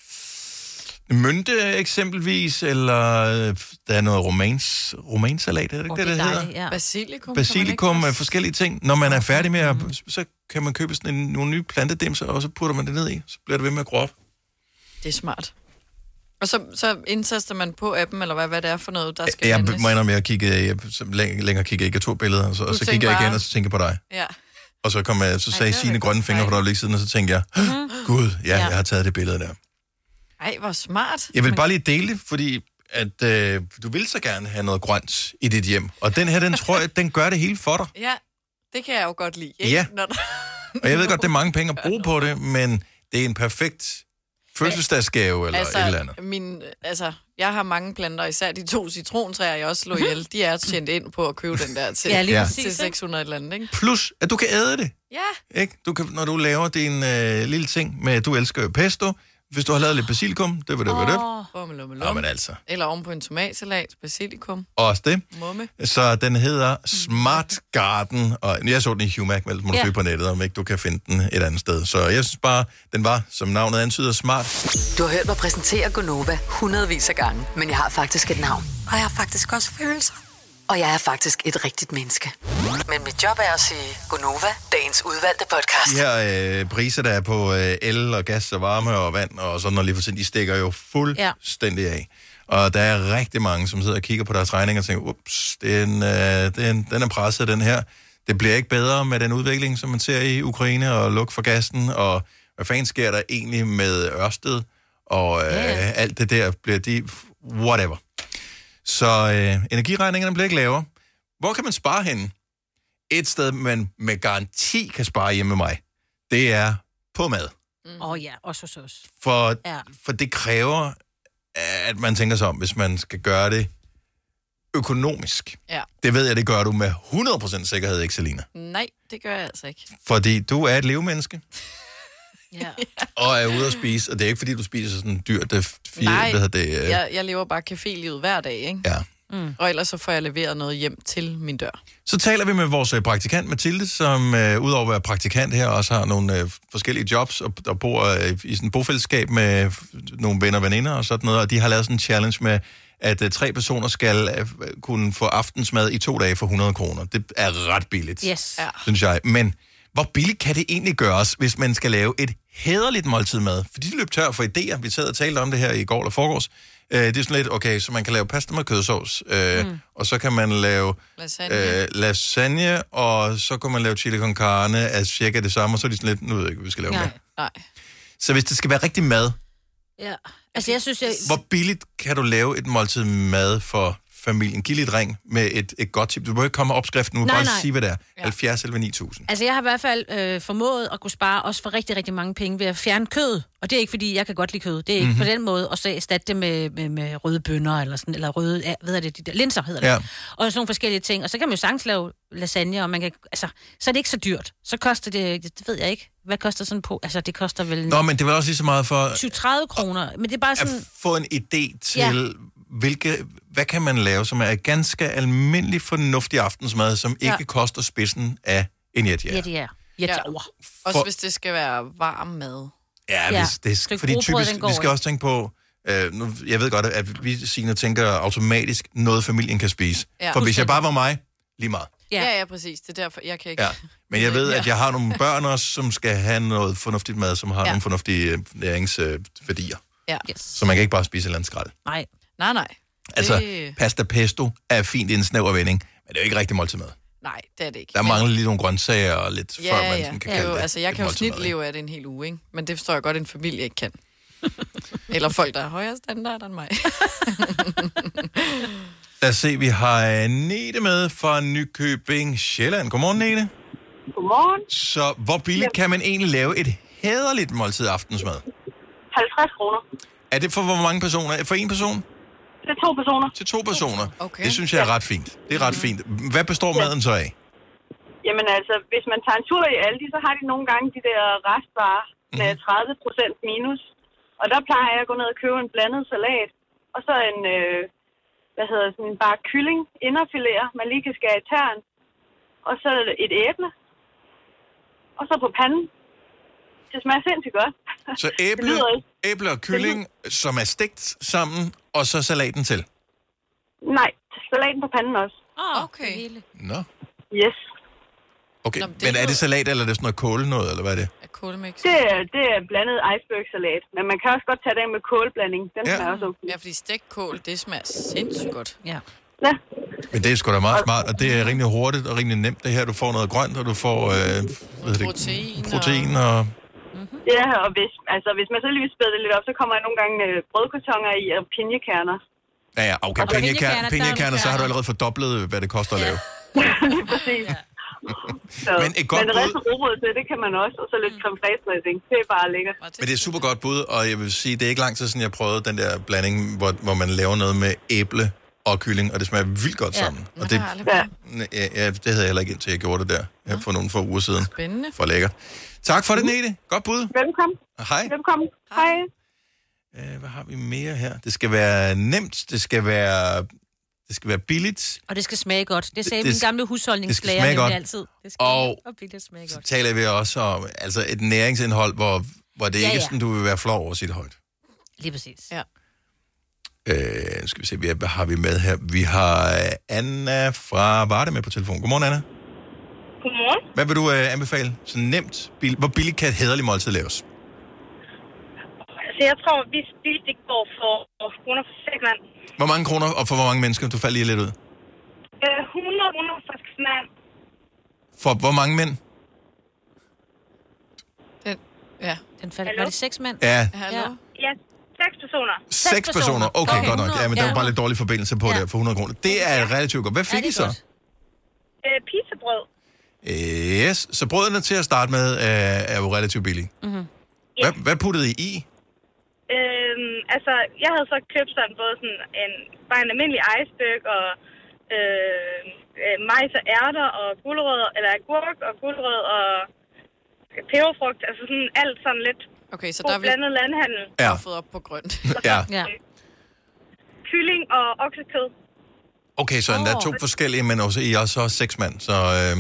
[SPEAKER 1] mynte eksempelvis, eller øh, der er noget romans, romansalat, er det ikke
[SPEAKER 2] Oh,
[SPEAKER 1] det,
[SPEAKER 2] det
[SPEAKER 1] det
[SPEAKER 2] er
[SPEAKER 1] hedder?
[SPEAKER 2] dejligt, ja. Basilikum.
[SPEAKER 1] Basilikum med forskellige ting. Når man er færdig med at, så kan man købe sådan en, nogle nye plantedimser, og så putter man det ned i, så bliver det ved med at gro op.
[SPEAKER 2] Det er smart. Og så, så indtaster man på appen, eller hvad, hvad det er for noget, der skal
[SPEAKER 1] Jeg
[SPEAKER 2] handles.
[SPEAKER 1] må indrømme, jeg kiggede, jeg, så længere, længere kiggede jeg ikke to billeder, og så, og så
[SPEAKER 2] tænker
[SPEAKER 1] kiggede jeg igen,
[SPEAKER 2] bare-
[SPEAKER 1] og så tænkte jeg på dig.
[SPEAKER 2] Ja.
[SPEAKER 1] Og så, kom jeg, så sagde Signe grønne fingre for et øjeblik siden, og så tænkte jeg, gud, ja, jeg har taget det billede der.
[SPEAKER 2] Ej, hvor smart.
[SPEAKER 1] Jeg vil bare lige dele det, fordi at, øh, du vil så gerne have noget grønt i dit hjem. Og den her, den tror jeg, den gør det hele for dig.
[SPEAKER 2] Ja, det kan jeg jo godt lide. Ikke?
[SPEAKER 1] Ja.
[SPEAKER 2] Når der...
[SPEAKER 1] Og jeg ved godt, det er mange penge at bruge på det, men det er en perfekt fødselsdagsgave eller
[SPEAKER 2] altså,
[SPEAKER 1] et eller andet.
[SPEAKER 2] Min, altså, jeg har mange planter, især de to citrontræer, jeg også slog ihjel. De er tjent ind på at købe den der til,
[SPEAKER 1] Ja, lige
[SPEAKER 2] ja.
[SPEAKER 1] præcis,
[SPEAKER 2] til seks hundrede eller andet, ikke?
[SPEAKER 1] Plus, at du kan æde det.
[SPEAKER 2] Ja.
[SPEAKER 1] Ikke? Du kan, når du laver din øh, lille ting med, du elsker jo pesto, hvis du har lavet lidt basilikum, det vil det være det.
[SPEAKER 2] Bumme, lumme,
[SPEAKER 1] Nå,
[SPEAKER 2] lumme.
[SPEAKER 1] men altså.
[SPEAKER 2] Eller oven på en tomatsalat, basilikum.
[SPEAKER 1] Også det.
[SPEAKER 2] Mumme.
[SPEAKER 1] Så den hedder Smart Garden, og jeg så den i Humac, men må du
[SPEAKER 2] Ja.
[SPEAKER 1] søge på nettet, om ikke du kan finde den et andet sted. Så jeg synes bare, den var, som navnet antyder, smart.
[SPEAKER 5] Du har hørt mig præsentere Gonova hundredvis af gange, men jeg har faktisk et navn. Og jeg har faktisk også følelser. Og jeg er faktisk et rigtigt menneske. Men mit job er at sige Gonova, dagens udvalgte podcast.
[SPEAKER 1] De her øh, priser, der er på øh, el og gas og varme og vand og sådan noget lige for tiden, de stikker jo fuldstændig af. Og der er rigtig mange, som sidder og kigger på deres regninger og tænker, ups, den, øh, den, den er presset, den her. Det bliver ikke bedre med den udvikling, som man ser i Ukraine og luk for gassen, og hvad fanden sker der egentlig med Ørsted, og øh, yeah. alt det der bliver de, whatever. Så øh, energiregningerne bliver ikke lavere. Hvor kan man spare henne? Et sted, man med garanti kan spare hjemme med mig, det er på mad.
[SPEAKER 3] Åh mm. oh, ja, også hos os.
[SPEAKER 1] For,
[SPEAKER 3] Ja.
[SPEAKER 1] for det kræver, at man tænker sig om, hvis man skal gøre det økonomisk.
[SPEAKER 2] Ja.
[SPEAKER 1] Det ved jeg, det gør du med hundrede procent sikkerhed, ikke, Selina?
[SPEAKER 2] Nej, det gør jeg altså ikke.
[SPEAKER 1] Fordi du er et levemenneske,
[SPEAKER 2] Ja.
[SPEAKER 1] og er ude at spise, og det er ikke, fordi du spiser sådan dyrt, det fire,
[SPEAKER 2] Nej,
[SPEAKER 1] hvad hedder det, øh,
[SPEAKER 2] jeg, jeg lever bare cafélivet hver dag, ikke?
[SPEAKER 1] Ja.
[SPEAKER 2] Mm. Og ellers så får jeg leveret noget hjem til min dør.
[SPEAKER 1] Så taler vi med vores øh, praktikant Mathilde, som øh, udover at være praktikant her, også har nogle øh, forskellige jobs, og, og bor øh, i sådan et bofællesskab med f- nogle venner og veninder og sådan noget, og de har lavet sådan en challenge med, at øh, tre personer skal øh, kunne få aftensmad i to dage for hundrede kroner. Det er ret billigt,
[SPEAKER 3] Yes. Ja.
[SPEAKER 1] synes jeg. Men hvor billigt kan det egentlig gøres, hvis man skal lave et hæderligt måltid mad? Fordi de løb tør for idéer. Vi sad og talte om det her i går eller forgårs. Øh, det er sådan lidt, okay, så man kan lave pasta med kødsovs, øh, mm. og så kan man lave
[SPEAKER 2] Lasagne.
[SPEAKER 1] øh, lasagne, og så kan man lave chili con carne af cirka det samme, og så er de sådan lidt, nu ved jeg ikke, hvad vi skal lave med.
[SPEAKER 2] Nej, nej.
[SPEAKER 1] Så hvis det skal være rigtig mad,
[SPEAKER 3] Ja. Altså, jeg synes, jeg...
[SPEAKER 1] hvor billigt kan du lave et måltid mad for familien? Giv lidt ring med et, et godt tip. Du må ikke komme med opskriften, du må
[SPEAKER 3] Nej,
[SPEAKER 1] bare
[SPEAKER 3] nej.
[SPEAKER 1] sige, hvad det er. Ja. halvfjerds eller ni tusind.
[SPEAKER 3] Altså, jeg har i hvert fald øh, formået at kunne spare også for rigtig, rigtig mange penge ved at fjerne kød. Og det er ikke, fordi jeg kan godt lide kød. Det er ikke
[SPEAKER 1] Mhm.
[SPEAKER 3] mm-hmm. på den måde. Og så erstatte det med, med, med røde bønner, eller sådan, eller røde, ja, hvad er det, de der, linser hedder det.
[SPEAKER 1] Ja.
[SPEAKER 3] Og sådan nogle forskellige ting. Og så kan man jo sagtens lave lasagne, og man kan, altså, så er det ikke så dyrt. Så koster det, det ved jeg ikke, hvad koster sådan på? Altså, det koster vel
[SPEAKER 1] Nå, men det var også lige så meget for
[SPEAKER 3] tyve til tredive kroner. Men det er bare sådan...
[SPEAKER 1] at få en idé til,
[SPEAKER 3] Ja.
[SPEAKER 1] hvilke, hvad kan man lave, som er ganske almindelig fornuftig aftensmad, som ikke
[SPEAKER 2] Ja.
[SPEAKER 1] koster spidsen af en jetjager.
[SPEAKER 3] Ja, det er. Ja,
[SPEAKER 2] Ja.
[SPEAKER 3] over.
[SPEAKER 2] Også
[SPEAKER 1] For-
[SPEAKER 2] hvis det skal være varm mad.
[SPEAKER 1] Ja,
[SPEAKER 3] Ja.
[SPEAKER 1] hvis det,
[SPEAKER 3] Stykke
[SPEAKER 1] fordi
[SPEAKER 3] rugbrød,
[SPEAKER 1] typisk,
[SPEAKER 3] den går
[SPEAKER 1] vi skal
[SPEAKER 3] ikke.
[SPEAKER 1] også tænke på, øh, nu, jeg ved godt, at vi, Signe, tænker automatisk noget, familien kan spise.
[SPEAKER 2] Ja.
[SPEAKER 1] For hvis jeg
[SPEAKER 2] Fuldstændig.
[SPEAKER 1] bare var mig, lige meget.
[SPEAKER 2] Ja, ja, ja præcis. Det er derfor, jeg kan ikke...
[SPEAKER 1] Ja. Men jeg ved,
[SPEAKER 2] Ja.
[SPEAKER 1] at jeg har nogle børn også, som skal have noget fornuftigt mad, som har
[SPEAKER 2] Ja.
[SPEAKER 1] nogle fornuftige øh, næringsværdier.
[SPEAKER 2] Ja.
[SPEAKER 3] Yes.
[SPEAKER 1] Så man kan ikke bare spise et eller andet skrald.
[SPEAKER 3] Nej.
[SPEAKER 2] Nej, nej.
[SPEAKER 1] Altså,
[SPEAKER 2] Det...
[SPEAKER 1] pasta pesto er fint i en snæver vending, men det er jo ikke rigtig måltid mad.
[SPEAKER 2] Nej, det er det ikke.
[SPEAKER 1] Der mangler lige nogle grøntsager og lidt,
[SPEAKER 2] Ja,
[SPEAKER 1] før man
[SPEAKER 2] ja.
[SPEAKER 1] sådan kan
[SPEAKER 2] ja,
[SPEAKER 1] kalde
[SPEAKER 2] jo,
[SPEAKER 1] det
[SPEAKER 2] altså, jeg
[SPEAKER 1] et
[SPEAKER 2] kan jo
[SPEAKER 1] måltid
[SPEAKER 2] snit
[SPEAKER 1] mad,
[SPEAKER 2] leve af det en hel uge, ikke? Men det forstår jeg godt, en familie ikke kan. Eller folk, der er højere standard end mig.
[SPEAKER 1] Lad os se, vi har Nete med fra Nykøbing Sjælland. Godmorgen, Nete.
[SPEAKER 18] Godmorgen.
[SPEAKER 1] Så hvor billigt kan man egentlig lave et hæderligt måltid aftensmad?
[SPEAKER 18] halvtreds kroner.
[SPEAKER 1] Er det for hvor mange personer? For en person?
[SPEAKER 21] Til to personer.
[SPEAKER 1] Til to personer.
[SPEAKER 21] Okay.
[SPEAKER 1] Det synes jeg er ret fint. Det er ret fint. Hvad består
[SPEAKER 21] Ja.
[SPEAKER 1] maden så af?
[SPEAKER 21] Jamen altså, hvis man tager en tur i Aldi, så har de nogle gange de der restvarer med tredive procent minus. Og der plejer jeg at gå ned og købe en blandet salat. Og så en, øh, hvad hedder sådan en bare kylling, inderfiléer, man lige kan skære i tern. Og så et æble. Og så på panden. Det smager sindssygt godt.
[SPEAKER 1] Så æble, æble og kylling, som er stegt sammen, og så salaten til?
[SPEAKER 21] Nej, salaten på panden også.
[SPEAKER 2] Oh, okay.
[SPEAKER 1] Nå.
[SPEAKER 21] Yes.
[SPEAKER 1] Okay, Nå, men er det salat, eller er det sådan noget kål noget, eller hvad er det?
[SPEAKER 2] Kålemix.
[SPEAKER 21] Det er, det er blandet iceberg-salat, men man kan også godt tage det med kålblanding. Den ja. smager også okay.
[SPEAKER 2] Ja, fordi stegt kål, det smager sindssygt godt.
[SPEAKER 3] Ja.
[SPEAKER 21] Ja.
[SPEAKER 1] Men det er sgu da meget smart, og det er rimelig hurtigt og rimelig nemt det her. Du får noget grønt, og du får øh, hvad det,
[SPEAKER 2] protein,
[SPEAKER 1] protein og...
[SPEAKER 21] Mm-hmm. Ja, og hvis, altså, hvis man så lige vil spæde det lidt op, så kommer der nogle gange øh, brødkartoner i og pinjekerner.
[SPEAKER 1] Ja, ja, okay. Pinjekerner, pinjekerner, så har du allerede fordoblet, hvad det koster at lave.
[SPEAKER 21] Præcis. Så,
[SPEAKER 1] Men et godt
[SPEAKER 21] men det
[SPEAKER 1] bud-
[SPEAKER 21] rest rugbrød til, det kan man også, og så lidt creme fraiche dressing. Det er bare lækkert.
[SPEAKER 1] Men det er super godt bud, og jeg vil sige, det er ikke lang tid siden, jeg prøvede den der blanding, hvor, hvor man laver noget med æble og kylling, og det smager vildt godt
[SPEAKER 2] Ja.
[SPEAKER 1] sammen. Og det,
[SPEAKER 21] Ja.
[SPEAKER 1] ja, ja, det havde jeg heller ikke indtil jeg gjorde det der ja. for nogle få uger siden.
[SPEAKER 2] Spændende.
[SPEAKER 1] For lækkert. Tak for det, Nete. Godt bud.
[SPEAKER 21] Velkommen.
[SPEAKER 1] Hej.
[SPEAKER 21] Velkommen. Hej.
[SPEAKER 1] Øh, hvad har vi mere her? Det skal være nemt, det skal være, det skal være billigt.
[SPEAKER 3] Og det skal smage godt. Det sagde
[SPEAKER 1] Det-
[SPEAKER 3] min gamle
[SPEAKER 1] det
[SPEAKER 3] husholdningslærer
[SPEAKER 1] skal smage
[SPEAKER 3] nemlig
[SPEAKER 1] godt.
[SPEAKER 3] altid. Det skal
[SPEAKER 1] Og
[SPEAKER 3] og billigt smage
[SPEAKER 1] så
[SPEAKER 3] godt.
[SPEAKER 1] taler vi også om altså et næringsindhold, hvor, hvor det
[SPEAKER 3] Ja,
[SPEAKER 1] ikke er
[SPEAKER 3] ja.
[SPEAKER 1] sådan, du vil være flov over sit højt.
[SPEAKER 3] Lige præcis.
[SPEAKER 2] Ja.
[SPEAKER 1] Øh, nu skal vi se, hvad har vi med her? Vi har øh, Anna fra Varde med på telefon. Godmorgen, Anna.
[SPEAKER 21] Godmorgen.
[SPEAKER 1] Hvad vil du øh, anbefale? Så nemt, bill- hvor billigt kan et hæderligt måltid laves?
[SPEAKER 21] Altså, jeg tror, vi spildte i går for kroner for seks mand.
[SPEAKER 1] Hvor mange kroner, og for hvor mange mennesker? Du faldt lige lidt ud.
[SPEAKER 21] Øh, hundrede kroner for seks mand.
[SPEAKER 1] For hvor mange mænd?
[SPEAKER 2] Den, ja.
[SPEAKER 3] Den faldt. Var det seks mænd?
[SPEAKER 1] Ja.
[SPEAKER 21] Hallo? Ja, seks personer.
[SPEAKER 1] Seks personer. Okay,
[SPEAKER 21] Okay.
[SPEAKER 1] godt nok. Ja, men der var
[SPEAKER 21] Ja.
[SPEAKER 1] bare lidt dårlig forbindelse på
[SPEAKER 21] Ja.
[SPEAKER 1] det for hundrede kroner. Det er relativt godt. Hvad fik I så?
[SPEAKER 21] Øh, pizzabrød.
[SPEAKER 1] Yes, så brødene til at starte med øh, er jo relativt billige.
[SPEAKER 21] Mm-hmm.
[SPEAKER 1] Hvad, hvad puttede I i?
[SPEAKER 21] Øhm, altså, jeg havde så købt sådan både sådan en, bare en almindelig iceberg og øh, øh, majs og ærter og gulerød, eller agurk og gulerød og peberfrugt. Altså sådan alt sådan lidt
[SPEAKER 2] Okay, så
[SPEAKER 21] god
[SPEAKER 2] der er vi
[SPEAKER 21] blandet landhandel.
[SPEAKER 1] Ja.
[SPEAKER 2] fået op på grønt.
[SPEAKER 1] Ja.
[SPEAKER 21] Ja. Kylling og oksekød.
[SPEAKER 1] Okay, så endda to forskellige, men også I er også seks mand, så... Øhm,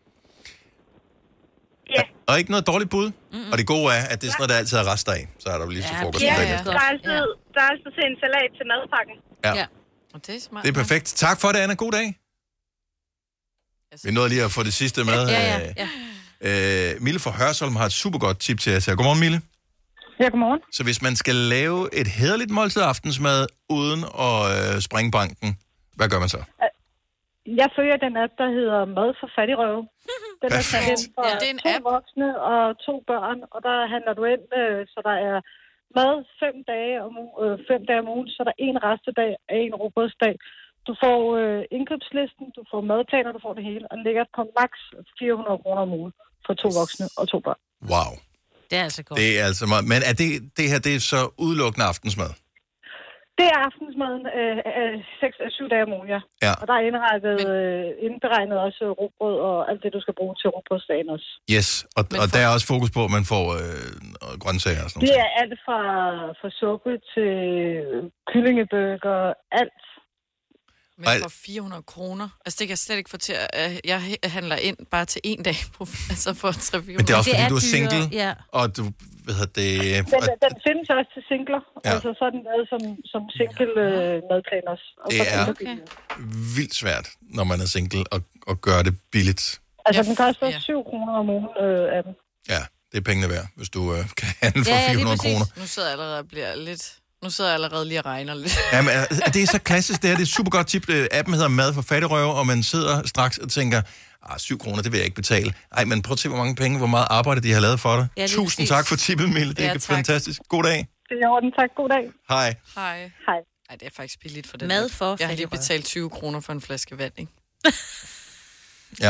[SPEAKER 21] Ja.
[SPEAKER 1] Og ikke noget dårligt bud. Mm-hmm. Og det gode er, at det er sådan noget, der altid er rester af. Så er der jo lige til frokost.
[SPEAKER 21] Ja,
[SPEAKER 1] Ja,
[SPEAKER 21] ja. Der er altid, der er altid til en salat til madpakken.
[SPEAKER 1] Ja.
[SPEAKER 21] Ja.
[SPEAKER 2] Og det er smart.
[SPEAKER 1] Det er perfekt. Tak for det, Anna. God dag. Vi nåede lige at få det sidste med.
[SPEAKER 21] Ja, ja, ja.
[SPEAKER 1] Øh, Mille fra Hørsholm har et super godt tip til os her. Godmorgen, Mille.
[SPEAKER 22] Ja, godmorgen.
[SPEAKER 1] Så hvis man skal lave et hæderligt måltid aftensmad uden at øh, springe banken, hvad gør man så?
[SPEAKER 22] Jeg følger den app, der hedder Mad for fattigrøve. Den er sat ind for
[SPEAKER 2] Ja, det er en
[SPEAKER 22] to
[SPEAKER 2] app.
[SPEAKER 22] voksne og to børn, og der handler du ind, øh, så der er mad fem dage om, u- øh, fem dage om ugen, så der er en restedag og en rugbrødsdag. Du får øh, indkøbslisten, du får madplaner, du får det hele, og den ligger på maks fire hundrede kroner om ugen for to voksne og to børn.
[SPEAKER 1] Wow.
[SPEAKER 3] Det er altså godt.
[SPEAKER 1] Det er altså meget. Men er det, det her, det er så udelukkende aftensmad?
[SPEAKER 22] Det er aftensmaden øh, øh, seks eller syv dage om ugen, ja.
[SPEAKER 1] Ja.
[SPEAKER 22] Og der er indrettet, øh, indberegnet også rugbrød og alt det, du skal bruge til rugbrødsdagen også.
[SPEAKER 1] Yes, og, og der er også fokus på, at man får øh, grøntsager og sådan
[SPEAKER 22] Det
[SPEAKER 1] noget.
[SPEAKER 22] er alt fra, fra suppe til kyllingebøger, alt.
[SPEAKER 2] Men for fire hundrede kroner. Altså, det kan jeg slet ikke få til at... Jeg handler ind bare til en dag, på, altså for tre fire
[SPEAKER 1] Men det er også, fordi du er
[SPEAKER 22] dyre,
[SPEAKER 1] single,
[SPEAKER 22] ja.
[SPEAKER 1] og du, hvad hedder det...
[SPEAKER 22] Den, den findes også til singler.
[SPEAKER 1] Ja.
[SPEAKER 22] Ja. Altså så er den lavet som, som single øh, madplan også. Og
[SPEAKER 1] Det
[SPEAKER 22] så
[SPEAKER 1] er
[SPEAKER 22] okay.
[SPEAKER 1] vildt svært, når man er single, at, at gøre det billigt.
[SPEAKER 22] Altså den koster syv kroner om ugen øh, af den.
[SPEAKER 1] Ja, det er pengene værd, hvis du øh, kan handle for fire hundrede kroner.
[SPEAKER 2] Nu sidder jeg allerede og bliver lidt... Nu sidder jeg allerede lige og regner lidt.
[SPEAKER 1] Jamen, er- det er så klassisk, det her. Det er et super godt tip. Øh, Appen hedder Mad for fattigrøve, og man sidder straks og tænker, ah, syv kroner, det vil jeg ikke betale. Ej, men prøv at se, hvor mange penge, hvor meget arbejde de har lavet for dig.
[SPEAKER 22] Ja, lige
[SPEAKER 1] Tusind
[SPEAKER 22] præcis.
[SPEAKER 1] tak for tippet, Mille. Det
[SPEAKER 22] Ja,
[SPEAKER 1] er
[SPEAKER 22] tak.
[SPEAKER 1] fantastisk. God dag.
[SPEAKER 22] Det er i orden. Tak. God dag.
[SPEAKER 1] Hej.
[SPEAKER 2] Hej.
[SPEAKER 22] Hej.
[SPEAKER 2] Ej, det er faktisk billigt for den.
[SPEAKER 3] Mad
[SPEAKER 2] app.
[SPEAKER 3] for
[SPEAKER 2] Jeg har lige
[SPEAKER 3] fattigrøve.
[SPEAKER 2] betalt tyve kroner for en flaske vand, ikke?
[SPEAKER 1] Ja.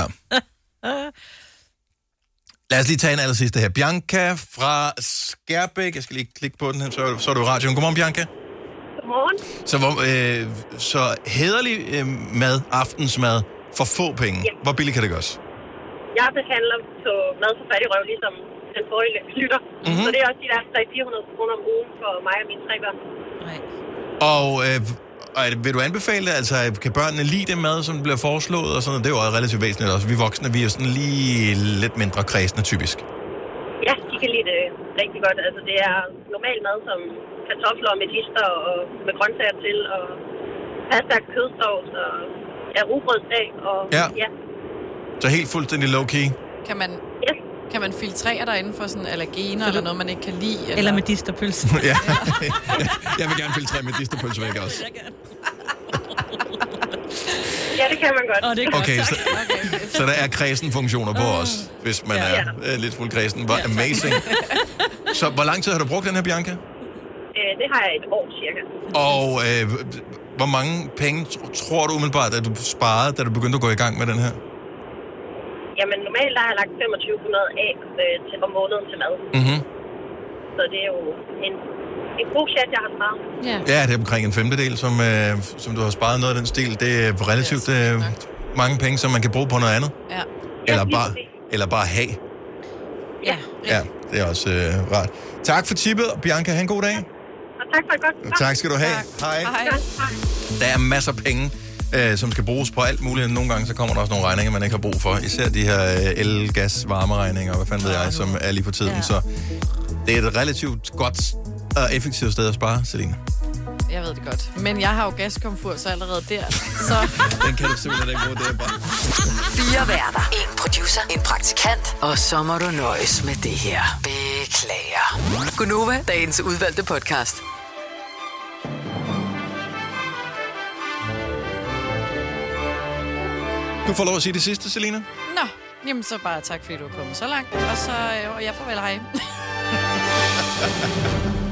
[SPEAKER 1] Lad os lige tage en aller sidste her. Bianca fra Skærbæk. Jeg skal lige klikke på den her, så, så er du i radioen. Godmorgen, Bianca.
[SPEAKER 6] Godmorgen.
[SPEAKER 1] Så, hvor, øh, så hæderlig øh, mad, aftensmad, for få penge.
[SPEAKER 6] Ja.
[SPEAKER 1] Hvor billigt kan det gøres?
[SPEAKER 6] Jeg behandler på mad for fattig røv, ligesom den forrige lytter.
[SPEAKER 1] Mhm.
[SPEAKER 6] Så det er også de der tre til fire hundrede kroner om ugen for mig og mine tre børn.
[SPEAKER 1] Og øh, og er det- vil du anbefale det? Altså, kan børnene lide det mad, som bliver foreslået? Og sådan noget? Det er jo også relativt væsentligt også. Vi voksne, vi er jo sådan lige lidt mindre kredsende, typisk.
[SPEAKER 6] Ja, de kan lide det rigtig godt. Altså, det er normal mad som kartofler og medister og med grøntsager til, og pasta, kødsovs og ja, rugbrødsdag. Og,
[SPEAKER 1] Ja.
[SPEAKER 6] ja.
[SPEAKER 1] Så helt fuldstændig low-key.
[SPEAKER 2] Kan man,
[SPEAKER 6] yes.
[SPEAKER 2] kan man filtrere derinde for sådan allergener, eller noget, man ikke kan lide? Eller,
[SPEAKER 3] Eller medisterpølse.
[SPEAKER 1] Ja. Jeg vil gerne filtrere med medisterpølse væk også.
[SPEAKER 6] Ja, det kan man godt.
[SPEAKER 3] Oh, det er godt.
[SPEAKER 1] Okay, så, så der er kredsen-funktioner på os, hvis man er øh, lidt fuld kredsen. Hvor amazing. Så hvor lang tid har du brugt den her, Bianca?
[SPEAKER 6] Øh, det har jeg et år cirka.
[SPEAKER 1] Og øh, hvor mange penge tr- tror du umiddelbart, at du sparede, da du begyndte at gå i gang med den her?
[SPEAKER 6] Jamen, normalt der har jeg lagt femogtyve hundrede af øh, til, om måneden til mad.
[SPEAKER 1] Mm-hmm.
[SPEAKER 6] Så det er jo en, en god chat, jeg har sparet.
[SPEAKER 3] Ja.
[SPEAKER 1] Ja, det er omkring en femtedel, som, øh, som du har sparet noget af den stil. Det er relativt øh, mange penge, som man kan bruge på noget andet.
[SPEAKER 2] Ja.
[SPEAKER 1] Eller bare, eller bare have.
[SPEAKER 2] Ja.
[SPEAKER 1] Ja, det er også øh, rart. Tak for tippet, Bianca. Ha' en god dag.
[SPEAKER 6] Og tak for et godt program.
[SPEAKER 1] Tak skal du have. Hej.
[SPEAKER 6] Hej.
[SPEAKER 1] Der er masser af penge, øh, som skal bruges på alt muligt. Nogle gange så kommer der også nogle regninger, man ikke har brug for. Især de her øh, el, gas, varmeregninger, og hvad fanden ved jeg, som er lige på tiden. Ja. Så det er et relativt godt og effektivt sted at spare, Selina.
[SPEAKER 2] Jeg ved det godt. Men jeg har jo gaskomfur, så allerede der. Så
[SPEAKER 1] Den kan du simpelthen ikke bruge, det er bare...
[SPEAKER 5] Fire værter. En producer. En praktikant. Og så må du nøjes med det her. Beklager. Gunova, dagens udvalgte podcast.
[SPEAKER 1] Du får lov at sige det sidste, Selina.
[SPEAKER 2] Nå, jamen så bare tak, fordi du er kommet så langt. Og så, øh, og jeg farvel, hej.